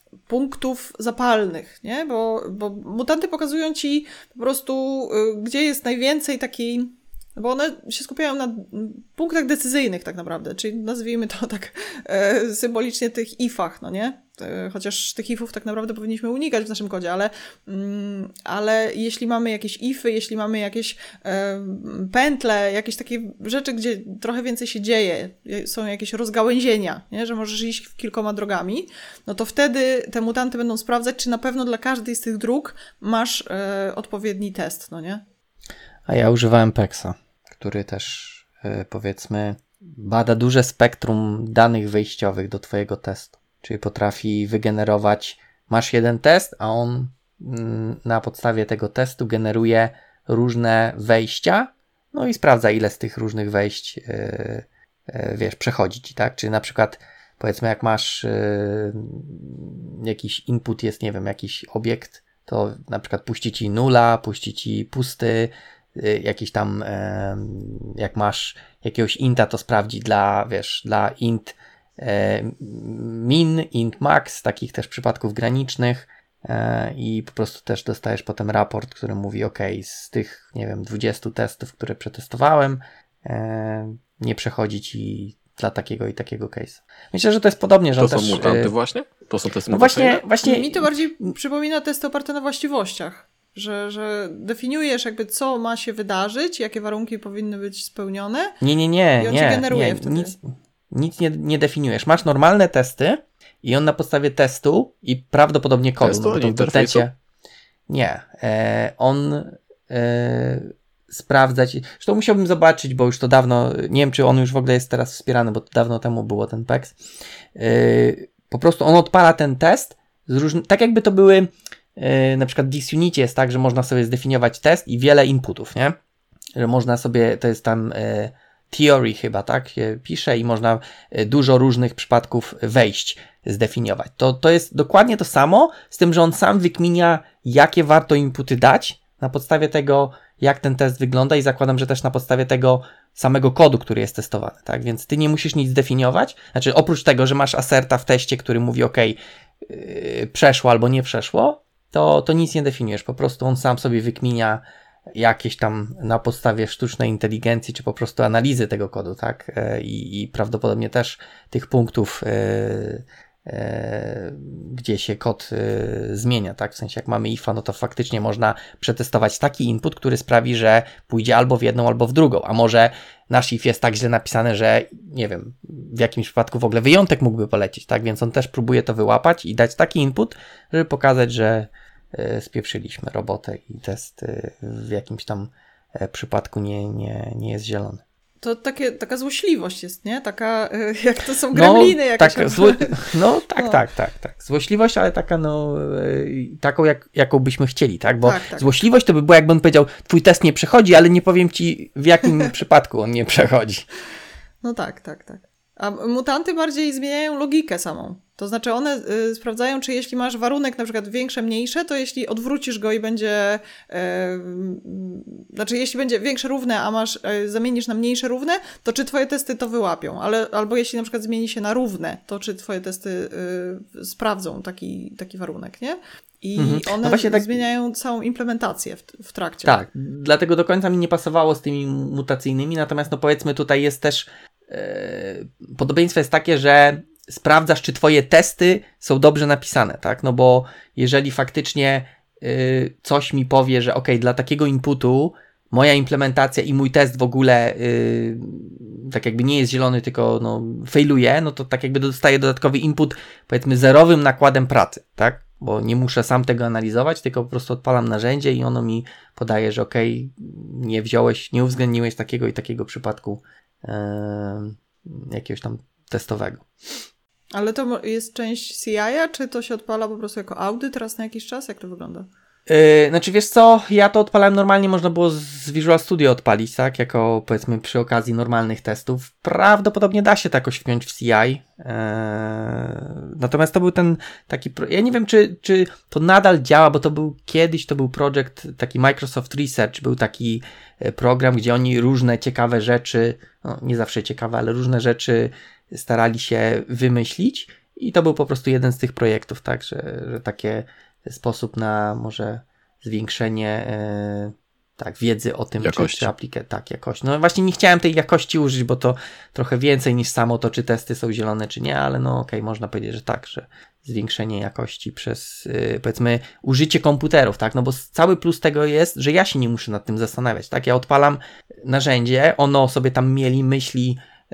punktów zapalnych, nie? Bo, bo mutanty pokazują ci po prostu, gdzie jest najwięcej takiej, bo one się skupiają na punktach decyzyjnych tak naprawdę, czyli nazwijmy to tak e, symbolicznie tych ifach, no nie? E, chociaż tych ifów tak naprawdę powinniśmy unikać w naszym kodzie, ale, mm, ale jeśli mamy jakieś ify, jeśli mamy jakieś e, pętle, jakieś takie rzeczy, gdzie trochę więcej się dzieje, są jakieś rozgałęzienia, nie? Że możesz iść kilkoma drogami, no to wtedy te mutanty będą sprawdzać, czy na pewno dla każdej z tych dróg masz e, odpowiedni test, no nie? A ja używałem Pexa, który też yy, powiedzmy bada duże spektrum danych wejściowych do twojego testu. Czyli potrafi wygenerować, masz jeden test, a on yy, na podstawie tego testu generuje różne wejścia, no i sprawdza, ile z tych różnych wejść yy, yy, wiesz, przechodzi ci, tak? Czyli na przykład powiedzmy, jak masz yy, jakiś input, jest, nie wiem, jakiś obiekt, to na przykład puści ci nula, puści ci pusty, jakiś tam, jak masz jakiegoś inta, to sprawdzi dla, wiesz, dla int min, int max, takich też przypadków granicznych i po prostu też dostajesz potem raport, który mówi, ok, z tych, nie wiem, dwudziestu testów, które przetestowałem, nie przechodzi ci dla takiego i takiego case'a. Myślę, że to jest podobnie, że to on są też... mutanty właśnie? To są testy no mutacyjne? właśnie, właśnie... Mi to bardziej przypomina testy oparte na właściwościach. Że, że definiujesz jakby, co ma się wydarzyć, jakie warunki powinny być spełnione. Nie, nie, nie, i on nie, ci generuje nie, wtedy. nic, nic nie, nie definiujesz. Masz normalne testy i on na podstawie testu i prawdopodobnie kodu. Testu, no bo to w interfejsu? dotnecie, nie, e, on e, sprawdza ci, zresztą musiałbym zobaczyć, bo już to dawno, nie wiem, czy on już w ogóle jest teraz wspierany, bo to dawno temu było ten Pex. E, po prostu on odpala ten test, z różny, tak jakby to były na przykład w Disunicie jest tak, że można sobie zdefiniować test i wiele inputów, nie? Że można sobie, to jest tam e, theory chyba, tak? Się pisze i można e, dużo różnych przypadków wejść zdefiniować. To, to jest dokładnie to samo, z tym, że on sam wykminia, jakie warto inputy dać na podstawie tego, jak ten test wygląda i zakładam, że też na podstawie tego samego kodu, który jest testowany, tak? Więc ty nie musisz nic definiować, znaczy oprócz tego, że masz asserta w teście, który mówi, ok, yy, przeszło albo nie przeszło, To, to nic nie definiujesz, po prostu on sam sobie wykminia jakieś tam na podstawie sztucznej inteligencji, czy po prostu analizy tego kodu, tak? I, i prawdopodobnie też tych punktów, yy, yy, gdzie się kod yy, zmienia, tak? W sensie jak mamy ifa, no to faktycznie można przetestować taki input, który sprawi, że pójdzie albo w jedną, albo w drugą, a może nasz if jest tak źle napisany, że nie wiem, w jakimś przypadku w ogóle wyjątek mógłby polecieć, tak? Więc on też próbuje to wyłapać i dać taki input, żeby pokazać, że y, spieprzyliśmy robotę i test y, w jakimś tam y, przypadku nie, nie, nie jest zielony. To takie, taka złośliwość jest, nie? Taka, y, jak to są gremliny no, jakieś. Tak, zło... No tak, no. tak, tak, tak. Złośliwość, ale taka no, y, taką jak, jaką byśmy chcieli, tak? Bo tak, tak. złośliwość to by było, jakby on powiedział, twój test nie przechodzi, ale nie powiem ci, w jakim przypadku on nie przechodzi. No tak, tak, tak. A mutanty bardziej zmieniają logikę samą. To znaczy one y, sprawdzają, czy jeśli masz warunek na przykład większe, mniejsze, to jeśli odwrócisz go i będzie, y, y, znaczy jeśli będzie większe równe, a masz y, zamienisz na mniejsze równe, to czy twoje testy to wyłapią, ale albo jeśli na przykład zmieni się na równe, to czy twoje testy y, sprawdzą taki, taki warunek, nie? I mhm. one no tak... zmieniają całą implementację w, w trakcie. Tak, dlatego do końca mi nie pasowało z tymi mutacyjnymi, natomiast no powiedzmy tutaj jest też yy, podobieństwo jest takie, że sprawdzasz, czy twoje testy są dobrze napisane, tak? No bo jeżeli faktycznie yy, coś mi powie, że ok, dla takiego inputu moja implementacja i mój test w ogóle yy, tak jakby nie jest zielony, tylko no, failuje, no to tak jakby dostaję dodatkowy input, powiedzmy zerowym nakładem pracy, tak? Bo nie muszę sam tego analizować, tylko po prostu odpalam narzędzie i ono mi podaje, że ok, nie wziąłeś, nie uwzględniłeś takiego i takiego przypadku yy, jakiegoś tam testowego. Ale to jest część C I a, czy to się odpala po prostu jako audyt raz na jakiś czas? Jak to wygląda? Yy, znaczy wiesz co, ja to odpalałem normalnie, można było z Visual Studio odpalić, tak, jako powiedzmy przy okazji normalnych testów. Prawdopodobnie da się to jakoś wpiąć w C I. Yy, natomiast to był ten taki, pro... ja nie wiem czy, czy to nadal działa, bo to był kiedyś, to był projekt, taki Microsoft Research, był taki program, gdzie oni różne ciekawe rzeczy, no nie zawsze ciekawe, ale różne rzeczy starali się wymyślić I to był po prostu jeden z tych projektów, tak, że, że takie sposób na może zwiększenie e, tak, wiedzy o tym, jakości. czy, czy aplikacja, tak, jakość. No właśnie nie chciałem tej jakości użyć, bo to trochę więcej niż samo to, czy testy są zielone, czy nie, ale no okej, okay, można powiedzieć, że tak, że zwiększenie jakości przez, yy, powiedzmy, użycie komputerów, tak, no bo cały plus tego jest, że ja się nie muszę nad tym zastanawiać, tak, ja odpalam narzędzie, ono sobie tam mieli, myśli,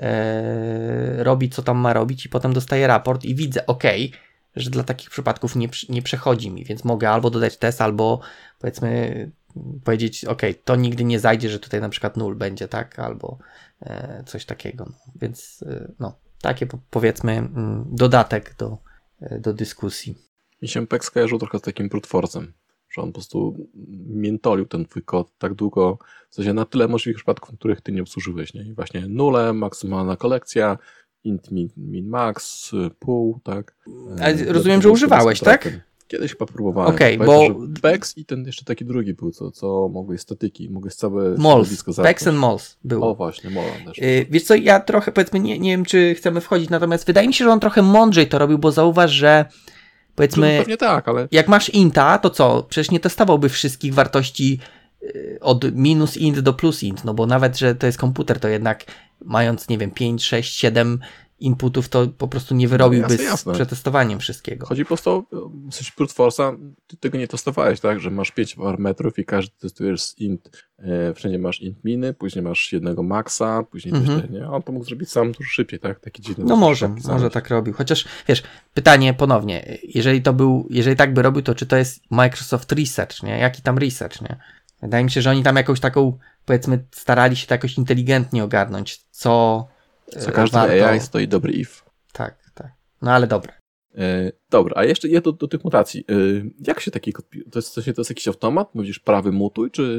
yy, robi, co tam ma robić i potem dostaję raport i widzę, okej, okay, że dla takich przypadków nie, nie przechodzi mi, więc mogę albo dodać test, albo powiedzmy powiedzieć, ok, to nigdy nie zajdzie, że tutaj na przykład nul będzie, tak, albo e, coś takiego, no. Więc e, no, takie po, powiedzmy m, dodatek do, e, do dyskusji. Mi się P E K skojarzył trochę z takim brute force'em, że on po prostu miętolił ten twój kod tak długo, w sensie na tyle możliwych przypadków, których ty nie obsłużyłeś, nie? I właśnie nule, maksymalna kolekcja, int min, min max, pół, tak. Ale rozumiem, że używałeś, tak? Kiedyś chyba próbowałem. Okej, okay, bo... P E K S i ten jeszcze taki drugi był, co, co mogłeś statyki, mogłeś całe Mols, P E K S and Mols był. O właśnie, Mola też. Yy, wiesz co, ja trochę powiedzmy, nie, nie wiem czy chcemy wchodzić, natomiast wydaje mi się, że on trochę mądrzej to robił, bo zauważ, że powiedzmy, pewnie tak, ale... jak masz inta, to co? Przecież nie testowałby wszystkich wartości yy, od minus int do plus int, no bo nawet, że to jest komputer, to jednak mając, nie wiem, pięć, sześć, siedem inputów, to po prostu nie wyrobiłby no, jasne, jasne. z przetestowaniem wszystkiego. Chodzi po prostu o coś brute force'a, ty tego nie testowałeś, tak, że masz pięć parametrów i każdy testujesz z int, e, wszędzie masz int miny, później masz jednego maxa, później mm-hmm. coś, nie? On to mógł zrobić sam dużo szybciej, tak, taki dziwny. No może, może tak robił, chociaż wiesz, pytanie ponownie, jeżeli to był, jeżeli tak by robił, to czy to jest Microsoft Research, nie? Jaki tam research, nie? Wydaje mi się, że oni tam jakąś taką, powiedzmy, starali się to jakoś inteligentnie ogarnąć, co Za każdym warto... A I stoi dobry if. Tak, tak. No ale dobre. E, dobra, a jeszcze ja do, do tych mutacji. E, jak się taki kod pisze? To jest, to jest jakiś automat? Mówisz prawy mutuj, czy,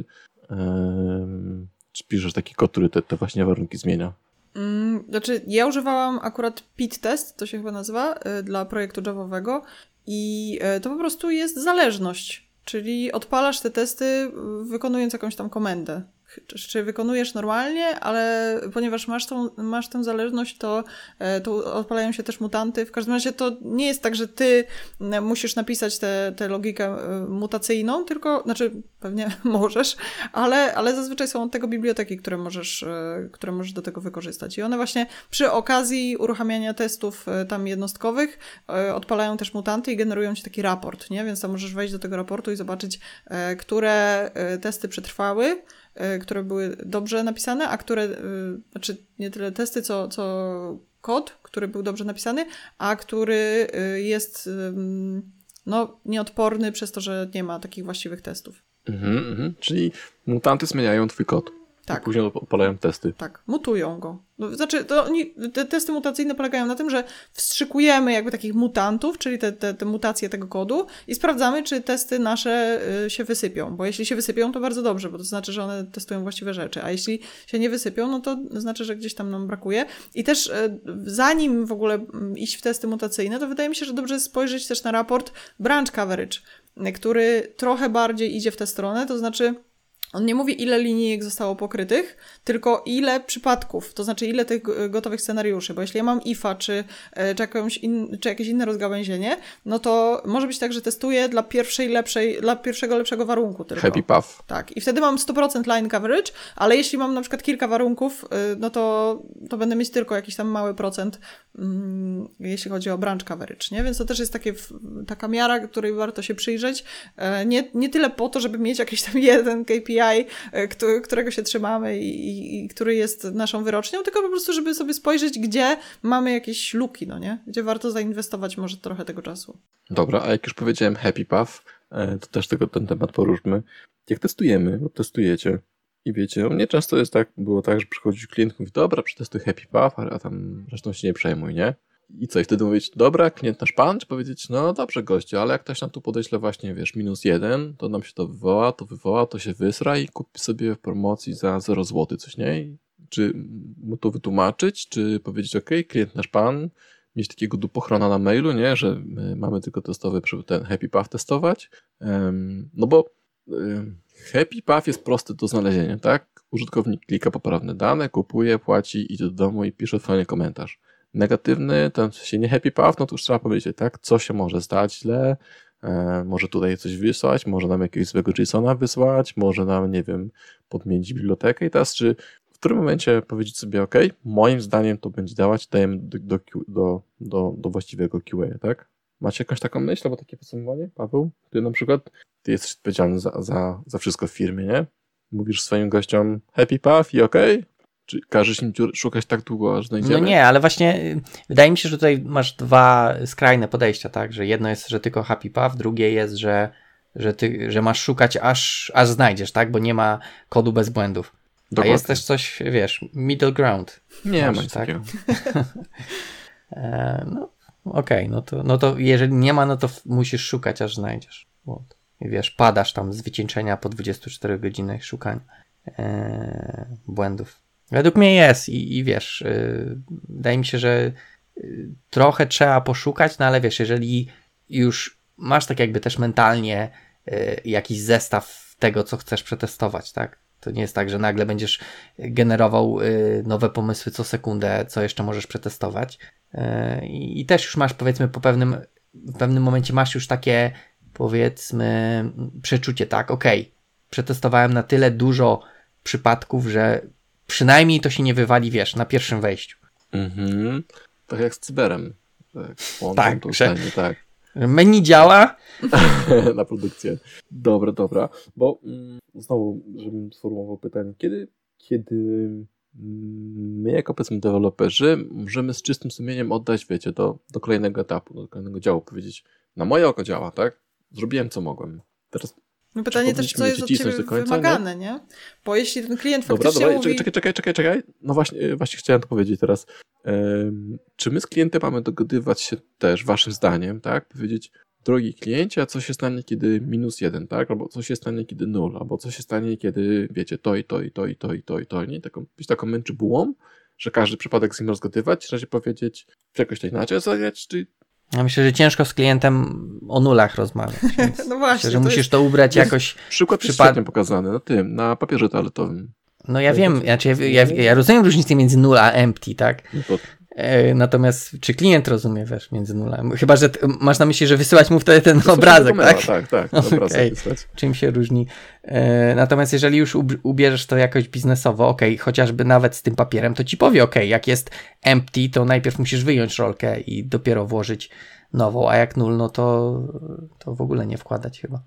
e, czy piszesz taki kod, który te, te właśnie warunki zmienia? Mm, znaczy, ja używałam akurat pit test, to się chyba nazywa, y, dla projektu javowego i y, to po prostu jest zależność. Czyli odpalasz te testy wykonując jakąś tam komendę. Czy wykonujesz normalnie, ale ponieważ masz tą, masz tę zależność, to, to odpalają się też mutanty. W każdym razie to nie jest tak, że ty musisz napisać tę logikę mutacyjną, tylko, znaczy pewnie możesz, ale, ale zazwyczaj są od tego biblioteki, które możesz, które możesz do tego wykorzystać. I one właśnie przy okazji uruchamiania testów tam jednostkowych odpalają też mutanty i generują ci taki raport, nie? Więc tam możesz wejść do tego raportu i zobaczyć, które testy przetrwały, które były dobrze napisane, a które, znaczy nie tyle testy, co, co kod, który był dobrze napisany, a który jest no, nieodporny przez to, że nie ma takich właściwych testów. Mhm, mhm. Czyli mutanty zmieniają twój kod. Tak. I później odpalają testy. Tak, mutują go. No, znaczy, to oni, te testy mutacyjne polegają na tym, że wstrzykujemy jakby takich mutantów, czyli te, te, te mutacje tego kodu i sprawdzamy, czy testy nasze y, się wysypią. Bo jeśli się wysypią, to bardzo dobrze, bo to znaczy, że one testują właściwe rzeczy. A jeśli się nie wysypią, no to znaczy, że gdzieś tam nam brakuje. I też y, zanim w ogóle y, iść w testy mutacyjne, to wydaje mi się, że dobrze jest spojrzeć też na raport branch coverage, y, który trochę bardziej idzie w tę stronę, to znaczy on nie mówi, ile linijek zostało pokrytych, tylko ile przypadków, to znaczy ile tych gotowych scenariuszy, bo jeśli ja mam ifa, czy, czy, jakąś in, czy jakieś inne rozgałęzienie, no to może być tak, że testuję dla pierwszej lepszej, dla pierwszego lepszego warunku tylko. Happy path. Tak, i wtedy mam sto procent line coverage, ale jeśli mam na przykład kilka warunków, no to, to będę mieć tylko jakiś tam mały procent, mm, jeśli chodzi o branch coverage, nie? Więc to też jest takie, taka miara, której warto się przyjrzeć. Nie, nie tyle po to, żeby mieć jakiś tam jeden K P I, którego się trzymamy i, i który jest naszą wyrocznią, tylko po prostu, żeby sobie spojrzeć, gdzie mamy jakieś luki, no nie? Gdzie warto zainwestować może trochę tego czasu. Dobra, a jak już powiedziałem happy path, to też tego ten temat poruszmy. Jak testujemy lub testujecie i wiecie, nie często jest tak, było tak, że przychodzi klient i mówi, dobra, przetestuj happy path, a tam zresztą się nie przejmuj, nie? I co? I wtedy mówić, dobra, klient nasz pan, czy powiedzieć, no dobrze goście, ale jak ktoś nam tu podeśle właśnie, wiesz, minus jeden, to nam się to wywoła, to wywoła, to się wysra i kupi sobie w promocji za zero złotych coś, nie? I czy mu to wytłumaczyć, czy powiedzieć, ok, klient nasz pan, mieć takiego dupochrona na mailu, nie? Że my mamy tylko testowy, ten happy path testować, um, no bo um, happy path jest prosty do znalezienia, tak? Użytkownik klika poprawne dane, kupuje, płaci, idzie do domu i pisze fajny komentarz. negatywny, ten w sensie nie happy path, no to już trzeba powiedzieć, tak, co się może stać źle, e, może tutaj coś wysłać, może nam jakiegoś złego JSON-a wysłać, może nam, nie wiem, podmienić bibliotekę i teraz czy w którym momencie powiedzieć sobie, ok, moim zdaniem to będzie działać, dajemy do, do, do, do, do właściwego Q A, tak? Macie jakąś taką myśl albo takie podsumowanie, Paweł? Ty na przykład, ty jesteś odpowiedzialny za, za, za wszystko w firmie, nie? Mówisz swoim gościom happy path i okej? Okay? Czy każesz im szukać tak długo, aż znajdziemy? No nie, ale właśnie wydaje mi się, że tutaj masz dwa skrajne podejścia, tak? Że jedno jest, że tylko happy path, drugie jest, że, że, ty, że masz szukać aż, aż znajdziesz, tak? Bo nie ma kodu bez błędów. Dokładnie. A jest też coś, wiesz, middle ground. Nie masz, ma tak? takiego. e, no okej, okay, no, to, no to jeżeli nie ma, no to musisz szukać, aż znajdziesz. I wiesz, padasz tam z wycieńczenia po dwudziestu czterech godzinach szukania e, błędów. Według mnie jest i, i wiesz, yy, wydaje mi się, że yy, trochę trzeba poszukać, no ale wiesz, jeżeli już masz tak jakby też mentalnie yy, jakiś zestaw tego, co chcesz przetestować, tak? To nie jest tak, że nagle będziesz generował yy, nowe pomysły co sekundę, co jeszcze możesz przetestować. Yy, I też już masz, powiedzmy, po pewnym, w pewnym momencie masz już takie, powiedzmy, przeczucie, tak? Okej, okay, przetestowałem na tyle dużo przypadków, że przynajmniej to się nie wywali, wiesz, na pierwszym wejściu. Mhm. Tak jak z cyberem. Tak, tak, to że stanie, tak. menu działa. Na produkcję. Dobra, dobra. Bo mm, znowu, żebym sformułował pytanie, kiedy, kiedy my jako, powiedzmy, deweloperzy możemy z czystym sumieniem oddać, wiecie, do, do kolejnego etapu, do kolejnego działu, powiedzieć, na moje oko działa, tak? Zrobiłem, co mogłem. Teraz no pytanie też, co jest od ciebie końca, wymagane, nie? nie? Bo jeśli ten klient dobra, faktycznie dobra, mówi... Czekaj, czekaj, czekaj, czekaj. No właśnie, właśnie chciałem to powiedzieć teraz. Um, czy my z klientem mamy dogadywać się też, waszym zdaniem, tak? Powiedzieć, drogi kliencie, a co się stanie, kiedy minus jeden, tak? Albo co się stanie, kiedy nul, albo co się stanie, kiedy, wiecie, to i to i to i to i to i to, nie? Taką, być taką męczybułą, że każdy przypadek z nim rozgadywać, razie powiedzieć, czy jakoś to inaczej zagrać, czy... Ja myślę, że ciężko z klientem o nulach rozmawiać. No właśnie. Myślę, że musisz jest... to ubrać jakoś... Przykład jest świetnie pokazany na tym, na papierze toaletowym. No ja wiem, znaczy ja, ja, ja rozumiem różnicę między null a empty, tak? No to... e, natomiast czy klient rozumie, wiesz, między nulami? Chyba, że t- masz na myśli, że wysyłać mu wtedy ten obrazek, tak? Tak, tak, obrazek okay. wysłać. Czym się różni? E, natomiast jeżeli już ub- ubierzesz to jakoś biznesowo, okej, okay, chociażby nawet z tym papierem, to ci powie, okej, okay, jak jest empty, to najpierw musisz wyjąć rolkę i dopiero włożyć nową, a jak nul, no to, to w ogóle nie wkładać chyba.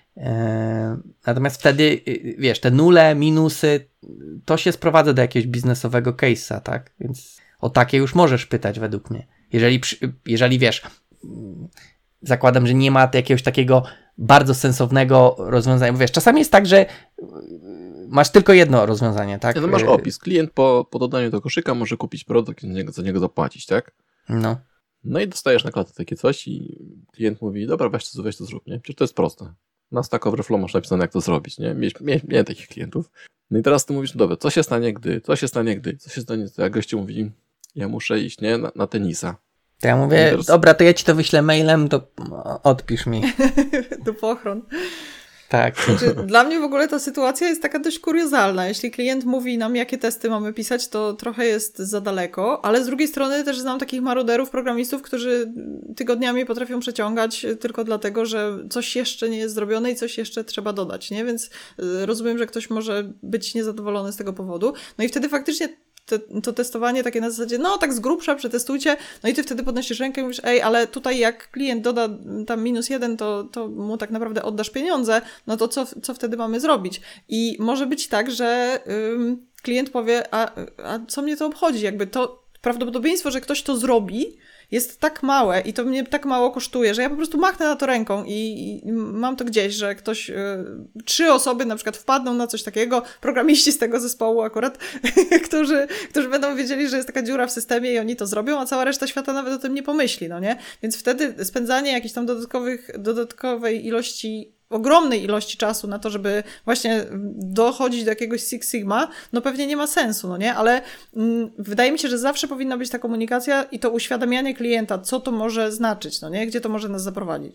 E, natomiast wtedy, wiesz, te nule, minusy, to się sprowadza do jakiegoś biznesowego case'a, tak? Więc o takie już możesz pytać według mnie. Jeżeli, jeżeli wiesz, zakładam, że nie ma jakiegoś takiego bardzo sensownego rozwiązania. Bo wiesz, czasami jest tak, że masz tylko jedno rozwiązanie, tak? No masz opis. Klient po, po dodaniu do koszyka może kupić produkt i za niego, za niego zapłacić, tak? No. No i dostajesz na klatę takie coś i klient mówi, dobra, weź to, weź to zrób, nie? Przecież to jest proste. Na Stack Overflow masz napisane, jak to zrobić, nie? Miałem, miałem takich klientów. No i teraz ty mówisz, dobra, co się stanie, gdy, co się stanie, gdy, co się stanie, gdy, a gościu mówi, ja muszę iść, nie, na, na tenisa. To ja mówię, teraz... dobra, to ja ci to wyślę mailem, to odpisz mi. Do pochron. Tak. Znaczy, dla mnie w ogóle ta sytuacja jest taka dość kuriozalna. Jeśli klient mówi nam, jakie testy mamy pisać, to trochę jest za daleko, ale z drugiej strony też znam takich maruderów, programistów, którzy tygodniami potrafią przeciągać tylko dlatego, że coś jeszcze nie jest zrobione i coś jeszcze trzeba dodać, nie? Więc rozumiem, że ktoś może być niezadowolony z tego powodu. No i wtedy faktycznie Te, to testowanie takie na zasadzie, no tak z grubsza przetestujcie, no i ty wtedy podnosisz rękę i mówisz, ej, ale tutaj jak klient doda tam minus jeden, to, to mu tak naprawdę oddasz pieniądze, no to co, co wtedy mamy zrobić? I może być tak, że ym, klient powie, a, a co mnie to obchodzi? Jakby to prawdopodobieństwo, że ktoś to zrobi, jest tak małe i to mnie tak mało kosztuje, że ja po prostu machnę na to ręką i, i mam to gdzieś, że ktoś, y, trzy osoby na przykład wpadną na coś takiego, programiści z tego zespołu akurat, którzy, którzy będą wiedzieli, że jest taka dziura w systemie i oni to zrobią, a cała reszta świata nawet o tym nie pomyśli, no nie? Więc wtedy spędzanie jakiejś tam dodatkowych, dodatkowej ilości ogromnej ilości czasu na to, żeby właśnie dochodzić do jakiegoś Six Sigma, no pewnie nie ma sensu, no nie? Ale mm, wydaje mi się, że zawsze powinna być ta komunikacja i to uświadamianie klienta, co to może znaczyć, no nie? Gdzie to może nas zaprowadzić.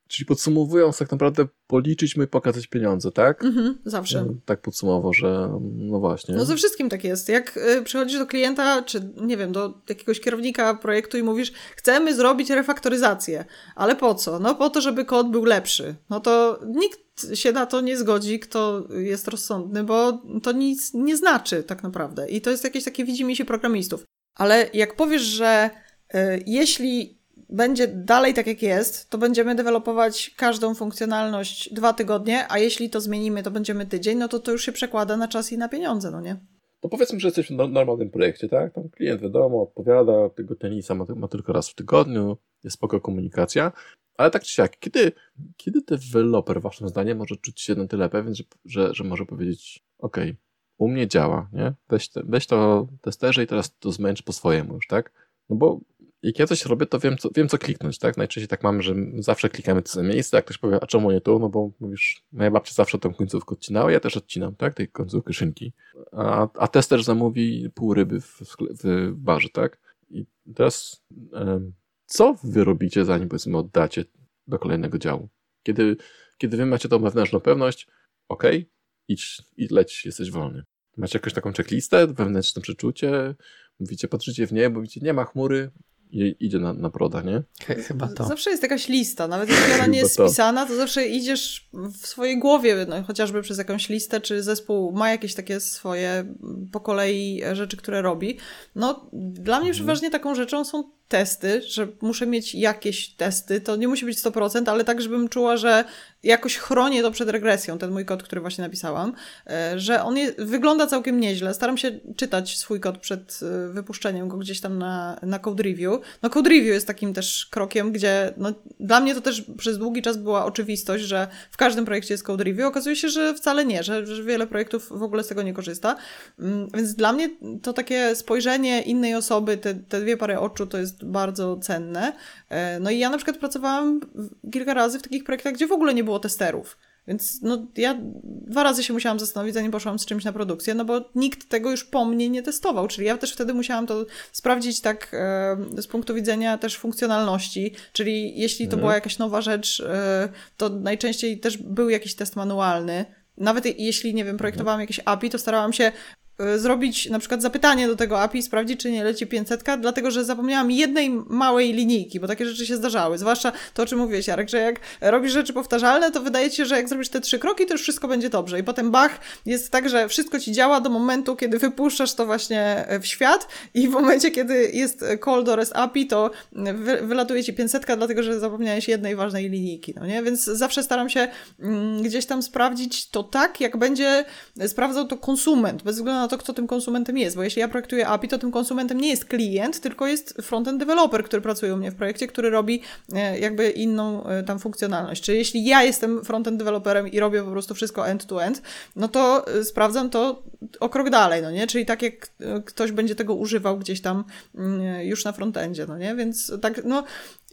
Czyli podsumowując, tak naprawdę policzyć mu i pokazać pieniądze, tak? Mhm, zawsze. Tak podsumował, że no właśnie. No ze wszystkim tak jest. Jak y, przychodzisz do klienta, czy nie wiem, do jakiegoś kierownika projektu i mówisz, chcemy zrobić refaktoryzację, ale po co? No po to, żeby kod był lepszy. No to nikt się na to nie zgodzi, kto jest rozsądny, bo to nic nie znaczy tak naprawdę. I to jest jakieś takie widzimisię programistów. Ale jak powiesz, że y, jeśli będzie dalej tak jak jest, to będziemy dewelopować każdą funkcjonalność dwa tygodnie, a jeśli to zmienimy, to będziemy tydzień, no to to już się przekłada na czas i na pieniądze, no nie? To powiedzmy, że jesteś w normalnym projekcie, tak? Tam klient wiadomo, odpowiada, tego tenisa ma, ma tylko raz w tygodniu, jest spoko komunikacja, ale tak czy siak, kiedy, kiedy deweloper, waszym zdaniem, może czuć się na tyle pewien, że, że, że może powiedzieć, ok, u mnie działa, nie? Weź, te, weź to testerze i teraz to zmęcz po swojemu już, tak? No bo jak ja coś robię, to wiem co, wiem, co kliknąć, tak? Najczęściej tak mamy, że zawsze klikamy to samo miejsce, jak ktoś powie, a czemu nie tu? No bo mówisz, moja babcia zawsze tą końcówkę odcinała, ja też odcinam, tak? Tej końcówki szynki. A, a tester zamówi pół ryby w, w barze, tak? I teraz um, co wy robicie, zanim powiedzmy oddacie do kolejnego działu? Kiedy, kiedy wy macie tą wewnętrzną pewność, okej, okay, idź i leć, jesteś wolny. Macie jakąś taką checklistę, wewnętrzne przeczucie, mówicie, patrzycie w niebo, mówicie, nie ma chmury, i idzie na, na proda, nie? Chyba to. Zawsze jest jakaś lista, nawet jeśli ona nie jest to. spisana, to zawsze idziesz w swojej głowie, no, chociażby przez jakąś listę, czy zespół ma jakieś takie swoje po kolei rzeczy, które robi. No, dla mnie mhm. przeważnie taką rzeczą są testy, że muszę mieć jakieś testy, to nie musi być sto procent, ale tak, żebym czuła, że jakoś chronię to przed regresją, ten mój kod, który właśnie napisałam, że on je, wygląda całkiem nieźle. Staram się czytać swój kod przed wypuszczeniem go gdzieś tam na, na code review. No code review jest takim też krokiem, gdzie no, dla mnie to też przez długi czas była oczywistość, że w każdym projekcie jest code review. Okazuje się, że wcale nie, że, że wiele projektów w ogóle z tego nie korzysta. Więc dla mnie to takie spojrzenie innej osoby, te, te dwie pary oczu, to jest bardzo cenne. No i ja na przykład pracowałam kilka razy w takich projektach, gdzie w ogóle nie było testerów. Więc no, ja dwa razy się musiałam zastanowić, zanim poszłam z czymś na produkcję, no bo nikt tego już po mnie nie testował, czyli ja też wtedy musiałam to sprawdzić tak e, z punktu widzenia też funkcjonalności, czyli jeśli to mhm. była jakaś nowa rzecz, e, to najczęściej też był jakiś test manualny. Nawet jeśli, nie wiem, projektowałam jakieś A P I, to starałam się zrobić na przykład zapytanie do tego A P I, sprawdzić, czy nie leci pięćset, dlatego że zapomniałam jednej małej linijki, bo takie rzeczy się zdarzały. Zwłaszcza to, o czym mówiłeś, Jarek, że jak robisz rzeczy powtarzalne, to wydaje ci się, że jak zrobisz te trzy kroki, to już wszystko będzie dobrze. I potem bach, jest tak, że wszystko ci działa do momentu, kiedy wypuszczasz to właśnie w świat i w momencie, kiedy jest call do REST A P I, to wy, wylatuje ci pięćset, dlatego że zapomniałeś jednej ważnej linijki, no nie? Więc zawsze staram się mm, gdzieś tam sprawdzić to tak, jak będzie sprawdzał to konsument, bez względu na to, kto tym konsumentem jest, bo jeśli ja projektuję A P I, to tym konsumentem nie jest klient, tylko jest frontend developer, który pracuje u mnie w projekcie, który robi jakby inną tam funkcjonalność. Czyli jeśli ja jestem frontend developerem i robię po prostu wszystko end-to-end, no to sprawdzam to o krok dalej, no nie? Czyli tak jak ktoś będzie tego używał gdzieś tam już na frontendzie, no nie? Więc tak, no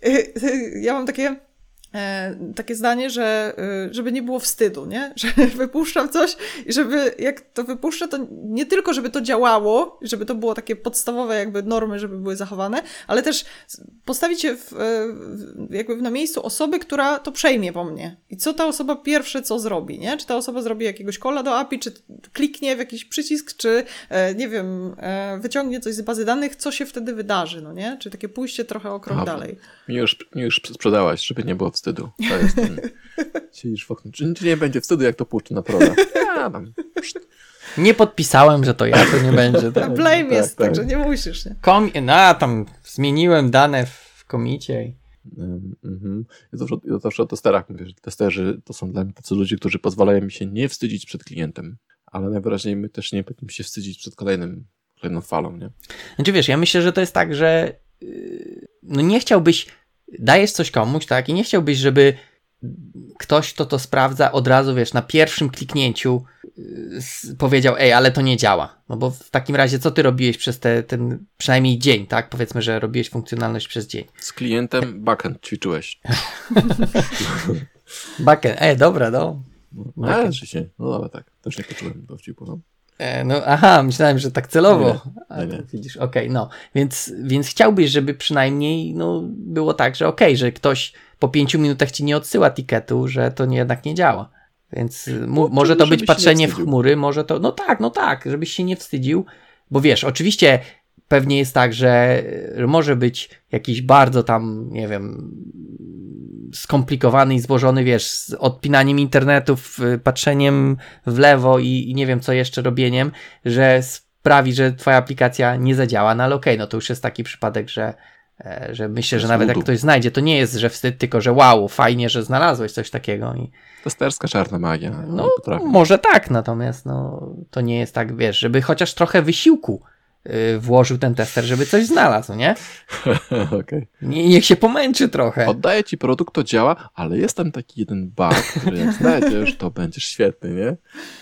ja mam takie E, takie zdanie, że żeby nie było wstydu, nie? Że wypuszczam coś i żeby jak to wypuszczę, to nie tylko, żeby to działało, żeby to było takie podstawowe jakby normy, żeby były zachowane, ale też postawić się w, jakby na miejscu osoby, która to przejmie po mnie. I co ta osoba pierwsze co zrobi, nie? Czy ta osoba zrobi jakiegoś calla do A P I, czy kliknie w jakiś przycisk, czy nie wiem, wyciągnie coś z bazy danych, co się wtedy wydarzy, no nie? Czy takie pójście trochę o krok A, dalej. Mi już, mi już sprzedałaś, żeby nie było wstydu. To jest ten. Siedzisz w oknie. Czy, czy nie będzie wstydu, jak to puszczę na proda? Ja tam. Nie podpisałem, że to ja, to nie będzie. Tak? Blame tak, jest, tak. Także nie musisz. Nie? Komi- no, tam zmieniłem dane w komicie. Mm-hmm. Ja, zawsze, ja zawsze o testerach mówię, że testerzy to są dla mnie tacy ludzie, którzy pozwalają mi się nie wstydzić przed klientem, ale najwyraźniej my też nie powinniśmy się wstydzić przed kolejnym, kolejną falą, nie? Znaczy wiesz, ja myślę, że to jest tak, że yy, no nie chciałbyś dajesz coś komuś, tak, i nie chciałbyś, żeby ktoś, kto to sprawdza, od razu, wiesz, na pierwszym kliknięciu yy, powiedział, ej, ale to nie działa. No bo w takim razie, co ty robiłeś przez te, ten przynajmniej dzień, tak? Powiedzmy, że robiłeś funkcjonalność przez dzień. Z klientem backend ćwiczyłeś. Backend, ej, dobra, no. No, oczywiście, no ale tak, też nie poczułem dowcipu, no. No aha, myślałem, że tak celowo. Nie, A nie, nie. widzisz, okej, okay, no. Więc, więc chciałbyś, żeby przynajmniej no, było tak, że okej, okay, że ktoś po pięciu minutach ci nie odsyła tiketu, że to nie, jednak nie działa. Więc mu, no, może to być patrzenie w wstydził. chmury, może to, no tak, no tak, żebyś się nie wstydził, bo wiesz, oczywiście pewnie jest tak, że może być jakiś bardzo tam, nie wiem, skomplikowany i złożony, wiesz, z odpinaniem internetów, patrzeniem w lewo i, i nie wiem co jeszcze robieniem, że sprawi, że twoja aplikacja nie zadziała, no ale okej, okay, no to już jest taki przypadek, że, że myślę, że nawet jak ktoś znajdzie, to nie jest, że wstyd, tylko że wow, fajnie, że znalazłeś coś takiego. I testerska czarna magia. No może tak, natomiast no, to nie jest tak, wiesz, żeby chociaż trochę wysiłku włożył ten tester, żeby coś znalazł, nie? Okay. Nie, niech się pomęczy trochę. Oddaję ci produkt, to działa, ale jest tam taki jeden bug, który jak znajdziesz, to będziesz świetny, nie?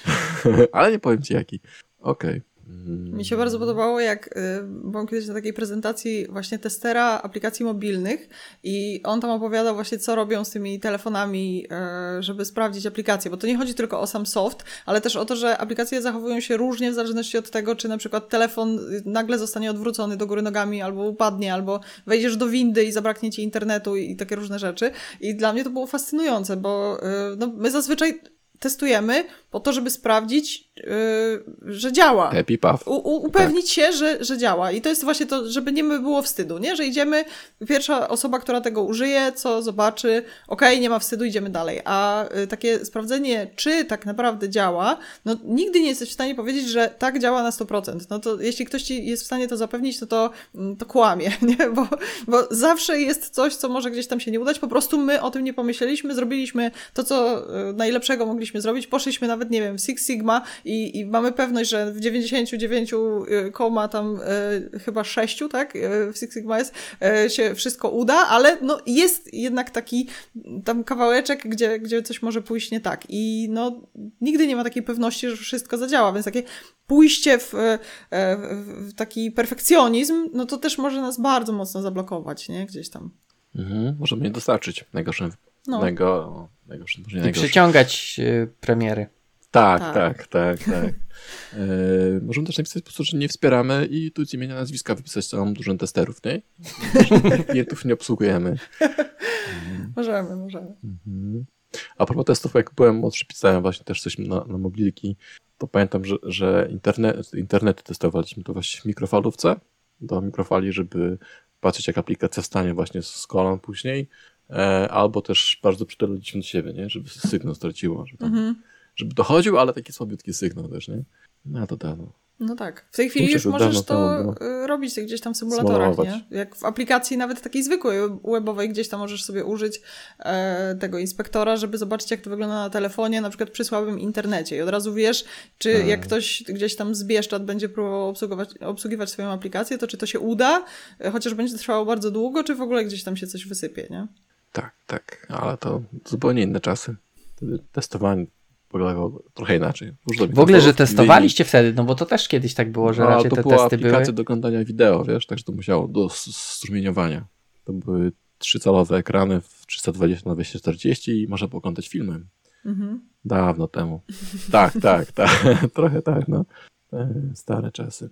Ale nie powiem ci jaki. Okej. Okay. Mi się bardzo podobało, jak byłam kiedyś na takiej prezentacji właśnie testera aplikacji mobilnych i on tam opowiadał właśnie, co robią z tymi telefonami, żeby sprawdzić aplikacje, bo to nie chodzi tylko o sam soft, ale też o to, że aplikacje zachowują się różnie w zależności od tego, czy na przykład telefon nagle zostanie odwrócony do góry nogami, albo upadnie, albo wejdziesz do windy i zabraknie ci internetu i takie różne rzeczy. I dla mnie to było fascynujące, bo no, my zazwyczaj testujemy po to, żeby sprawdzić, yy, że działa. Happy puff. U, u, upewnić tak. się, że, że działa. I to jest właśnie to, żeby nie było wstydu, nie? Że idziemy, pierwsza osoba, która tego użyje, co zobaczy, okej, okay, nie ma wstydu, idziemy dalej. A y, takie sprawdzenie, czy tak naprawdę działa, no nigdy nie jesteś w stanie powiedzieć, że tak działa na sto procent. No to jeśli ktoś ci jest w stanie to zapewnić, no to, to kłamie, nie? Bo, bo zawsze jest coś, co może gdzieś tam się nie udać. Po prostu my o tym nie pomyśleliśmy, zrobiliśmy to, co y, najlepszego mogliśmy zrobić. Poszliśmy nawet, nie wiem, w Six Sigma i, i mamy pewność, że w dziewięćdziesiąt dziewięć koma tam y, chyba sześć, tak? Y, w Six Sigma jest, y, się wszystko uda, ale no jest jednak taki tam kawałeczek, gdzie, gdzie coś może pójść nie tak. I no nigdy nie ma takiej pewności, że wszystko zadziała, więc takie pójście w, w, w taki perfekcjonizm, no to też może nas bardzo mocno zablokować, nie? Gdzieś tam. Mhm, możemy nie dostarczyć najgorszym. No. Najgo, najgorszym, może nie I najgorszym. przyciągać y, premiery. Tak, tak, tak, tak. tak. e, możemy też napisać po prostu, że nie wspieramy i tu z imienia nazwiska wypisać całą dużą testerów, nie? Klientów nie obsługujemy. Możemy, możemy. Mhm. A propos testów, jak byłem młodszy, pisałem właśnie też coś na, na mobilki, to pamiętam, że, że internet, internety testowaliśmy to właśnie w mikrofalówce, do mikrofali, żeby patrzeć, jak aplikacja wstanie właśnie z kolan później, e, albo też bardzo przytuliliśmy do siebie, nie? Żeby sygnał straciło, że tam, mhm. żeby dochodził, ale taki słabiutki sygnał też, nie? No to dawno. No tak. W tej chwili Muszę, już możesz to robić gdzieś tam w symulatorach, nie? Jak w aplikacji nawet takiej zwykłej webowej gdzieś tam możesz sobie użyć e, tego inspektora, żeby zobaczyć, jak to wygląda na telefonie, na przykład przy słabym internecie i od razu wiesz, czy hmm. jak ktoś gdzieś tam z Bieszczad będzie próbował obsługiwać, obsługiwać swoją aplikację, to czy to się uda, chociaż będzie trwało bardzo długo, czy w ogóle gdzieś tam się coś wysypie, nie? Tak, tak, ale to zupełnie inne czasy. Wtedy testowanie polegało trochę inaczej. W ogóle, że testowaliście wtedy, no bo to też kiedyś tak było, że no, raczej te testy były. To była aplikacja do oglądania wideo, wiesz, także to musiało do strumieniowania. To były trzycalowe ekrany w trzysta dwadzieścia na dwieście czterdzieści i można było oglądać filmy. Mhm. Dawno temu. Tak, tak, tak. Trochę tak, no. Stare czasy.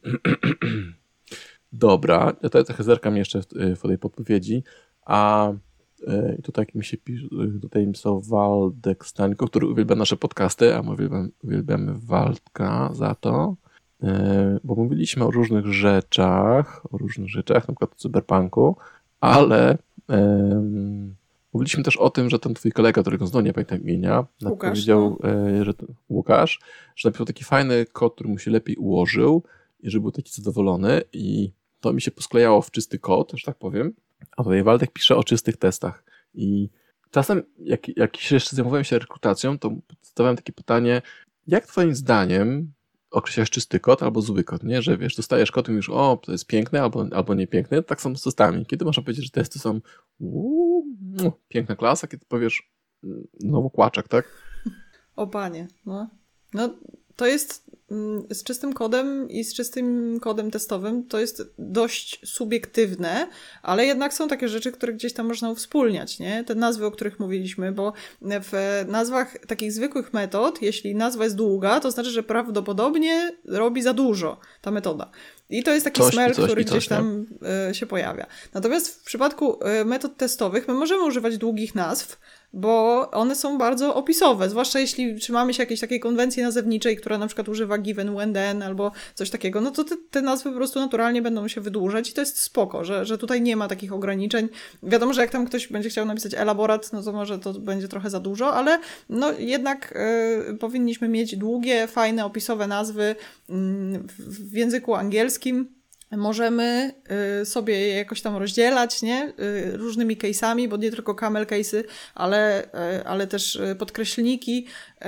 Dobra, ja tutaj trochę zerkam jeszcze w, w tej podpowiedzi, a i tutaj mi się pisze, tutaj pisał Waldek Stańko, który uwielbia nasze podcasty, a my uwielbiamy, uwielbiamy Waldka za to, bo mówiliśmy o różnych rzeczach, o różnych rzeczach, na przykład o cyberpunku, ale um, mówiliśmy też o tym, że ten twój kolega, którego znowu nie pamiętam imienia, Łukasz, powiedział, no. że Łukasz, że napisał taki fajny kod, który mu się lepiej ułożył i że był taki zadowolony i to mi się posklejało w czysty kod, że tak powiem. A tutaj Waldek pisze o czystych testach i czasem jak, jak się jeszcze zajmowałem się rekrutacją, to zadawałem takie pytanie, jak twoim zdaniem określasz czysty kod albo zły kod, nie? Że wiesz, dostajesz kod i mówisz, o, to jest piękne albo, albo niepiękne, tak samo z testami. Kiedy można powiedzieć, że testy są uu, piękna klasa, kiedy powiesz znowu kłaczek, tak? O panie, no. No to jest z czystym kodem i z czystym kodem testowym to jest dość subiektywne, ale jednak są takie rzeczy, które gdzieś tam można uwspólniać, nie? Te nazwy, o których mówiliśmy, bo w nazwach takich zwykłych metod, jeśli nazwa jest długa, to znaczy, że prawdopodobnie robi za dużo ta metoda. I to jest taki coś, smell, coś, który coś, gdzieś tam y, się pojawia. Natomiast w przypadku y, metod testowych my możemy używać długich nazw, bo one są bardzo opisowe, zwłaszcza jeśli trzymamy się jakiejś takiej konwencji nazewniczej, która na przykład używa given, when, then albo coś takiego, no to te, te nazwy po prostu naturalnie będą się wydłużać i to jest spoko, że, że tutaj nie ma takich ograniczeń. Wiadomo, że jak tam ktoś będzie chciał napisać elaborat, no to może to będzie trochę za dużo, ale no jednak y, powinniśmy mieć długie, fajne, opisowe nazwy y, w, w języku angielskim. Możemy y, sobie je jakoś tam rozdzielać, nie? Y, różnymi case'ami, bo nie tylko camel case'y, ale, y, ale też y, podkreślniki. Y,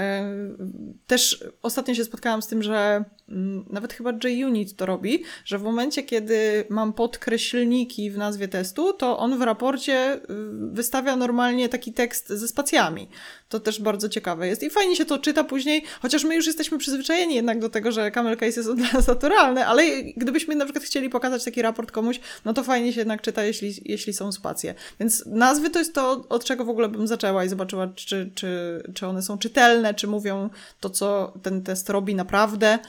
też ostatnio się spotkałam z tym, że y, nawet chyba JUnit to robi, że w momencie, kiedy mam podkreślniki w nazwie testu, to on w raporcie y, wystawia normalnie taki tekst ze spacjami. To też bardzo ciekawe jest i fajnie się to czyta później, chociaż my już jesteśmy przyzwyczajeni jednak do tego, że camel case'y są dla nas naturalne, ale gdybyśmy na przykład chcieli pokazać taki raport komuś, no to fajnie się jednak czyta, jeśli, jeśli są spacje. Więc nazwy to jest to, od czego w ogóle bym zaczęła i zobaczyła, czy, czy, czy one są czytelne, czy mówią to, co ten test robi naprawdę,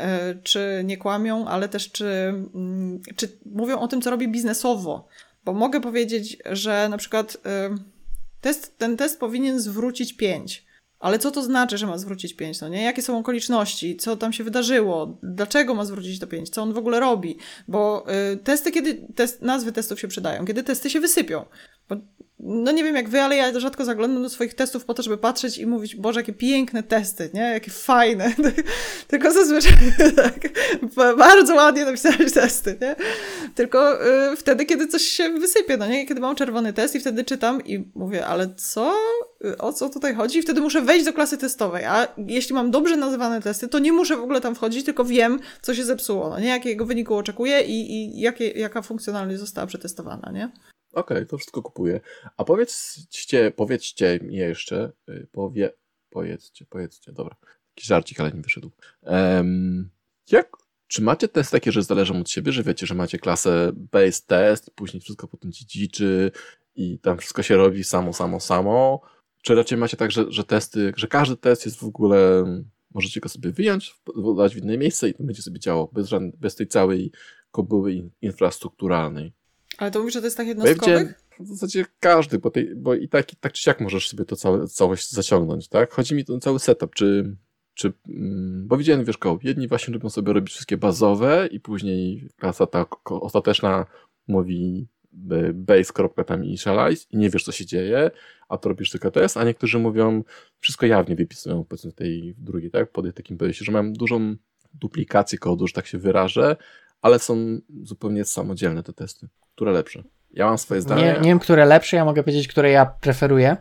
czy nie kłamią, ale też czy, czy mówią o tym, co robi biznesowo. Bo mogę powiedzieć, że na przykład test, ten test powinien zwrócić pięć. Ale co to znaczy, że ma zwrócić pięć? No nie? Jakie są okoliczności? Co tam się wydarzyło? Dlaczego ma zwrócić to pięć? Co on w ogóle robi? Bo y, testy, kiedy test, nazwy testów się przydają? Kiedy testy się wysypią? Bo, no nie wiem jak wy, ale ja rzadko zaglądam do swoich testów po to, żeby patrzeć i mówić, Boże, jakie piękne testy, nie? Jakie fajne. Tylko zazwyczaj tak, bardzo ładnie napisałeś testy, nie? Tylko y, wtedy, kiedy coś się wysypie, no nie? Kiedy mam czerwony test i wtedy czytam i mówię, ale co? O co tutaj chodzi? I wtedy muszę wejść do klasy testowej, a jeśli mam dobrze nazywane testy, to nie muszę w ogóle tam wchodzić, tylko wiem, co się zepsuło, no nie? Jakiego wyniku oczekuję i, i jakie, jaka funkcjonalność została przetestowana, nie? Okej, okay, to wszystko kupuję. A powiedzcie, powiedzcie mi jeszcze, powie, powiedzcie, powiedzcie, dobra, jakiś żarcik, ale nie wyszedł. Um, jak, czy macie testy takie, że zależą od siebie, że wiecie, że macie klasę base test, później wszystko potem ci dziczy i tam wszystko się robi samo, samo, samo? Czy raczej macie tak, że, że testy, że każdy test jest w ogóle, możecie go sobie wyjąć, dać w inne miejsce i to będzie sobie działało, bez, żadnej, bez tej całej kobyły infrastrukturalnej? Ale to mówisz, że to jest tak jednostkowych? W zasadzie każdy, bo, tej, bo i tak, i tak czy siak możesz sobie to całe, całość zaciągnąć, tak? Chodzi mi o ten cały setup, czy, czy bo widziałem, wiesz, koło, jedni właśnie lubią sobie robić wszystkie bazowe i później klasa ta ostateczna mówi base, kropka tam initialize i nie wiesz, co się dzieje, a to robisz tylko test, a niektórzy mówią, wszystko jawnie wypisują, powiedzmy w tej drugiej, tak? Pod takim base, że mają dużą duplikację kodu, że tak się wyrażę, ale są zupełnie samodzielne te testy. Które lepsze? Ja mam swoje zdanie. Nie, nie wiem, które lepsze, ja mogę powiedzieć, które ja preferuję.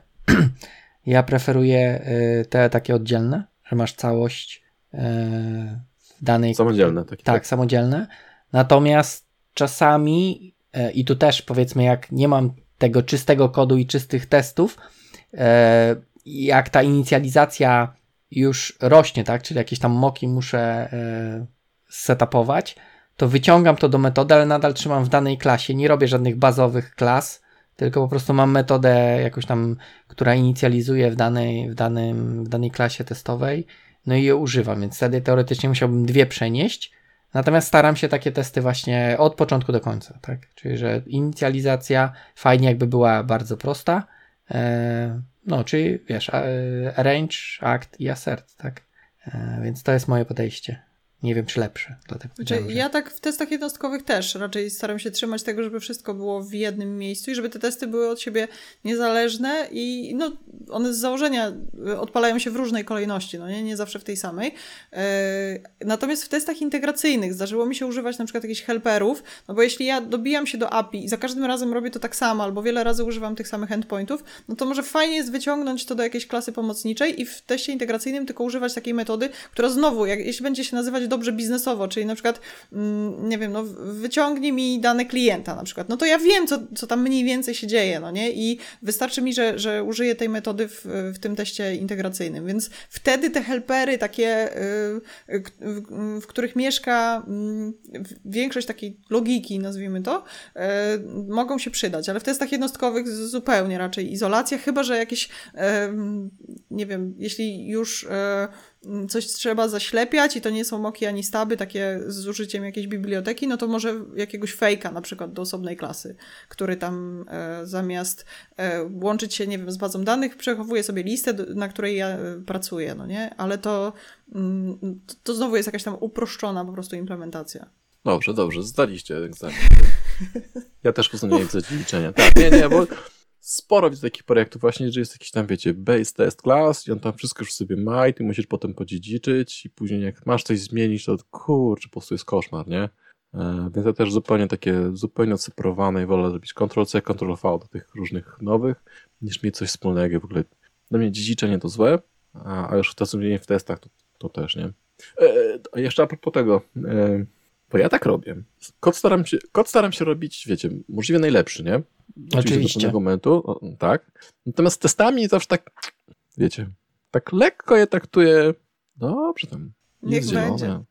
Ja preferuję y, te takie oddzielne, że masz całość y, w danej... Samodzielne. Takie tak, tak, samodzielne. Natomiast czasami, y, i tu też powiedzmy, jak nie mam tego czystego kodu i czystych testów, y, jak ta inicjalizacja już rośnie, tak, czyli jakieś tam moki muszę y, setupować, to wyciągam to do metody, ale nadal trzymam w danej klasie. Nie robię żadnych bazowych klas, tylko po prostu mam metodę jakąś tam, która inicjalizuje w danej, w danym, w danej klasie testowej, no i je używam, więc wtedy teoretycznie musiałbym dwie przenieść, natomiast staram się takie testy właśnie od początku do końca, tak? Czyli, że inicjalizacja fajnie jakby była bardzo prosta, e, no, czyli wiesz, arrange, act i assert, tak? E, więc to jest moje podejście. Nie wiem, czy lepsze. Dlatego znaczy, ja tak w testach jednostkowych też raczej staram się trzymać tego, żeby wszystko było w jednym miejscu i żeby te testy były od siebie niezależne i no, one z założenia odpalają się w różnej kolejności, no nie, nie zawsze w tej samej. Yy, natomiast w testach integracyjnych zdarzyło mi się używać na przykład jakichś helperów, no bo jeśli ja dobijam się do A P I i za każdym razem robię to tak samo albo wiele razy używam tych samych endpointów, no to może fajnie jest wyciągnąć to do jakiejś klasy pomocniczej i w teście integracyjnym tylko używać takiej metody, która znowu, jak, jeśli będzie się nazywać dobrze biznesowo, czyli na przykład, nie wiem, no wyciągnij mi dane klienta na przykład, no to ja wiem, co, co tam mniej więcej się dzieje, no nie? I wystarczy mi, że, że użyję tej metody w, w tym teście integracyjnym, więc wtedy te helpery takie, w, w których mieszka większość takiej logiki, nazwijmy to, mogą się przydać, ale w testach jednostkowych zupełnie raczej izolacja, chyba że jakieś, nie wiem, jeśli już coś trzeba zaślepiać i to nie są moki ani staby, takie z użyciem jakiejś biblioteki, no to może jakiegoś fejka na przykład do osobnej klasy, który tam e, zamiast e, łączyć się, nie wiem, z bazą danych, przechowuje sobie listę, na której ja e, pracuję, no nie? Ale to, mm, to, to znowu jest jakaś tam uproszczona po prostu implementacja. Dobrze, dobrze, zdaliście egzamin. Ja też poznaję egzamin liczenia. Tak, nie, nie, bo sporo widzę takich projektów właśnie, że jest jakiś tam, wiecie, base test class i on tam wszystko już sobie ma i ty musisz potem podziedziczyć i później jak masz coś zmienić, to kurczę, po prostu jest koszmar, nie? E, więc ja też zupełnie takie, zupełnie odseparowane i wolę zrobić control C, control V do tych różnych nowych, niż mieć coś wspólnego. W ogóle dla mnie dziedziczenie to złe, a, a już to zrobienie w testach to, to też, nie? E, a jeszcze a propos tego, e, bo ja tak robię. Kod staram się, kod staram się robić, wiecie, możliwie najlepszy, nie? Oczywiście. Do pewnego momentu, o, tak. Natomiast testami zawsze tak, wiecie, tak lekko je traktuję, dobrze tam, niech jest będzie. zielone.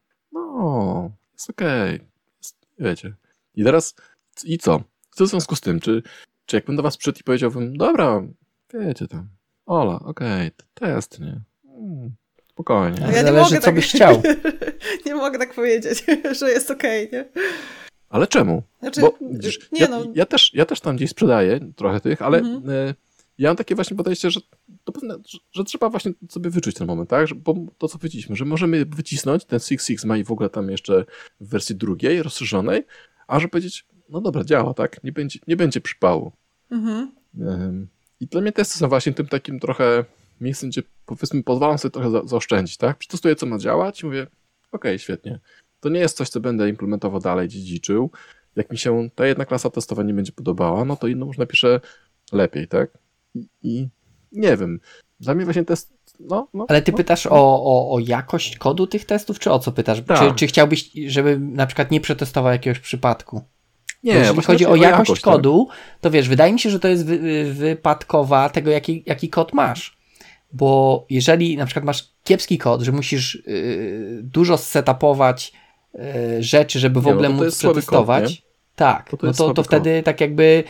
No, jest okej, okay. Wiecie. I teraz, i co? Co w związku z tym? Czy, czy jakbym do was przyszedł i powiedziałbym, dobra, wiecie tam, Ola, okej, okay, test, nie? Hmm, spokojnie. Ja nie Zależy, mogę co tak, byś chciał. Nie mogę tak powiedzieć, że jest okej, okay, nie? Ale czemu? Znaczy, Bo widzisz, nie ja, no. ja, też, ja też tam gdzieś sprzedaję trochę tych, ale Mhm. y, ja mam takie właśnie podejście, że, to, że, że trzeba właśnie sobie wyczuć ten moment, tak? Że, bo to, co powiedzieliśmy, że możemy wycisnąć ten Six Sigma i w ogóle tam jeszcze w wersji drugiej, rozszerzonej, a że powiedzieć, no dobra, działa, tak? Nie będzie, nie będzie przypału. Mhm. Y, I dla mnie testy są właśnie tym takim trochę miejscem, gdzie powiedzmy pozwalam sobie trochę za, zaoszczędzić, tak? Przetestuję, co ma działać i mówię, okej, okay, świetnie. To nie jest coś, co będę implementował dalej, dziedziczył. Jak mi się ta jedna klasa testowa nie będzie podobała, no to inną już napiszę lepiej, tak? I, i nie wiem. Dla mnie właśnie test, no... no Ale ty no, pytasz no. o, o, o jakość kodu tych testów, czy o co pytasz? Tak. Czy, czy chciałbyś, żeby na przykład nie przetestował jakiegoś przypadku? Nie, Bo jeżeli właśnie chodzi o o jakość, jakość, kodu, to wiesz, wydaje mi się, że to jest wy, wypadkowa tego, jaki, jaki kod masz. Bo jeżeli na przykład masz kiepski kod, że musisz yy, dużo setupować yy, rzeczy, żeby w Nie, ogóle no to móc jest słaby przetestować, kod, nie? tak, To to no jest to, słaby to kod. wtedy tak jakby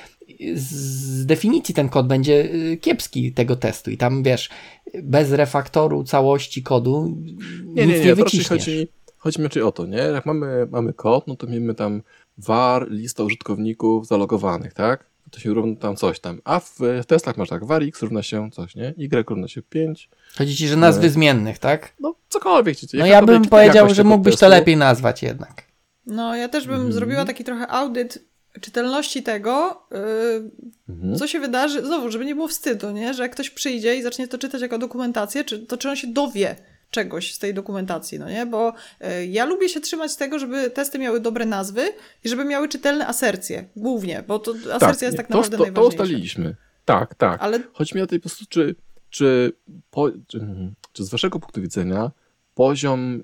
z definicji ten kod będzie yy, kiepski tego testu i tam wiesz, bez refaktoru całości kodu Nie, nic nie, nie, nie, to raczej wyciśniesz. chodzi, chodzi mi raczej o to, nie? Jak mamy, mamy kod, no to mamy tam var, lista użytkowników zalogowanych, tak? To się równa tam coś tam. A w testach masz tak, var x równa się coś, nie? Y równa się pięć. Chodzi ci, że nazwy Nie. zmiennych, tak? No cokolwiek. Ci, No ja bym powiedział, że mógłbyś to testu. lepiej nazwać jednak. No, ja też bym Mhm. zrobiła taki trochę audyt czytelności tego, yy, Mhm. co się wydarzy, znowu, żeby nie było wstydu, nie? Że jak ktoś przyjdzie i zacznie to czytać jako dokumentację, czy, to czy on się dowie czegoś z tej dokumentacji, no nie? Bo y, ja lubię się trzymać tego, żeby testy miały dobre nazwy i żeby miały czytelne asercje, głównie, bo to asercja tak, jest tak to, naprawdę to, to najważniejsza. ustaliliśmy. Tak, tak. Ale Chodzi mi o tej po prostu, czy, czy, po, czy, czy z waszego punktu widzenia poziom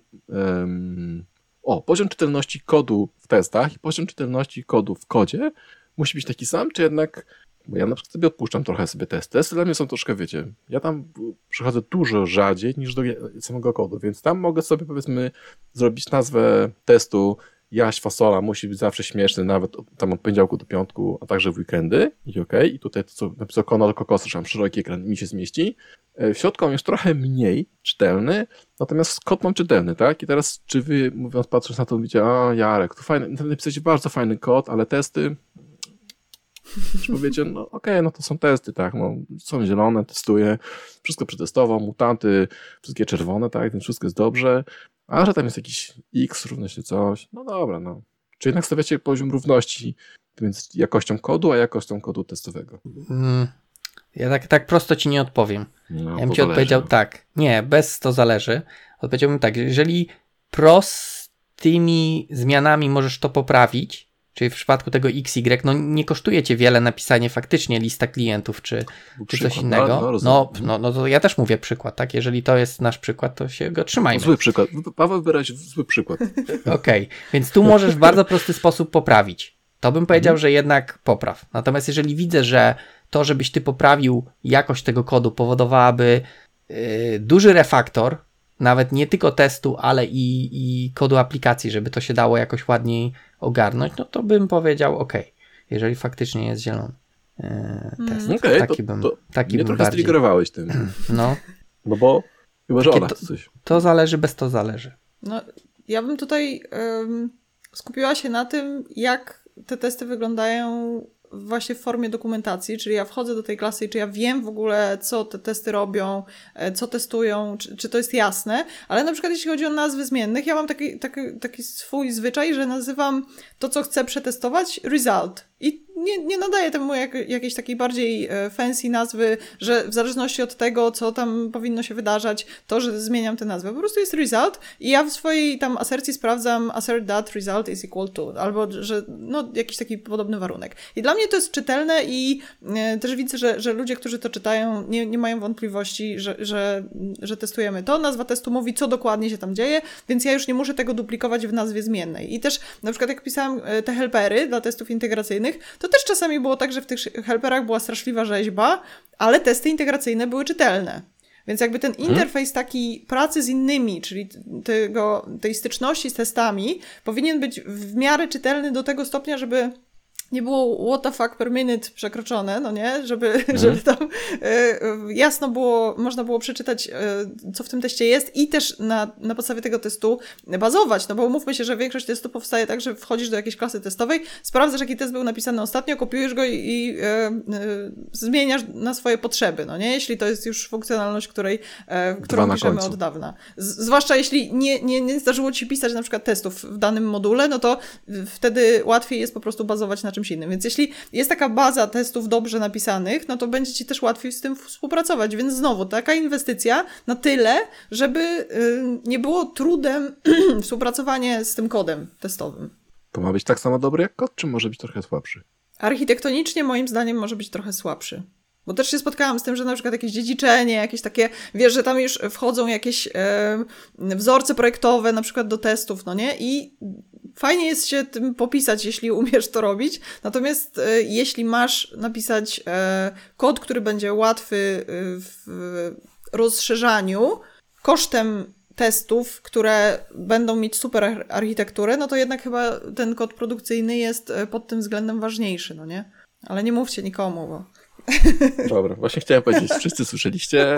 um, o, poziom czytelności kodu w testach i poziom czytelności kodu w kodzie musi być taki sam, czy jednak, bo ja na przykład sobie odpuszczam trochę sobie testy. Testy dla mnie są troszkę, wiecie, ja tam przychodzę dużo rzadziej niż do samego kodu, więc tam mogę sobie powiedzmy zrobić nazwę testu Jaś Fasola musi być zawsze śmieszny, nawet tam od poniedziałku do piątku, a także w weekendy i okej. Okay. I tutaj to, co napisał Konal Kokos, że mam szeroki ekran, mi się zmieści. W środku on jest trochę mniej czytelny, natomiast kod mam czytelny, tak? I teraz, czy wy, mówiąc, patrząc na to, mówicie, a Jarek, tu fajny, napisałeś bardzo fajny kod, ale testy, czy powiecie, no okej, okay, no to są testy, tak, no, są zielone, testuję, wszystko przetestował, mutanty, wszystkie czerwone, tak, więc wszystko jest dobrze, a że tam jest jakiś X, równa się coś, no dobra, no. Czy jednak stawiacie poziom równości między jakością kodu, a jakością kodu testowego? Mm, ja tak, tak prosto ci nie odpowiem. No, ja bym ci zależy. odpowiedział tak. Nie, bez to zależy. Odpowiedziałbym tak, jeżeli prostymi zmianami możesz to poprawić, Czyli w przypadku tego X Y, no nie kosztuje cię wiele napisanie faktycznie lista klientów, czy, czy coś innego. No, no, no, no to ja też mówię przykład, tak? Jeżeli to jest nasz przykład, to się go trzymajmy. Zły przykład. Paweł wybrać zły przykład. Okej, okay. Więc tu możesz w bardzo prosty sposób poprawić. To bym powiedział, mhm. że jednak popraw. Natomiast jeżeli widzę, że to, żebyś ty poprawił jakość tego kodu powodowałaby yy, duży refaktor, nawet nie tylko testu, ale i, i kodu aplikacji, żeby to się dało jakoś ładniej ogarnąć, no to bym powiedział ok, jeżeli faktycznie jest zielony e, test. Okej, okay, taki to, bym, to taki mnie bym trochę bardziej... striggerowałeś tym. No. No bo chyba, że Ola to, coś. To zależy, bez to zależy. No, ja bym tutaj um, skupiła się na tym, jak te testy wyglądają właśnie w formie dokumentacji, czyli ja wchodzę do tej klasy i czy ja wiem w ogóle, co te testy robią, co testują, czy, czy to jest jasne, ale na przykład jeśli chodzi o nazwy zmiennych, ja mam taki, taki, taki swój zwyczaj, że nazywam to, co chcę przetestować, result. I nie, nie nadaję temu jak, jakiejś takiej bardziej fancy nazwy, że w zależności od tego, co tam powinno się wydarzać, to, że zmieniam tę nazwę. Po prostu jest result i ja w swojej tam asercji sprawdzam assert that result is equal to, albo że no jakiś taki podobny warunek. I dla mnie to jest czytelne i e, też widzę, że, że ludzie, którzy to czytają, nie, nie mają wątpliwości, że, że, że testujemy to. Nazwa testu mówi, co dokładnie się tam dzieje, więc ja już nie muszę tego duplikować w nazwie zmiennej. I też na przykład jak pisałam te helpery dla testów integracyjnych, to też czasami było tak, że w tych helperach była straszliwa rzeźba, ale testy integracyjne były czytelne. Więc jakby ten interfejs taki pracy z innymi, czyli tego, tej styczności z testami, powinien być w miarę czytelny do tego stopnia, żeby nie było what the fuck per minute przekroczone, no nie? Żeby, mm. żeby tam y, jasno było, można było przeczytać, y, co w tym teście jest i też na, na podstawie tego testu bazować, no bo umówmy się, że większość testu powstaje tak, że wchodzisz do jakiejś klasy testowej, sprawdzasz, jaki test był napisany ostatnio, kopiujesz go i, i y, y, zmieniasz na swoje potrzeby, no nie? Jeśli to jest już funkcjonalność, której, y, którą piszemy od dawna. Z, zwłaszcza jeśli nie, nie, nie zdarzyło ci pisać na przykład testów w danym module, no to wtedy łatwiej jest po prostu bazować na czymś innym. Więc jeśli jest taka baza testów dobrze napisanych, no to będzie ci też łatwiej z tym współpracować. Więc znowu, taka inwestycja na tyle, żeby y, nie było trudem współpracowanie z tym kodem testowym. To ma być tak samo dobry jak kod, czy może być trochę słabszy? Architektonicznie moim zdaniem może być trochę słabszy. Bo też się spotkałam z tym, że na przykład jakieś dziedziczenie, jakieś takie, wiesz, że tam już wchodzą jakieś e, wzorce projektowe na przykład do testów, no nie? I fajnie jest się tym popisać, jeśli umiesz to robić. Natomiast e, jeśli masz napisać e, kod, który będzie łatwy e, w rozszerzaniu kosztem testów, które będą mieć super architekturę, no to jednak chyba ten kod produkcyjny jest pod tym względem ważniejszy, no nie? Ale nie mówcie nikomu, bo... Dobra, właśnie chciałem powiedzieć, wszyscy słyszeliście.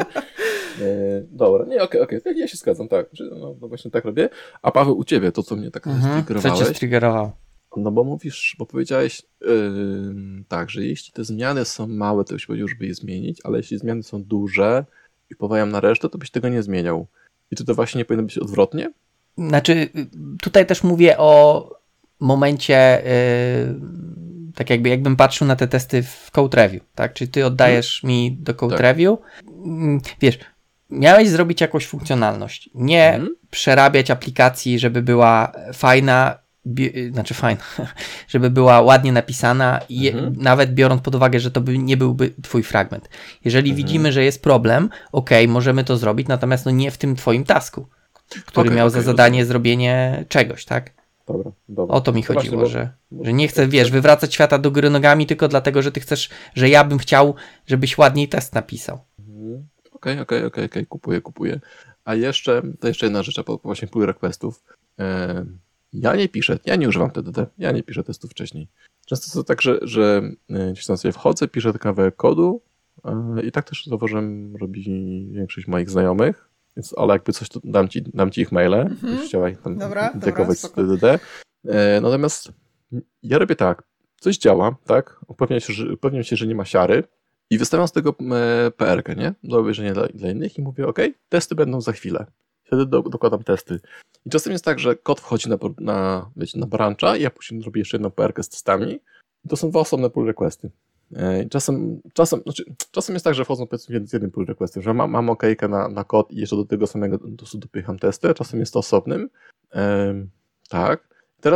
E, dobra, nie, okej, okay, okej, okay. Ja się zgadzam, tak, że no, no właśnie tak robię. A Paweł, u ciebie to, co mnie tak mhm, striggerowałeś. Co cię striggerowało? No bo mówisz, bo powiedziałeś yy, tak, że jeśli te zmiany są małe, to byś powiedział, żeby je zmienić, ale jeśli zmiany są duże i wpływają na resztę, to byś tego nie zmieniał. I to, to właśnie nie powinno być odwrotnie? Znaczy, tutaj też mówię o momencie... Yy... Tak jakby jakbym patrzył na te testy w code review, tak? Czyli ty oddajesz hmm. mi do code tak. review, wiesz, miałeś zrobić jakąś funkcjonalność, nie hmm. przerabiać aplikacji, żeby była fajna, bi- znaczy fajna, żeby była ładnie napisana i hmm. nawet biorąc pod uwagę, że to by nie byłby twój fragment. Jeżeli hmm. widzimy, że jest problem, okej, okay, możemy to zrobić, natomiast no nie w tym twoim tasku, który okay, miał okay, za zadanie rozumiem. zrobienie czegoś, tak? Dobra, dobra. O to mi chodziło, właśnie, że, bo, że nie chcę, wiesz, wywracać świata do góry nogami tylko dlatego, że ty chcesz, że ja bym chciał, żebyś ładniej test napisał. Okej, okej, okej, okej, kupuję, kupuję. A jeszcze, to jeszcze jedna rzecz, a właśnie pull requestów. E, ja nie piszę, ja nie używam T D D, ja nie piszę testów wcześniej. Często to tak, że, że gdzieś tam sobie wchodzę, piszę kawałek kodu e, i tak też zauważyłem, robi większość moich znajomych. Więc ale jakby coś, to dam ci, dam ci ich maile, mm-hmm. byś chciała ich tam integrować z T D D. E, natomiast ja robię tak, coś działa, tak, upewniam się, że, upewniam się, że nie ma siary i wystawiam z tego e, P R-kę, nie, do obejrzenia dla, dla innych i mówię, ok, testy będą za chwilę. Wtedy do, dokładam testy. I czasem jest tak, że kod wchodzi na, na, wiecie, na brancha i ja później robię jeszcze jedną P R-kę z testami. I to są dwa osobne pull requesty. Czasem, czasem, znaczy, czasem jest tak, że wchodzą powiedzmy z jednym pull requestem, że mam, mam okejkę na, na kod i jeszcze do tego samego dopycham testy, czasem jest to osobnym. Ehm, tak. Teraz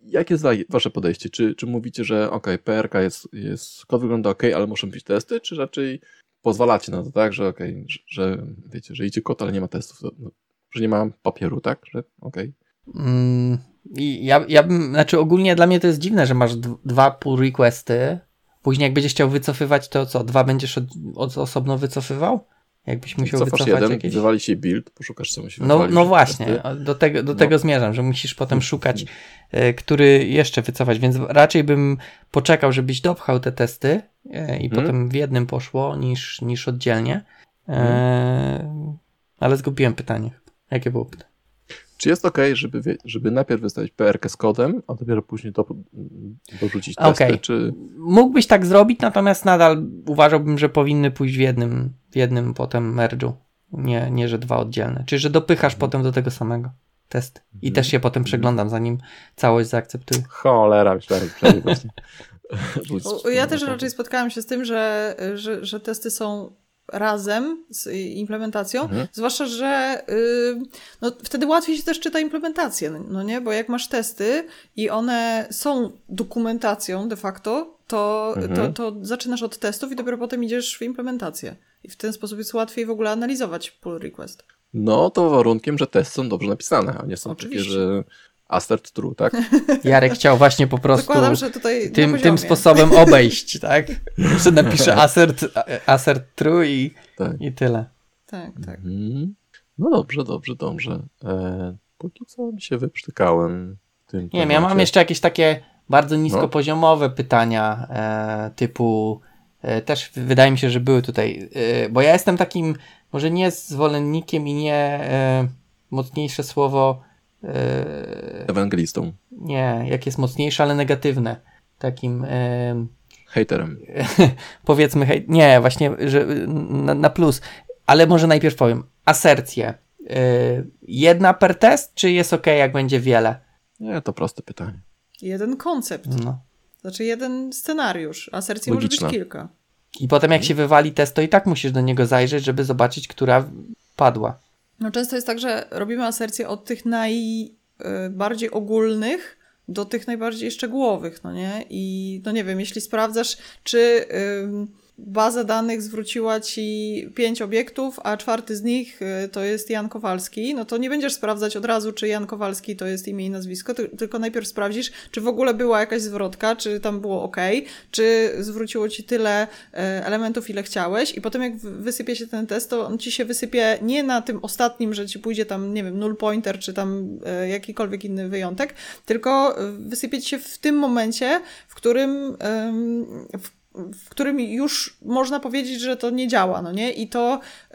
jakie jest wasze podejście? Czy, czy mówicie, że ok, P R K jest, jest, kod wygląda ok, ale muszą być testy, czy raczej pozwalacie na to, tak, że ok, że, że wiecie, że idzie kod, ale nie ma testów, to, no, że nie ma papieru, tak, że ok. Mm, i ja, ja bym, znaczy ogólnie dla mnie to jest dziwne, że masz d- dwa pull requesty, później jak będziesz chciał wycofywać, to co, dwa będziesz od, od osobno wycofywał? Jakbyś musiał Cofasz wycofać jeden, jakieś... wywali się build, poszukasz, co musi No, wywalić. no właśnie, do tego, do no. tego zmierzam, że musisz potem szukać, y, który jeszcze wycofać, więc raczej bym poczekał, żebyś dopchał te testy y, i hmm. potem w jednym poszło, niż, niż oddzielnie. Y, hmm. Ale zgubiłem pytanie. Jakie było pytanie? Czy jest ok, żeby, żeby najpierw wystawić P R K z kodem, a dopiero później do, dorzucić testy? Okay. Czy... Mógłbyś tak zrobić, natomiast nadal uważałbym, że powinny pójść w jednym, w jednym potem merge'u. Nie, nie, że dwa oddzielne. Czyli, że dopychasz hmm. potem do tego samego testy. I hmm. też je potem przeglądam, zanim całość zaakceptuję. Cholera, myślałem, że właśnie. Ja też raczej spotkałam się z tym, że, że, że testy są razem z implementacją, mhm. zwłaszcza, że yy, no, wtedy łatwiej się też czyta implementację, no nie? Bo jak masz testy i one są dokumentacją de facto, to, mhm. to, to zaczynasz od testów i dopiero potem idziesz w implementację. I w ten sposób jest łatwiej w ogóle analizować pull request. No to warunkiem, że testy są dobrze napisane, a nie są Oczywiście. takie, że assert true, tak? Jarek chciał właśnie po prostu Zakładam, że tutaj tym, tym sposobem obejść, tak? Że napisze assert, assert true i, tak. i tyle. Tak, tak. Mhm. No dobrze, dobrze, dobrze. E, póki co mi się wyprztykałem w tym Nie wiem, ja mam jeszcze jakieś takie bardzo niskopoziomowe no. pytania e, typu e, też wydaje mi się, że były tutaj, e, bo ja jestem takim może nie zwolennikiem i nie e, mocniejsze słowo ewangelistą. Nie, jak jest mocniejsze, ale negatywne. Takim e... hejterem. Powiedzmy, hej... nie, właśnie że na, na plus. Ale może najpierw powiem. Asercje. E... Jedna per test, czy jest ok, jak będzie wiele? Nie, to proste pytanie. Jeden koncept. No. Znaczy jeden scenariusz. Asercji może być kilka. I potem jak się wywali test, to i tak musisz do niego zajrzeć, żeby zobaczyć, która padła. No często jest tak, że robimy asercję od tych najbardziej ogólnych do tych najbardziej szczegółowych, no nie? I no nie wiem, jeśli sprawdzasz, czy y, baza danych zwróciła ci pięć obiektów, a czwarty z nich y, to jest Jan Kowalski, no to nie będziesz sprawdzać od razu, czy Jan Kowalski to jest imię i nazwisko, ty, tylko najpierw sprawdzisz, czy w ogóle była jakaś zwrotka, czy tam było ok, czy zwróciło ci tyle y, elementów, ile chciałeś i potem jak wysypie się ten test, to on ci się wysypie nie na tym ostatnim, że ci pójdzie tam, nie wiem, null pointer, czy tam y, jakikolwiek inny wyjątek, tylko wysypie ci się w tym momencie, w którym y, w w którym już można powiedzieć, że to nie działa, no nie? I to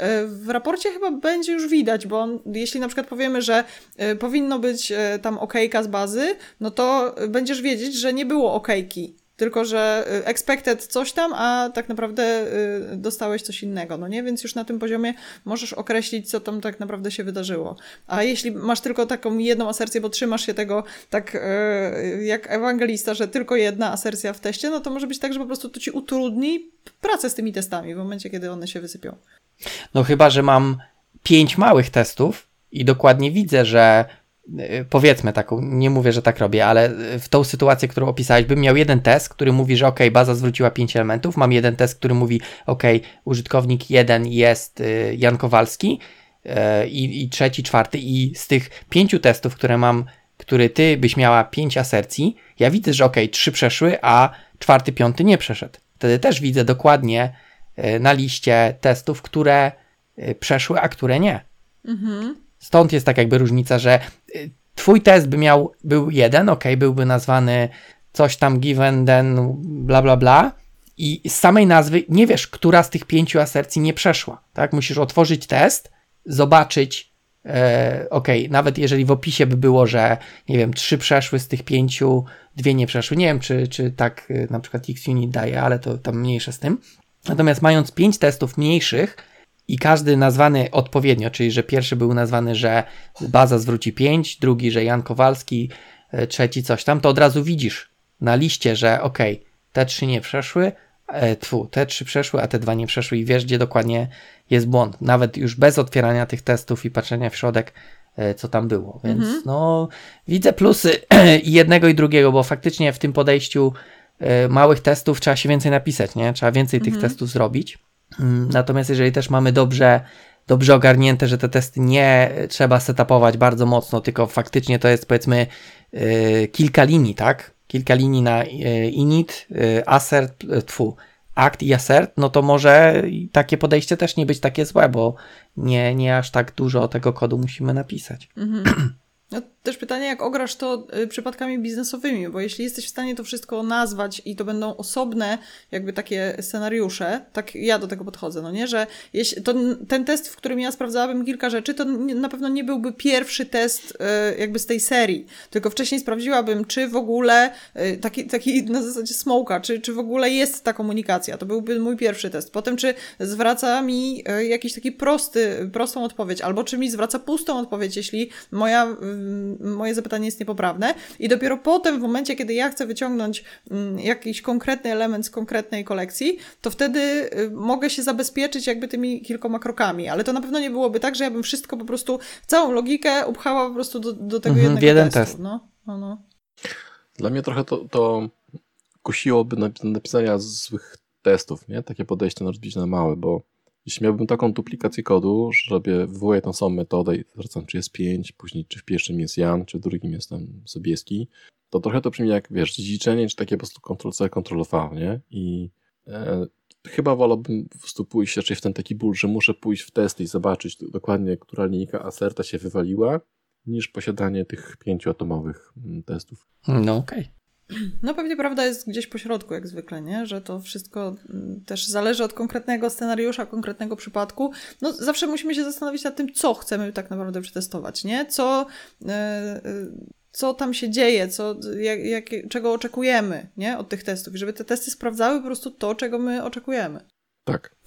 w raporcie chyba będzie już widać, bo on, jeśli na przykład powiemy, że powinno być tam okejka z bazy, no to będziesz wiedzieć, że nie było okejki, tylko że expected coś tam, a tak naprawdę dostałeś coś innego, no nie? Więc już na tym poziomie możesz określić, co tam tak naprawdę się wydarzyło. A jeśli masz tylko taką jedną asercję, bo trzymasz się tego tak jak ewangelista, że tylko jedna asercja w teście, no to może być tak, że po prostu to ci utrudni pracę z tymi testami w momencie, kiedy one się wysypią. No chyba, że mam pięć małych testów i dokładnie widzę, że powiedzmy taką, nie mówię, że tak robię, ale w tą sytuację, którą opisałeś, bym miał jeden test, który mówi, że ok, baza zwróciła pięć elementów, mam jeden test, który mówi, ok, użytkownik jeden jest y, Jan Kowalski y, i trzeci, czwarty i z tych pięciu testów, które mam, który ty byś miała pięć asercji, ja widzę, że ok, trzy przeszły, a czwarty, piąty nie przeszedł. Wtedy też widzę dokładnie y, na liście testów, które y, przeszły, a które nie. Mhm. Stąd jest tak jakby różnica, że twój test by miał, był jeden, ok, byłby nazwany coś tam given, then bla bla bla i z samej nazwy nie wiesz, która z tych pięciu asercji nie przeszła, tak? Musisz otworzyć test, zobaczyć, e, ok, nawet jeżeli w opisie by było, że nie wiem, trzy przeszły z tych pięciu, dwie nie przeszły, nie wiem, czy, czy tak na przykład Xunit daje, ale to tam mniejsze z tym. Natomiast mając pięć testów mniejszych, i każdy nazwany odpowiednio, czyli że pierwszy był nazwany, że baza zwróci pięć, drugi, że Jan Kowalski, trzeci coś tam, to od razu widzisz na liście, że ok, te trzy nie przeszły, e, tfu, te trzy przeszły, a te dwa nie przeszły i wiesz, gdzie dokładnie jest błąd. Nawet już bez otwierania tych testów i patrzenia w środek co tam było. Więc mhm. no widzę plusy i jednego i drugiego, bo faktycznie w tym podejściu małych testów trzeba się więcej napisać, nie? Trzeba więcej mhm. tych testów zrobić. Natomiast jeżeli też mamy dobrze dobrze ogarnięte, że te testy nie trzeba setupować bardzo mocno, tylko faktycznie to jest powiedzmy yy, kilka linii, tak? Kilka linii na yy, init, yy, assert, yy, tfu, act i assert, no to może takie podejście też nie być takie złe, bo nie, nie aż tak dużo tego kodu musimy napisać. Mhm. No, też pytanie, jak ograsz to y, przypadkami biznesowymi, bo jeśli jesteś w stanie to wszystko nazwać i to będą osobne jakby takie scenariusze, tak ja do tego podchodzę, no nie, że jeśli, to ten test, w którym ja sprawdzałabym kilka rzeczy, to nie, na pewno nie byłby pierwszy test y, jakby z tej serii, tylko wcześniej sprawdziłabym, czy w ogóle y, taki, taki na zasadzie smoka, czy, czy w ogóle jest ta komunikacja, to byłby mój pierwszy test. Potem, czy zwraca mi y, jakiś taki prosty, prostą odpowiedź, albo czy mi zwraca pustą odpowiedź, jeśli moja y, moje zapytanie jest niepoprawne i dopiero potem w momencie, kiedy ja chcę wyciągnąć mm, jakiś konkretny element z konkretnej kolekcji, to wtedy y, mogę się zabezpieczyć jakby tymi kilkoma krokami, ale to na pewno nie byłoby tak, że ja bym wszystko po prostu, całą logikę upchała po prostu do, do tego mhm, jednego jeden testu. Test. No, no, no. Dla mnie trochę to, to kusiłoby napisania złych testów, nie? Takie podejście na rozbicie na małe, bo jeśli miałbym taką duplikację kodu, że sobie wywołuję tą samą metodę i zwracam, czy jest pięć, później czy w pierwszym jest Jan, czy w drugim jest tam Sobieski, to trochę to brzmi jak, wiesz, dziedziczenie, czy takie po prostu Ctrl-C, Ctrl-V, nie? I e, chyba wolałbym po prostu pójść raczej w ten taki ból, że muszę pójść w testy i zobaczyć dokładnie, która linijka aserta się wywaliła, niż posiadanie tych pięciu atomowych testów. No okej. Okay. No pewnie prawda jest gdzieś po środku, jak zwykle, nie? Że to wszystko też zależy od konkretnego scenariusza, konkretnego przypadku. No zawsze musimy się zastanowić nad tym, co chcemy tak naprawdę przetestować, nie? Co, yy, co tam się dzieje, co, jak, jak, czego oczekujemy, nie? Od tych testów. I żeby te testy sprawdzały po prostu to, czego my oczekujemy. Tak.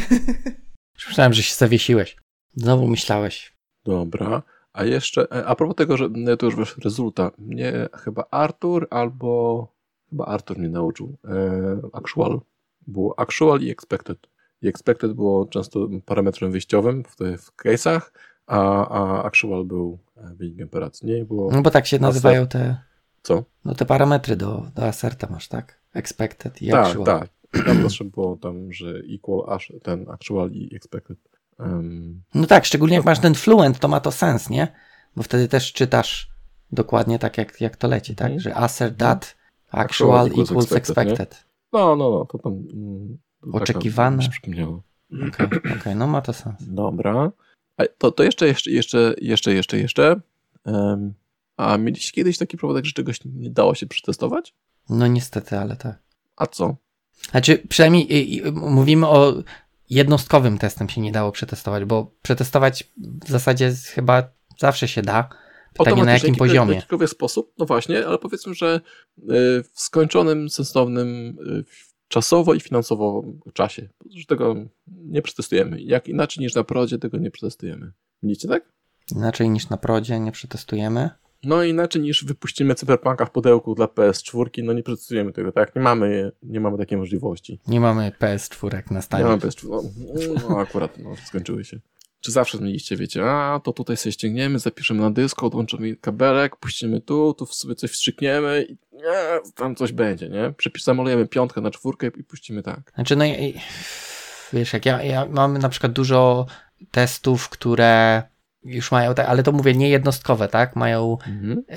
Już myślałem, że się zawiesiłeś. Znowu myślałeś. Dobra. A jeszcze, a propos tego, że to już wiesz, rezultat, mnie chyba Artur albo, chyba Artur mnie nauczył, e, actual, było actual i expected. I expected było często parametrem wyjściowym w, w case'ach, a, a actual był wynikiem operacji. Nie było. No bo tak się nazywają te, co? No te parametry do, do asserta masz, tak? Expected i tak, actual. Tak, tak. Tam zawsze było tam, że equal, ten actual i expected. Um, no tak, szczególnie jak masz ten fluent, to ma to sens, nie? Bo wtedy też czytasz dokładnie tak, jak, jak to leci, tak? Mm. Że assert that actual, actual equals, equals expected. expected. No, no, no, to tam... Mm, oczekiwane. Okej, okay, okay, no ma to sens. Dobra. A to, to jeszcze, jeszcze, jeszcze, jeszcze, jeszcze, jeszcze. Um, a mieliście kiedyś taki przypadek, że czegoś nie dało się przetestować? No niestety, ale tak. A co? Znaczy, przynajmniej y, y, mówimy o jednostkowym testem się nie dało przetestować, bo przetestować w zasadzie chyba zawsze się da. Pytanie na jakim poziomie. W jakikolwiek sposób, no właśnie, ale powiedzmy, że w skończonym, sensownym czasowo i finansowo czasie, że tego nie przetestujemy. Jak inaczej niż na prodzie, tego nie przetestujemy. Widzicie, tak? Inaczej niż na prodzie nie przetestujemy. No inaczej niż wypuścimy Cyberpunka w pudełku dla P S cztery, no nie przetestujemy tego, tak? Nie mamy, nie mamy takiej możliwości. Nie mamy P S cztery na stanie. Nie mamy P S cztery, no, no akurat, no, skończyły się. Czy zawsze mieliście, wiecie, a to tutaj sobie ściągniemy, zapiszemy na dysku, odłączymy kabelek, puścimy tu, tu sobie coś wstrzykniemy i nie, tam coś będzie, nie? Przepis zamolujemy piątkę na czwórkę i puścimy tak. Znaczy, no i wiesz, jak ja, ja mam na przykład dużo testów, które już mają, ale to mówię niejednostkowe, tak? Mają, mhm. yy,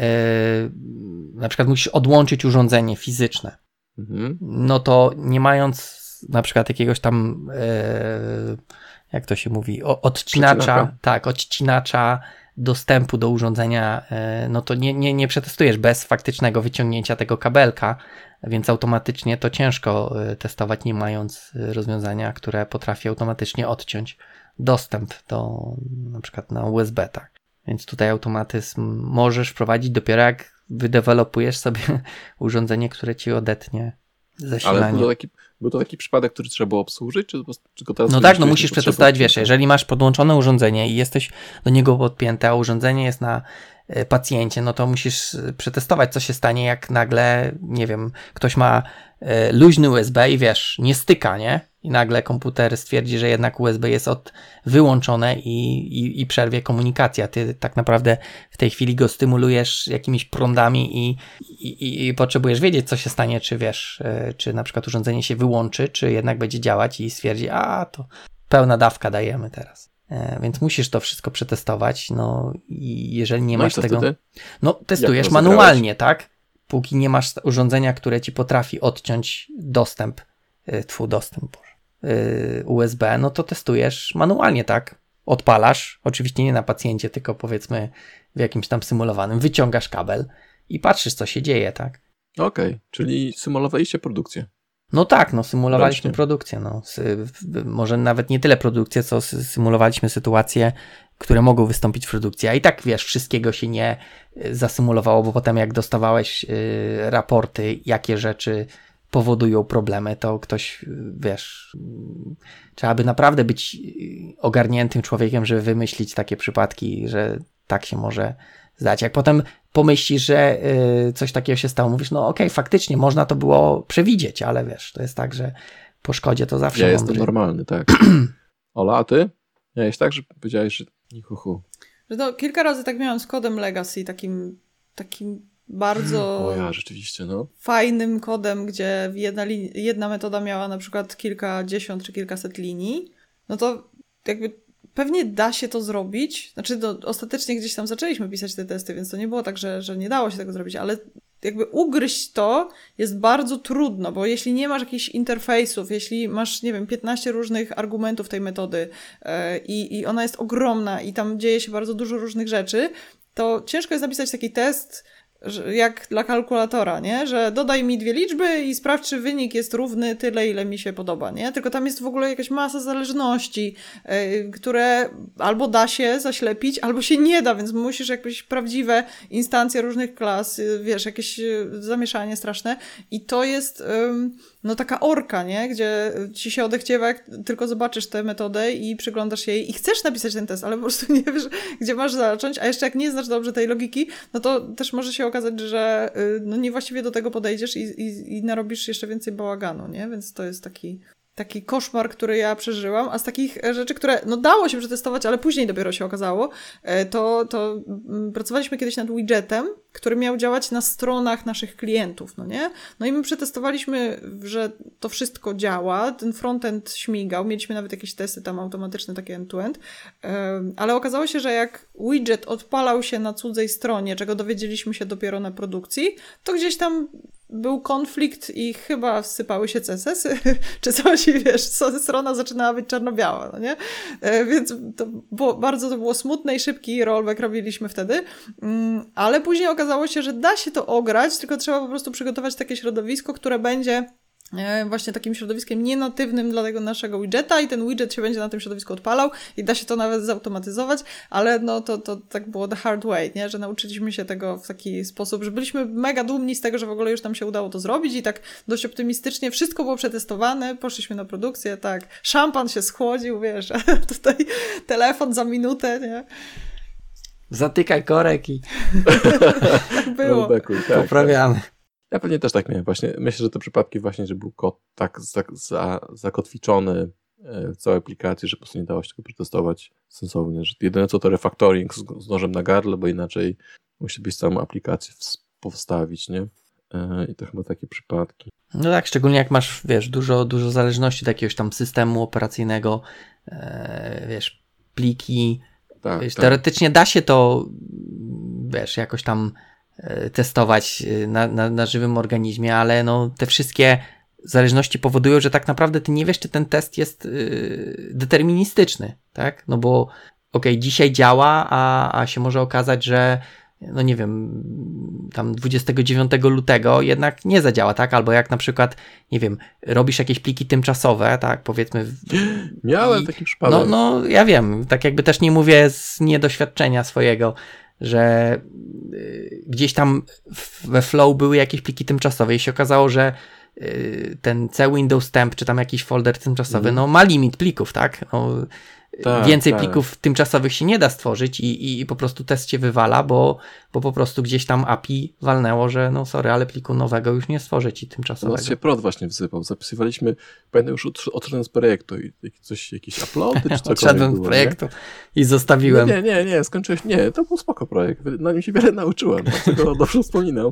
na przykład musisz odłączyć urządzenie fizyczne. Mhm. No to nie mając na przykład jakiegoś tam yy, jak to się mówi, o, odcinacza, tak, odcinacza dostępu do urządzenia, no to nie, nie, nie przetestujesz bez faktycznego wyciągnięcia tego kabelka, więc automatycznie to ciężko testować, nie mając rozwiązania, które potrafi automatycznie odciąć dostęp do, na przykład na U S B, tak. Więc tutaj automatyzm możesz wprowadzić dopiero jak wydewelopujesz sobie urządzenie, które ci odetnie zasilanie. Ale był to taki, był to taki przypadek, który trzeba było obsłużyć? Czy, czy go teraz no tak, no musisz przetestować, wiesz, jeżeli masz podłączone urządzenie i jesteś do niego podpięty, a urządzenie jest na y, pacjencie, no to musisz przetestować, co się stanie, jak nagle, nie wiem, ktoś ma y, luźny U S B i wiesz, nie styka, nie? i nagle komputer stwierdzi, że jednak U S B jest od, wyłączone i, i, i przerwie komunikacja. Ty tak naprawdę w tej chwili go stymulujesz jakimiś prądami i, i, i potrzebujesz wiedzieć, co się stanie, czy wiesz, czy na przykład urządzenie się wyłączy, czy jednak będzie działać i stwierdzi, a to pełna dawka dajemy teraz. E, więc musisz to wszystko przetestować, no i jeżeli nie no masz tego... Wtedy? No testujesz manualnie, tak? Póki nie masz urządzenia, które ci potrafi odciąć dostęp, twój dostęp U S B, no to testujesz manualnie, tak? Odpalasz, oczywiście nie na pacjencie, tylko powiedzmy w jakimś tam symulowanym, wyciągasz kabel i patrzysz, co się dzieje, tak? Okej, okay, czyli symulowaliście produkcję. No tak, no symulowaliśmy Ręcznie. produkcję, no. Może nawet nie tyle produkcję, co symulowaliśmy sytuacje, które mogą wystąpić w produkcji, a i tak, wiesz, wszystkiego się nie zasymulowało, bo potem jak dostawałeś y, raporty, jakie rzeczy powodują problemy, to ktoś, wiesz, trzeba by naprawdę być ogarniętym człowiekiem, żeby wymyślić takie przypadki, że tak się może zdać. Jak potem pomyślisz, że y, coś takiego się stało, mówisz, no okej, okay, faktycznie można to było przewidzieć, ale wiesz, to jest tak, że po szkodzie to zawsze Ja mądry. jestem normalny, tak. Ola, a ty? Ja jest tak, że powiedziałeś, że nichuchu. Że no, kilka razy tak miałam z kodem Legacy, takim, takim bardzo o ja, rzeczywiście, no. fajnym kodem, gdzie jedna, li- jedna metoda miała na przykład kilkadziesiąt czy kilkaset linii, no to jakby pewnie da się to zrobić. Znaczy, no, ostatecznie gdzieś tam zaczęliśmy pisać te testy, więc to nie było tak, że, że nie dało się tego zrobić, ale jakby ugryźć to jest bardzo trudno, bo jeśli nie masz jakichś interfejsów, jeśli masz, nie wiem, piętnaście różnych argumentów tej metody yy, i ona jest ogromna i tam dzieje się bardzo dużo różnych rzeczy, to ciężko jest napisać taki test, jak dla kalkulatora, nie? Że dodaj mi dwie liczby i sprawdź, czy wynik jest równy tyle, ile mi się podoba, nie? Tylko tam jest w ogóle jakaś masa zależności, yy, które albo da się zaślepić, albo się nie da, więc musisz jakieś prawdziwe instancje różnych klas, yy, wiesz, jakieś yy, zamieszanie straszne i to jest yy, no taka orka, nie? Gdzie ci się odechciewa, jak tylko zobaczysz tę metodę i przyglądasz się jej i chcesz napisać ten test, ale po prostu nie wiesz, gdzie masz zacząć, a jeszcze jak nie znasz dobrze tej logiki, no to też może się okazać, że no niewłaściwie do tego podejdziesz i, i, i narobisz jeszcze więcej bałaganu, nie? Więc to jest taki, taki koszmar, który ja przeżyłam, a z takich rzeczy, które no dało się przetestować, ale później dopiero się okazało, to, to pracowaliśmy kiedyś nad widgetem, który miał działać na stronach naszych klientów, no nie? No i my przetestowaliśmy, że to wszystko działa, ten frontend śmigał, mieliśmy nawet jakieś testy tam automatyczne, takie end-to-end, ale okazało się, że jak widget odpalał się na cudzej stronie, czego dowiedzieliśmy się dopiero na produkcji, to gdzieś tam był konflikt i chyba wsypały się C S S-y, czy coś, i wiesz, strona zaczynała być czarno-biała, no nie? Więc to było, bardzo to było smutne i szybki rollback robiliśmy wtedy, ale później okazało się, że da się to ograć, tylko trzeba po prostu przygotować takie środowisko, które będzie właśnie takim środowiskiem nienatywnym dla tego naszego widgeta i ten widget się będzie na tym środowisku odpalał i da się to nawet zautomatyzować, ale no to, to tak było the hard way, nie? Że nauczyliśmy się tego w taki sposób, że byliśmy mega dumni z tego, że w ogóle już nam się udało to zrobić i tak dość optymistycznie wszystko było przetestowane, poszliśmy na produkcję, tak, szampan się schłodził, wiesz, tutaj telefon za minutę, nie? Zatykaj korek i tak było. Tak, poprawiamy. Tak. Ja pewnie też tak miałem. Właśnie myślę, że te przypadki właśnie, że był kod tak za, za, zakotwiczony w całej aplikacji, że po prostu nie dało się tego przetestować sensownie. Że jedyne co to refactoring z, z nożem na gardle, bo inaczej musi być całą aplikację powstawić, nie? I to chyba takie przypadki. No tak, szczególnie jak masz, wiesz, dużo, dużo zależności do jakiegoś tam systemu operacyjnego, e, wiesz, pliki. Tak, wiesz, tak. Teoretycznie da się to, wiesz, jakoś tam testować na, na, na żywym organizmie, ale no te wszystkie zależności powodują, że tak naprawdę ty nie wiesz, czy ten test jest yy, deterministyczny, tak? No bo okej, okay, dzisiaj działa, a, a się może okazać, że no nie wiem, tam dwudziestego dziewiątego lutego jednak nie zadziała, tak? Albo jak na przykład, nie wiem, robisz jakieś pliki tymczasowe, tak? Powiedzmy. W, Miałem i, taki przypadek. No, no ja wiem, tak jakby też nie mówię z niedoświadczenia swojego, że gdzieś tam we Flow były jakieś pliki tymczasowe i się okazało, że ten C Windows Temp, czy tam jakiś folder tymczasowy, mm. no ma limit plików, tak? No, tak, więcej tak. plików tymczasowych się nie da stworzyć i, i, i po prostu test cię wywala, bo, bo po prostu gdzieś tam A P I walnęło, że no sorry, ale pliku nowego już nie stworzę ci tymczasowego. U nas się prod właśnie wsypał. Zapisywaliśmy, pamiętam już odszedłem z projektu i coś, jakieś uploady czy cokolwiek Odszedłem było, z projektu nie? i zostawiłem. Nie, nie, nie, skończyłeś, nie, to był spoko projekt. Na nim się wiele nauczyłem, dlatego dobrze wspominam.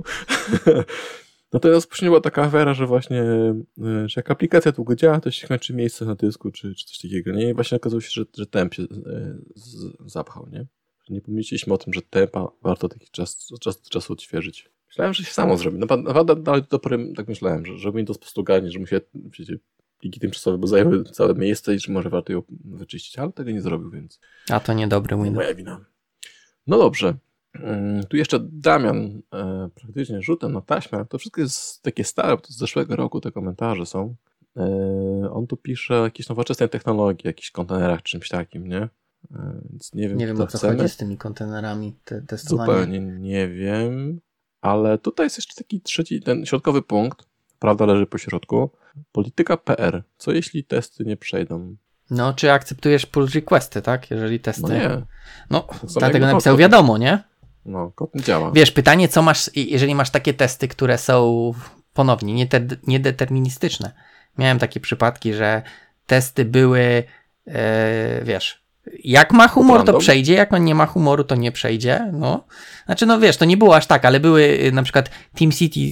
Natomiast później była taka afera, że właśnie, że jak aplikacja długo działa, to się kończy miejsce na dysku, czy, czy coś takiego, nie? I właśnie okazało się, że, że temp się z, zapchał, nie? Nie pomyśleliśmy o tym, że tempa warto taki czas od czasu do czasu odświeżyć. Myślałem, że się samo zrobi. Naprawdę nawet do pory tak myślałem, że, że mi to po prostu ganie, że mu się pliki tymczasowe, bo zajęły całe miejsce i że może warto ją wyczyścić, ale tego nie zrobił, więc... A to niedobry Windows. Moja wina. No dobrze. Tu jeszcze Damian e, praktycznie rzutem na taśmę. To wszystko jest takie stare, bo to z zeszłego roku te komentarze są. E, on tu pisze o jakiejś nowoczesnej technologii, jakichś kontenerach, czymś takim, nie? E, więc nie wiem, nie wiem o co chcemy. Chodzi z tymi kontenerami te, testowania. Zupełnie nie wiem, ale tutaj jest jeszcze taki trzeci, ten środkowy punkt, prawda leży po środku. Polityka P R. Co jeśli testy nie przejdą? No, czy akceptujesz pull requesty, tak? Jeżeli testy... No nie. No, dlatego napisał wiadomo, nie? No, kod nie działa. Wiesz, pytanie, co masz, jeżeli masz takie testy, które są ponownie niedeterministyczne. Miałem takie przypadki, że testy były, e, wiesz, jak ma humor, to przejdzie, jak on nie ma humoru, to nie przejdzie, no. Znaczy, no wiesz, to nie było aż tak, ale były na przykład TeamCity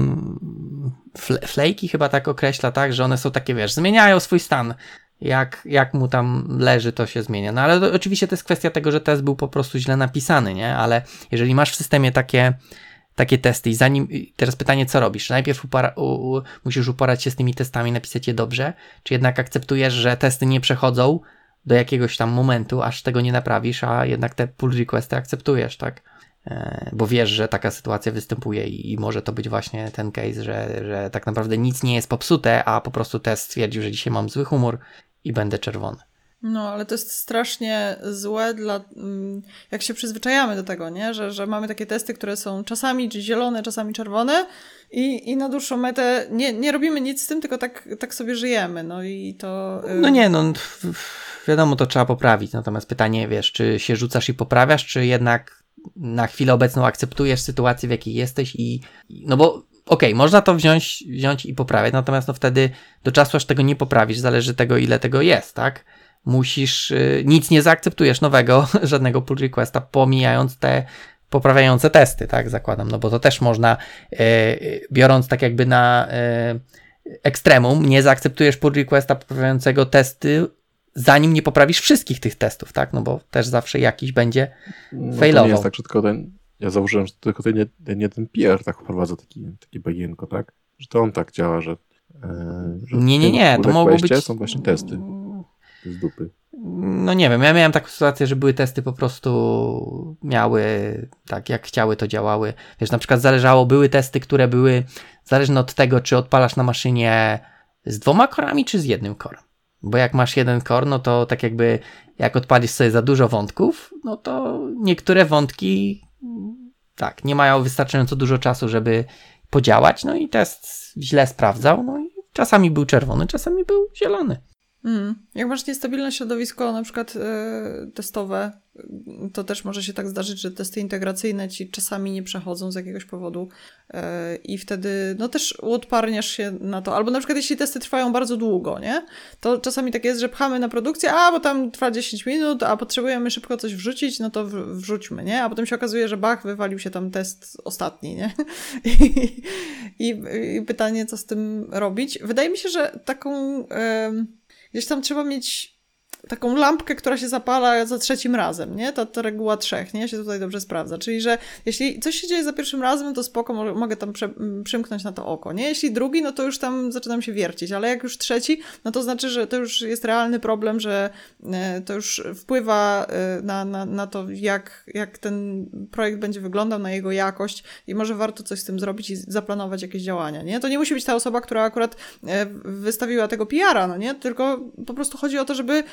tam flaky chyba tak określa, tak, że one są takie, wiesz, zmieniają swój stan. Jak, jak mu tam leży, to się zmienia. No ale to, oczywiście to jest kwestia tego, że test był po prostu źle napisany, nie? Ale jeżeli masz w systemie takie, takie testy i zanim, teraz pytanie, co robisz? Najpierw upara, u, u, musisz uporać się z tymi testami, napisać je dobrze, czy jednak akceptujesz, że testy nie przechodzą do jakiegoś tam momentu, aż tego nie naprawisz, a jednak te pull requesty akceptujesz, tak? E, bo wiesz, że taka sytuacja występuje i, i może to być właśnie ten case, że, że tak naprawdę nic nie jest popsute, a po prostu test stwierdził, że dzisiaj mam zły humor i będę czerwony. No, ale to jest strasznie złe dla, jak się przyzwyczajamy do tego, nie? Że, że mamy takie testy, które są czasami zielone, czasami czerwone i, i na dłuższą metę nie, nie robimy nic z tym, tylko tak, tak sobie żyjemy, no i to... Yy... No nie, no wiadomo, to trzeba poprawić, natomiast pytanie, wiesz, czy się rzucasz i poprawiasz, czy jednak na chwilę obecną akceptujesz sytuację, w jakiej jesteś i... no bo okej, okay, można to wziąć, wziąć i poprawiać, natomiast no wtedy do czasu aż tego nie poprawisz, zależy tego, ile tego jest, tak? Musisz, y, nic nie zaakceptujesz nowego, żadnego pull requesta, pomijając te poprawiające testy, tak? Zakładam, no bo to też można, y, biorąc tak jakby na y, ekstremum, nie zaakceptujesz pull requesta poprawiającego testy, zanim nie poprawisz wszystkich tych testów, tak? No bo też zawsze jakiś będzie no failował. To nie jest tak, że tylko ten, ja założyłem, że tylko ten, ten jeden P R tak wprowadza taki, taki bagienko, tak? Że to on tak działa, że, e, że nie, nie, nie, to mogło być... są właśnie testy z dupy. No nie wiem, ja miałem taką sytuację, że były testy po prostu miały, tak jak chciały, to działały. Wiesz, na przykład zależało, były testy, które były zależne od tego, czy odpalasz na maszynie z dwoma korami, czy z jednym korem. Bo jak masz jeden core, no to tak jakby jak odpalisz sobie za dużo wątków, no to niektóre wątki tak, nie mają wystarczająco dużo czasu, żeby podziałać, no i test źle sprawdzał, no i czasami był czerwony, czasami był zielony. Mm. Jak masz niestabilne środowisko, na przykład yy, testowe, to też może się tak zdarzyć, że testy integracyjne ci czasami nie przechodzą z jakiegoś powodu yy, i wtedy no też uodparniasz się na to. Albo na przykład jeśli testy trwają bardzo długo, nie? To czasami tak jest, że pchamy na produkcję, a bo tam trwa dziesięć minut, a potrzebujemy szybko coś wrzucić, no to w- wrzućmy, nie? A potem się okazuje, że bach, wywalił się tam test ostatni, nie? I, i, i pytanie, co z tym robić? Wydaje mi się, że taką... Yy, Gdzieś tam trzeba mieć taką lampkę, która się zapala za trzecim razem, nie? Ta, ta reguła trzech, nie? Się tutaj dobrze sprawdza. Czyli, że jeśli coś się dzieje za pierwszym razem, to spoko, mogę, mogę tam prze, przymknąć na to oko, nie? Jeśli drugi, no to już tam zaczynam się wiercić, ale jak już trzeci, no to znaczy, że to już jest realny problem, że to już wpływa na, na, na to, jak, jak ten projekt będzie wyglądał, na jego jakość i może warto coś z tym zrobić i zaplanować jakieś działania, nie? To nie musi być ta osoba, która akurat wystawiła tego P R a, no nie? Tylko po prostu chodzi o to, żeby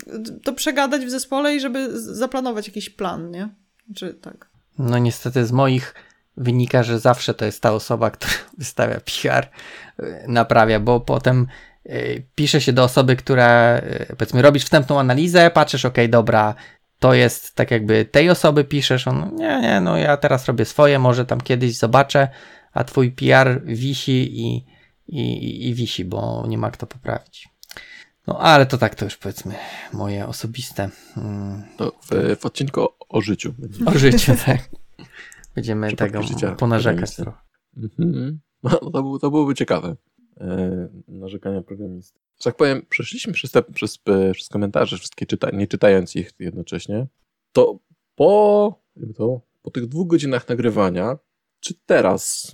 to przegadać w zespole i żeby zaplanować jakiś plan, nie? Czy tak? No niestety z moich wynika, że zawsze to jest ta osoba, która wystawia P R, naprawia, bo potem pisze się do osoby, która, powiedzmy, robisz wstępną analizę, patrzysz, okej, okay, dobra, to jest tak jakby tej osoby piszesz, on, nie, nie, no ja teraz robię swoje, może tam kiedyś zobaczę, a twój P R wisi i, i, i wisi, bo nie ma kto poprawić. No ale to tak, to już powiedzmy moje osobiste. Hmm. To w, w odcinku o, o życiu. O życiu, tak. Będziemy tego ponarzekać trochę. Mhm. No, to, było, to byłoby ciekawe. E, narzekania programisty. Że tak powiem, przeszliśmy przez, te, przez, przez komentarze, wszystkie czyta, nie czytając ich jednocześnie, to po, to po tych dwóch godzinach nagrywania, czy teraz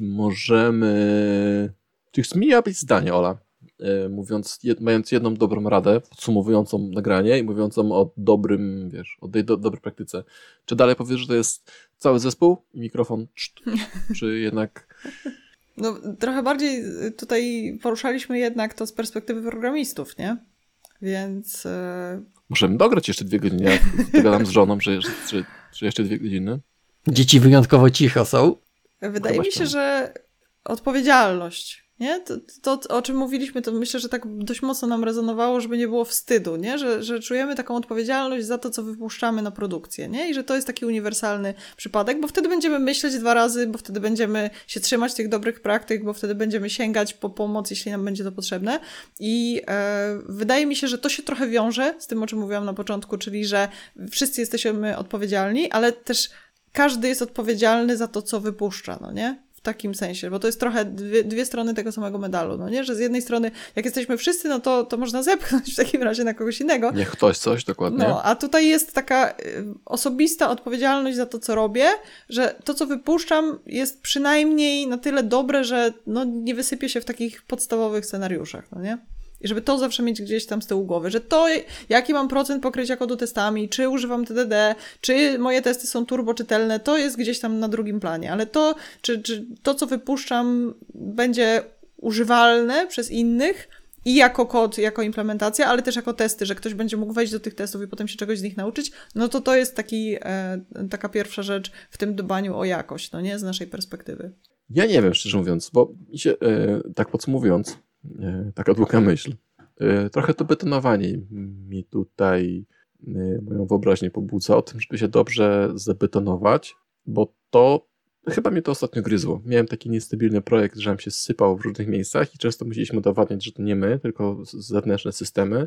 możemy... Czy miałabyś zdanie, Ola, e, mówiąc, jed, mając jedną dobrą radę, podsumowującą nagranie i mówiącą o dobrym, wiesz, o tej do, dobrej praktyce, czy dalej powiesz, że to jest cały zespół i mikrofon, czt, czy jednak... No, trochę bardziej tutaj poruszaliśmy jednak to z perspektywy programistów, nie? Więc... Yy... Możemy dograć jeszcze dwie godziny. Ja dogadam z żoną, że, że, że, że jeszcze dwie godziny. Dzieci wyjątkowo cicho są. Wydaje Chyba mi się, że odpowiedzialność, nie? To, to, o czym mówiliśmy, to myślę, że tak dość mocno nam rezonowało, żeby nie było wstydu, nie? Że, że czujemy taką odpowiedzialność za to, co wypuszczamy na produkcję, nie? I że to jest taki uniwersalny przypadek, bo wtedy będziemy myśleć dwa razy, bo wtedy będziemy się trzymać tych dobrych praktyk, bo wtedy będziemy sięgać po pomoc, jeśli nam będzie to potrzebne. I e, wydaje mi się, że to się trochę wiąże z tym, o czym mówiłam na początku, czyli że wszyscy jesteśmy odpowiedzialni, ale też każdy jest odpowiedzialny za to, co wypuszcza, no nie? W takim sensie, bo to jest trochę dwie, dwie strony tego samego medalu, no nie? Że z jednej strony, jak jesteśmy wszyscy, no to, to można zepchnąć w takim razie na kogoś innego. Niech ktoś coś, dokładnie. No, a tutaj jest taka osobista odpowiedzialność za to, co robię, że to, co wypuszczam, jest przynajmniej na tyle dobre, że no, nie wysypie się w takich podstawowych scenariuszach, no nie? I żeby to zawsze mieć gdzieś tam z tyłu głowy, że to, jaki mam procent pokrycia kodu testami, czy używam T D D, czy moje testy są turboczytelne, to jest gdzieś tam na drugim planie, ale to, czy, czy to, co wypuszczam, będzie używalne przez innych i jako kod, jako implementacja, ale też jako testy, że ktoś będzie mógł wejść do tych testów i potem się czegoś z nich nauczyć, no to to jest taki, e, taka pierwsza rzecz w tym dbaniu o jakość, no nie, z naszej perspektywy. Ja nie wiem, szczerze mówiąc, bo mi się, e, tak podsumowując, taka długa myśl. Trochę to betonowanie mi tutaj moją wyobraźnię pobudza o tym, żeby się dobrze zabetonować, bo to chyba mnie to ostatnio gryzło. Miałem taki niestabilny projekt, że nam się sypał w różnych miejscach i często musieliśmy udowadniać, że to nie my, tylko zewnętrzne systemy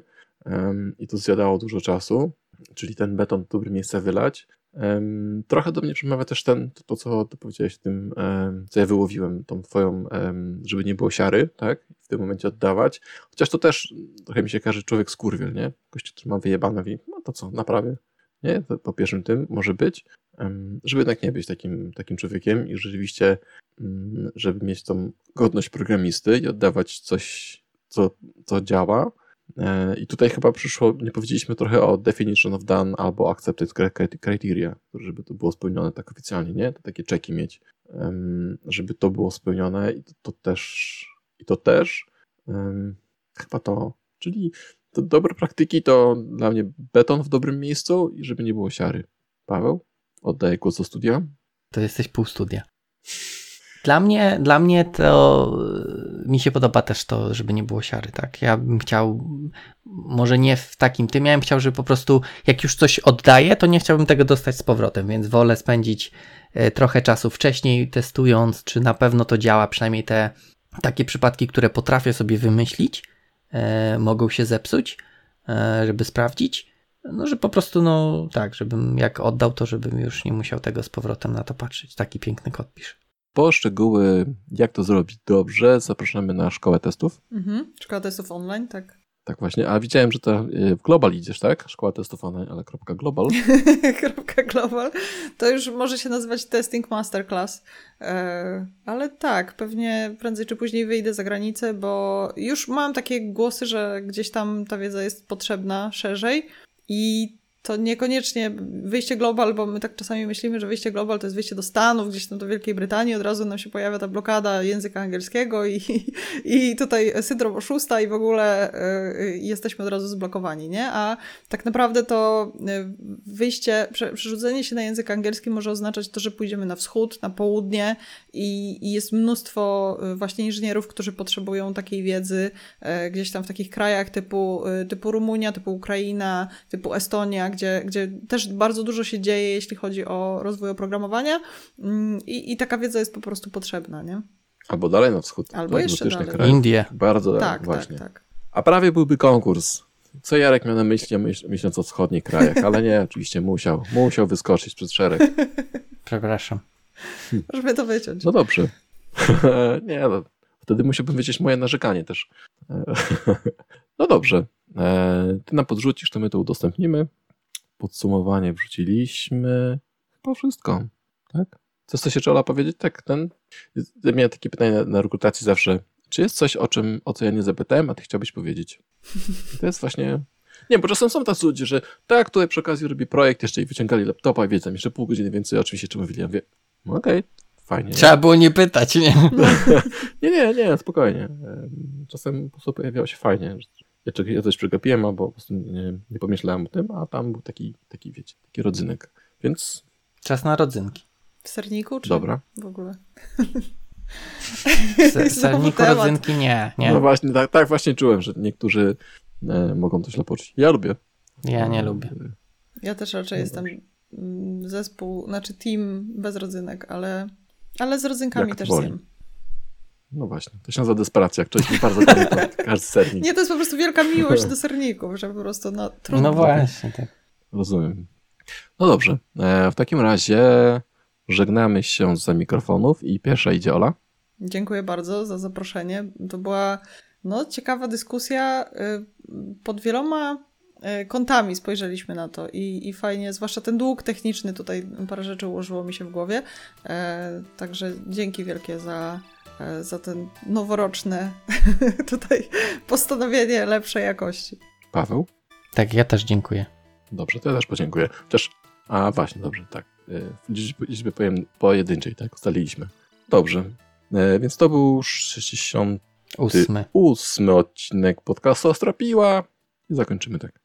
i to zjadało dużo czasu, czyli ten beton w dobre miejsca wylać. Um, trochę do mnie przemawia też ten, to, to co ty powiedziałeś, tym, um, co ja wyłowiłem, tą twoją, um, żeby nie było siary, tak? W tym momencie oddawać. Chociaż to też trochę mi się każe człowiek skurwiel, nie? Gościu, który ma wyjebane, mówi, no to co, naprawię. Nie? To po pierwszym tym może być, um, żeby jednak nie być takim, takim człowiekiem i rzeczywiście, um, żeby mieć tą godność programisty i oddawać coś, co, co działa. I tutaj chyba przyszło, nie powiedzieliśmy trochę o definition of done albo accepted criteria, żeby to było spełnione tak oficjalnie, nie? To takie czeki mieć, żeby to było spełnione i to, to też, i to też um, chyba to, czyli to dobre praktyki to dla mnie beton w dobrym miejscu i żeby nie było siary. Paweł, oddaję głos do studia. To jesteś pół studia. Dla mnie, dla mnie to mi się podoba też to, żeby nie było siary, tak? Ja bym chciał, może nie w takim tym, ja bym chciał, żeby po prostu jak już coś oddaję, to nie chciałbym tego dostać z powrotem, więc wolę spędzić trochę czasu wcześniej testując, czy na pewno to działa, przynajmniej te takie przypadki, które potrafię sobie wymyślić, e, mogą się zepsuć, e, żeby sprawdzić, no, że po prostu, no tak, żebym jak oddał, to żebym już nie musiał tego z powrotem na to patrzeć. Taki piękny kod pisze. Po szczegóły, jak to zrobić dobrze, zapraszamy na szkołę testów. Mhm. Szkoła testów online, tak. Tak właśnie, a widziałem, że to w Global idziesz, tak? Szkoła testów online, ale kropka global. kropka global. To już może się nazywać Testing Masterclass. E, ale tak, pewnie prędzej czy później wyjdę za granicę, bo już mam takie głosy, że gdzieś tam ta wiedza jest potrzebna szerzej i to niekoniecznie wyjście global, bo my tak czasami myślimy, że wyjście global to jest wyjście do Stanów, gdzieś tam do Wielkiej Brytanii, od razu nam się pojawia ta blokada języka angielskiego i, i tutaj syndrom oszusta i w ogóle y, jesteśmy od razu zblokowani, nie? A tak naprawdę to wyjście, prze, przerzucenie się na język angielski może oznaczać to, że pójdziemy na wschód, na południe i, i jest mnóstwo właśnie inżynierów, którzy potrzebują takiej wiedzy y, gdzieś tam w takich krajach typu, y, typu Rumunia, typu Ukraina, typu Estonia, Gdzie, gdzie też bardzo dużo się dzieje, jeśli chodzi o rozwój oprogramowania i, i taka wiedza jest po prostu potrzebna, nie? Albo dalej na wschód. Albo jeszcze dalej. Krajów. Indie. Bardzo dalej, tak, właśnie. Tak, tak. A prawie byłby konkurs. Co Jarek miał na myśli, myśl, myśląc o wschodnich krajach, ale nie, oczywiście musiał. Musiał wyskoczyć przed szereg. Przepraszam. Żeby to wyciąć. No dobrze. nie, no, wtedy musiałbym wyciąć moje narzekanie też. no dobrze. Ty nam podrzucisz, to my to udostępnimy. Podsumowanie wrzuciliśmy. Chyba wszystko, tak? Coś, co się trzeba powiedzieć? Tak, ten... Ja miałem takie pytanie na, na rekrutacji zawsze. Czy jest coś, o czym, o co ja nie zapytałem, a ty chciałbyś powiedzieć? I to jest właśnie... Nie, bo czasem są tacy ludzie, że tak, tutaj przy okazji robi projekt, jeszcze i wyciągali laptopa i wiedzą, jeszcze pół godziny więcej, oczywiście czym mówili. Ja mówię, no okej, okay, fajnie. Trzeba nie? było nie pytać, nie? nie, nie, nie, spokojnie. Czasem po prostu pojawiało się fajnie, Ja, ja coś przegapiłem, albo po prostu nie, nie pomyślałem o tym, a tam był taki, taki wiecie, taki rodzynek. Więc... Czas na rodzynki. W serniku, czy Dobra. w ogóle? W serniku rodzynki nie, nie. No właśnie, tak, tak właśnie czułem, że niektórzy e, mogą to źle poczuć. Ja lubię. Ja nie lubię. Ja też raczej no jestem zespół, znaczy team bez rodzynek, ale, ale z rodzynkami Jak też woli. zjem. No właśnie, to się nazywa desperacja, jak ktoś nie bardzo lubi każdy sernik. Nie, to jest po prostu wielka miłość do serników, że po prostu no trudno. No właśnie, tak. Rozumiem. No dobrze, e, w takim razie żegnamy się za mikrofonów i pierwsza idzie Ola. Dziękuję bardzo za zaproszenie. To była no, ciekawa dyskusja. Pod wieloma kątami spojrzeliśmy na to i, i fajnie, zwłaszcza ten dług techniczny, tutaj parę rzeczy ułożyło mi się w głowie. E, także dzięki wielkie za, za ten noworoczne tutaj postanowienie lepszej jakości. Paweł? Tak, ja też dziękuję. Dobrze, to ja też podziękuję. Też, a właśnie, dobrze, tak. W liczbie, liczbie powiem pojedynczej, tak, ustaliliśmy. Dobrze, e, więc to był sześćdziesiąty ósmy odcinek podcastu Ostra Piła i zakończymy tak.